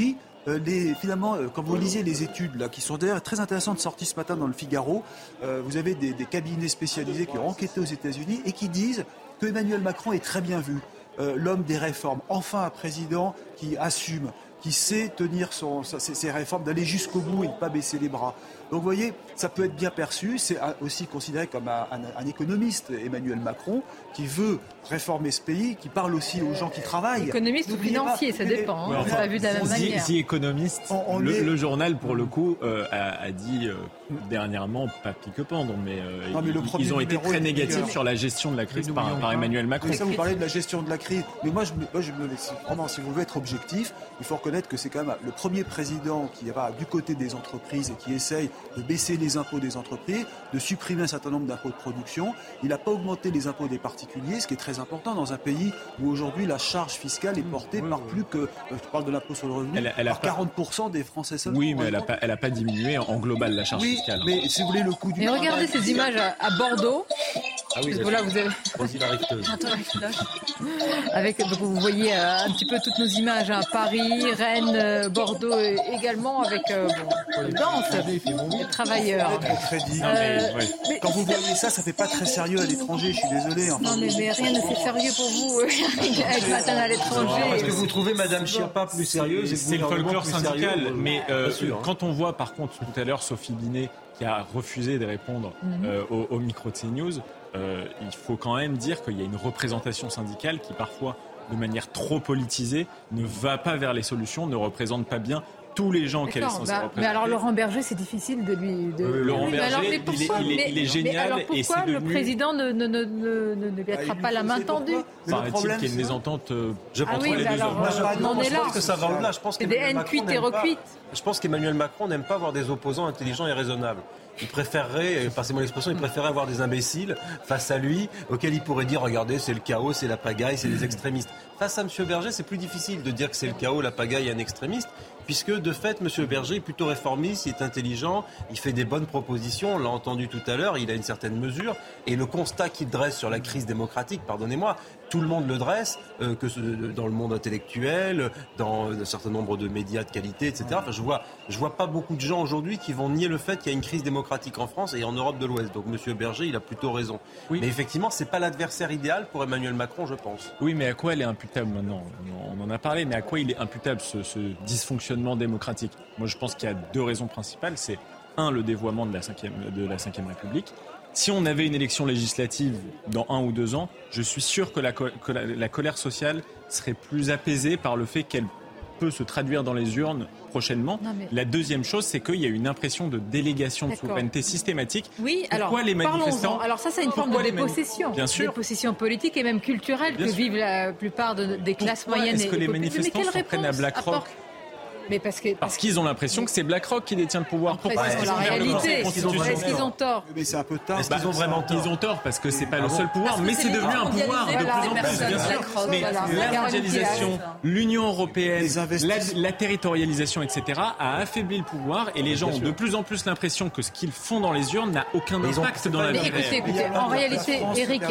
Finalement, quand vous lisez les études là, qui sont d'ailleurs très intéressantes, sorties ce matin dans le Figaro, vous avez des cabinets spécialisés qui ont enquêté aux États-Unis et qui disent que Emmanuel Macron est très bien vu. L'homme des réformes, enfin un président qui assume, qui sait tenir ses réformes, d'aller jusqu'au bout et de ne pas baisser les bras. Donc vous voyez, ça peut être bien perçu, c'est aussi considéré comme un économiste, Emmanuel Macron, qui veut réformer ce pays, qui parle aussi aux gens qui travaillent. Économiste ou financier, ça dépend, on l'a vu de la même manière. The Economist, le journal pour le coup a dit dernièrement, pas pique-pendre, mais ils ont été très négatifs sur la gestion de la crise par Emmanuel Macron. Mais ça, vous parlez de la gestion de la crise, mais moi je me laisse, vraiment, si vous voulez être objectif, il faut reconnaître que c'est quand même le premier président qui va du côté des entreprises et qui essaye de baisser les impôts des entreprises, de supprimer un certain nombre d'impôts de production. Il n'a pas augmenté les impôts des particuliers, ce qui est très important dans un pays où aujourd'hui la charge fiscale est portée par plus que, je parle de l'impôt sur le revenu, par 40% des Français seulement. Oui, mais elle n'a pas diminué en global la charge fiscale. Mais si vous voulez le coût du... Mais regardez ces images à Bordeaux. Ah oui, voilà, vous avez... donc vous voyez un petit peu toutes nos images, Paris, Rennes, Bordeaux également, avec danse, les travailleurs. Quand vous voyez ça fait pas très sérieux à l'étranger, je suis désolé. Non mais rien ne fait sérieux pour vous avec Matane à l'étranger. Parce que vous trouvez Madame Schiappa plus sérieuse et c'est le folklore syndical. Mais quand on voit par contre tout à l'heure Sophie Binet qui a refusé de répondre au micro de CNews, il faut quand même dire qu'il y a une représentation syndicale qui parfois, de manière trop politisée, ne va pas vers les solutions, ne représente pas bien tous les gens qu'elle est censée représenter. Mais alors Laurent Berger, c'est difficile de lui... Laurent Berger, il est génial. Mais alors pourquoi le président ne lui attrape pas la main tendue? Paraît-il qu'il y a une mésentente entre les deux hommes. Je pense que ça va au-delà. C'est des haines cuites et recuites. Je pense qu'Emmanuel Macron n'aime pas avoir des opposants intelligents et raisonnables. Il préférerait, passez-moi l'expression, il préférerait avoir des imbéciles face à lui, auxquels il pourrait dire, regardez, c'est le chaos, c'est la pagaille, c'est les extrémistes. Face à M. Berger, c'est plus difficile de dire que c'est le chaos, la pagaille et un extrémiste, puisque de fait, M. Berger est plutôt réformiste, il est intelligent, il fait des bonnes propositions, on l'a entendu tout à l'heure, il a une certaine mesure, et le constat qu'il dresse sur la crise démocratique, pardonnez-moi, tout le monde le dresse, que dans le monde intellectuel, dans un certain nombre de médias de qualité, etc. Enfin, je vois pas beaucoup de gens aujourd'hui qui vont nier le fait qu'il y a une crise démocratique en France et en Europe de l'Ouest. Donc M. Berger, il a plutôt raison. Oui. Mais effectivement, c'est pas l'adversaire idéal pour Emmanuel Macron, je pense. Oui, mais à quoi elle est imputable maintenant? On en a parlé, mais à quoi il est imputable ce dysfonctionnement démocratique? Moi, je pense qu'il y a deux raisons principales. C'est le dévoiement de la 5e République. Si on avait une élection législative dans 1 ou 2 ans, je suis sûr que la colère sociale serait plus apaisée par le fait qu'elle peut se traduire dans les urnes prochainement. La deuxième chose, c'est qu'il y a une impression de délégation de souveraineté systématique. Oui, pourquoi les manifestants... Alors ça, c'est une forme de dépossession. Bien sûr. Dépossession politique et même culturelle que vivent la plupart des classes moyennes. Est-ce que les manifestants s'en prennent à BlackRock? Mais parce qu'ils ont l'impression que c'est BlackRock qui détient le pouvoir. Pourquoi la réalité, est-ce qu'ils ont tort? Mais c'est un peu tard. Est-ce qu'ils ont vraiment tort? Ils ont tort parce que c'est pas le seul pouvoir, mais c'est devenu un pouvoir de plus en plus, bien sûr. Mais la mondialisation, l'Union européenne, la territorialisation, etc., a affaibli le pouvoir et les gens ont de plus en plus l'impression que ce qu'ils font dans les urnes n'a aucun impact dans la vie réelle. Écoutez, en réalité, Eric,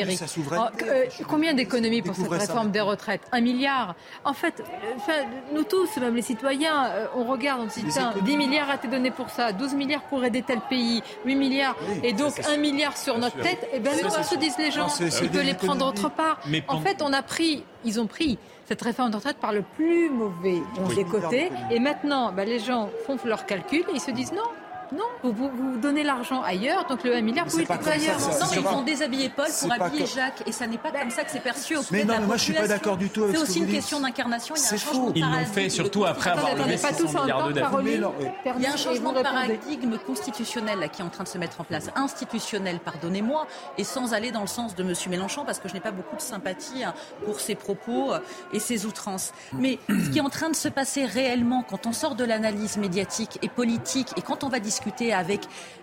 combien d'économies pour cette réforme des retraites? 1 milliard. En fait, nous tous, même les citoyens, on regarde, on se dit, 10 milliards a été donné pour ça, 12 milliards pour aider tel pays, 8 milliards, et donc 1 milliard sur notre tête, et bien non, se disent les gens, on peut les prendre autre part. En fait, ils ont pris cette réforme de retraite par le plus mauvais des côtés, et maintenant, les gens font leurs calculs, et ils se disent non, vous donnez l'argent ailleurs, donc le 1 milliard, vous pouvez le trouver ailleurs. Non, ils vont déshabiller Paul pour habiller Jacques, et ça n'est pas comme ça que c'est perçu auprès de la population. Mais non, moi je suis pas d'accord du tout avec ce que vous dites. C'est aussi une question d'incarnation, il y a un changement de paradigme. paradigme. Ils l'ont fait surtout après avoir levé 600 milliards de dettes. Il y a un changement de paradigme constitutionnel là, qui est en train de se mettre en place, institutionnel, pardonnez-moi, et sans aller dans le sens de M. Mélenchon, parce que je n'ai pas beaucoup de sympathie pour ses propos et ses outrances. Mais ce qui est en train de se passer réellement, quand on sort de l'analyse médiatique et politique, et quand on va discuter avec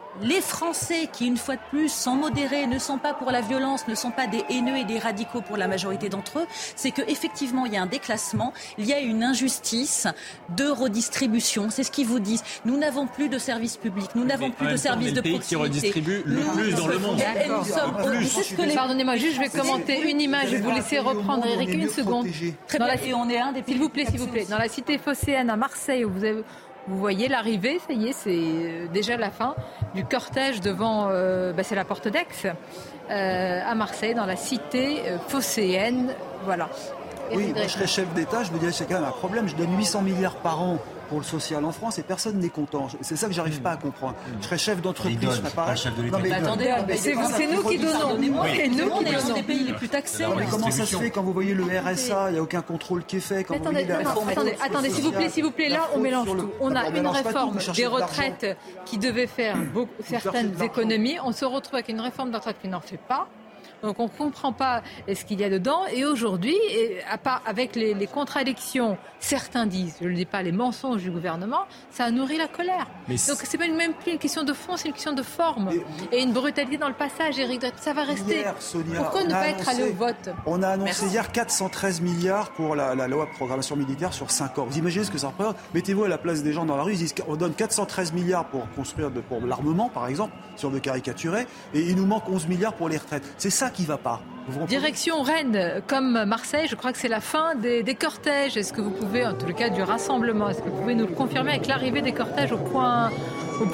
les Français qui, une fois de plus, sont modérés, ne sont pas pour la violence, ne sont pas des haineux et des radicaux pour la majorité d'entre eux, c'est qu'effectivement, il y a un déclassement, il y a une injustice de redistribution. C'est ce qu'ils vous disent. Nous n'avons plus de services publics, nous n'avons plus de services de proximité. Qui redistribue le plus dans le monde. Pardonnez-moi, juste je vais commenter une image et vous laisser reprendre, Eric, une seconde. Et on est un des pays. S'il vous plaît. Dans la cité phocéenne à Marseille, où vous voyez l'arrivée, ça y est, c'est déjà la fin du cortège devant, c'est la porte d'Aix, à Marseille, dans la cité phocéenne. Voilà. Oui, moi je serais chef d'État, je me dirais c'est quand même un problème. Je donne 800 milliards par an pour le social en France et personne n'est content. C'est ça que j'arrive pas à comprendre. Je serais chef d'entreprise, je serais pas chef de l'État. Attendez, c'est nous qui donnons. C'est nous qui donnons des pays les plus taxés. Mais comment ça se fait quand vous voyez le RSA, il n'y a aucun contrôle qui est fait. Attendez, s'il vous plaît, là on mélange tout. On a une réforme des retraites qui devait faire certaines économies. On se retrouve avec une réforme des retraites qui n'en fait pas. Donc on ne comprend pas ce qu'il y a dedans. Et aujourd'hui, avec les contradictions, certains disent, je ne le dis pas, les mensonges du gouvernement, ça a nourri la colère. Donc c'est même plus une question de fond, c'est une question de forme. Et une brutalité dans le passage, Éric, ça va rester. Hier, Sonia, pourquoi ne pas être allé au vote ? On a annoncé hier 413 milliards pour la loi de programmation militaire sur 5 ans. Vous imaginez ce que ça représente ? Mettez-vous à la place des gens dans la rue, ils disent qu'on donne 413 milliards pour construire pour l'armement, par exemple, si on veut caricaturer, et il nous manque 11 milliards pour les retraites. C'est ça qui ne va pas. Direction Rennes, comme Marseille, je crois que c'est la fin des cortèges. Est-ce que vous pouvez, en tout cas du rassemblement, est-ce que vous pouvez nous le confirmer avec l'arrivée des cortèges au point d'arrivée ?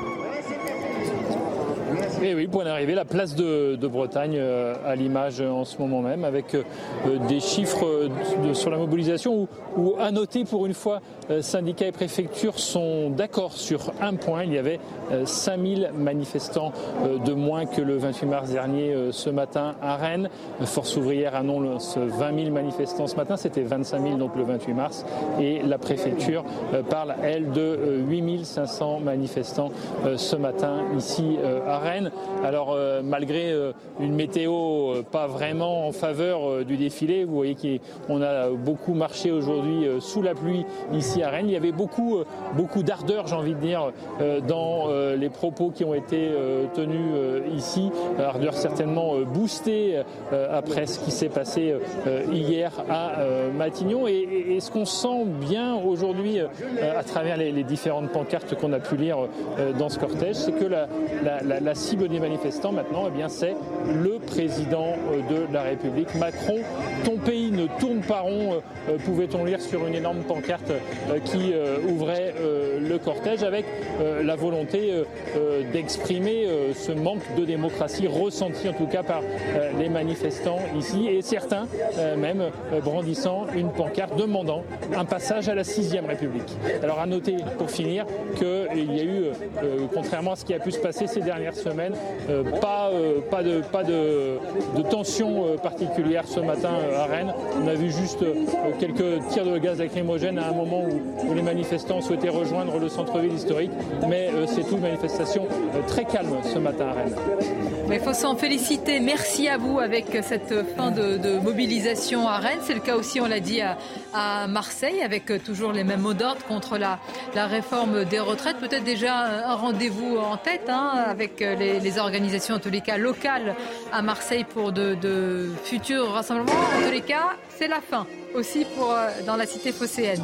Et oui, point d'arrivée, la place de Bretagne à l'image en ce moment même, avec des chiffres sur la mobilisation où à noter pour une fois, syndicats et préfectures sont d'accord sur un point. Il y avait 5000 manifestants de moins que le 28 mars dernier ce matin à Rennes. Force ouvrière annonce 20 000 manifestants ce matin, c'était 25 000 donc le 28 mars. Et la préfecture parle, elle, de 8 500 manifestants ce matin ici à Rennes. Alors malgré une météo pas vraiment en faveur du défilé, vous voyez qu'on a beaucoup marché aujourd'hui sous la pluie ici à Rennes. Il y avait beaucoup d'ardeur, j'ai envie de dire, dans les propos qui ont été tenus ici. Ardeur certainement boostée après ce qui s'est passé hier à Matignon. Et ce qu'on sent bien aujourd'hui à travers les différentes pancartes qu'on a pu lire dans ce cortège, c'est que la cible des manifestants maintenant, c'est le président de la République. Macron, ton pays ne tourne pas rond, pouvait-on lire sur une énorme pancarte qui ouvrait le cortège, avec la volonté d'exprimer ce manque de démocratie ressenti en tout cas par les manifestants ici, et certains même brandissant une pancarte demandant un passage à la 6e République. Alors à noter pour finir qu'il y a eu, contrairement à ce qui a pu se passer ces dernières semaines, pas de tension particulière ce matin à Rennes. On a vu juste quelques tirs de gaz lacrymogène à un moment où les manifestants souhaitaient rejoindre le centre-ville historique, mais c'est tout, une manifestation très calme ce matin à Rennes. Il faut s'en féliciter. Merci à vous avec cette fin de mobilisation à Rennes. C'est le cas aussi, on l'a dit, à Marseille, avec toujours les mêmes mots d'ordre contre la réforme des retraites. Peut-être déjà un rendez-vous en tête avec les organisations, en tous les cas locales, à Marseille pour de futurs rassemblements. En tous les cas, c'est la fin aussi dans la cité phocéenne.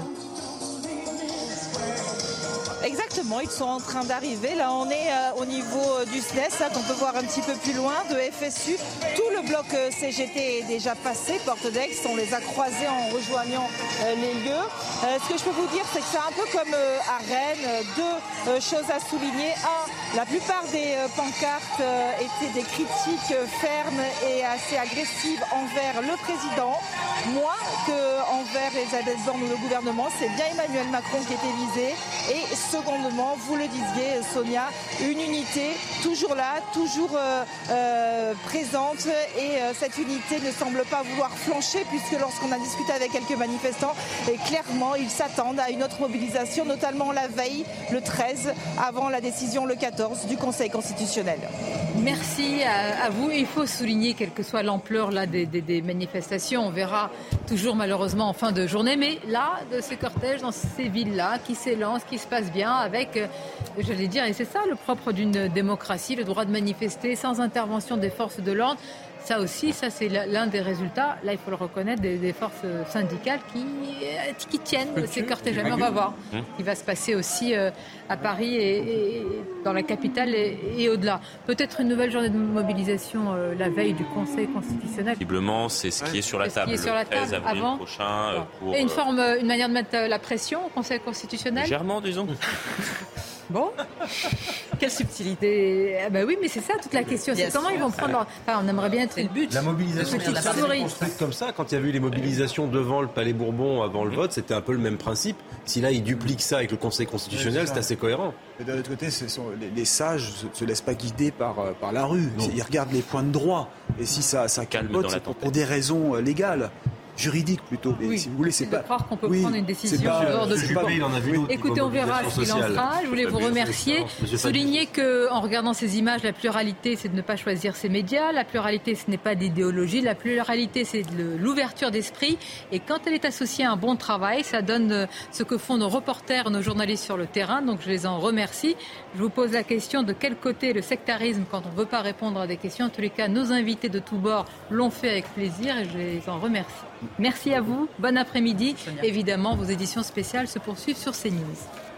Exactement, ils sont en train d'arriver. Là, on est au niveau du SNES, qu'on peut voir un petit peu plus loin, de FSU. Tout le bloc CGT est déjà passé, porte d'Aix. On les a croisés en rejoignant les lieux. Ce que je peux vous dire, c'est que c'est un peu comme à Rennes. Deux choses à souligner. La plupart des pancartes étaient des critiques fermes et assez agressives envers le président, moins qu'envers Elisabeth Borne ou le gouvernement. C'est bien Emmanuel Macron qui était visé. Et secondement, vous le disiez, Sonia, une unité toujours là, toujours présente. Et cette unité ne semble pas vouloir flancher, puisque lorsqu'on a discuté avec quelques manifestants, et clairement, ils s'attendent à une autre mobilisation, notamment la veille, le 13, avant la décision le 14 du Conseil constitutionnel. Merci à vous. Il faut souligner, quelle que soit l'ampleur des manifestations, on verra toujours malheureusement en fin de journée, mais là, de ces cortèges dans ces villes-là qui s'élancent, qui se passent bien, avec avec, j'allais dire, et c'est ça le propre d'une démocratie, le droit de manifester sans intervention des forces de l'ordre. Ça aussi, ça c'est l'un des résultats, là il faut le reconnaître, des forces syndicales qui tiennent ces cortèges. On va voir ce qui va se passer aussi à Paris et dans la capitale et au-delà. Peut-être une nouvelle journée de mobilisation la veille du Conseil constitutionnel. Visiblement, c'est ce qui est sur la table le 13 avril prochain. Pour, et une manière de mettre la pression au Conseil constitutionnel. Légèrement, disons. Bon, quelle subtilité. Oui, mais c'est ça toute la question. C'est comment ils vont prendre leur... on aimerait bien être le but. La mobilisation s'est construite comme ça. Quand il y a eu les mobilisations devant le Palais Bourbon avant le vote, c'était un peu le même principe. Si là, ils dupliquent ça avec le Conseil constitutionnel, c'est assez cohérent. Et d'un autre côté, les sages ne se laissent pas guider par la rue. Ils regardent les points de droit. Et si ça calme, c'est pour des raisons légales. Juridique plutôt, mais si vous voulez, c'est pas. De croire qu'on peut prendre une décision dehors de tout. Écoutez, on verra ce qu'il en sera. Je voulais vous remercier, souligner que, en regardant ces images, la pluralité, c'est de ne pas choisir ses médias. La pluralité, ce n'est pas d'idéologie. La pluralité, c'est de l'ouverture d'esprit. Et quand elle est associée à un bon travail, ça donne ce que font nos reporters, nos journalistes sur le terrain. Donc, je les en remercie. Je vous pose la question de quel côté le sectarisme quand on ne veut pas répondre à des questions. En tous les cas, nos invités de tous bords l'ont fait avec plaisir et je les en remercie. Merci à vous, bon après-midi. Évidemment, vos éditions spéciales se poursuivent sur CNews.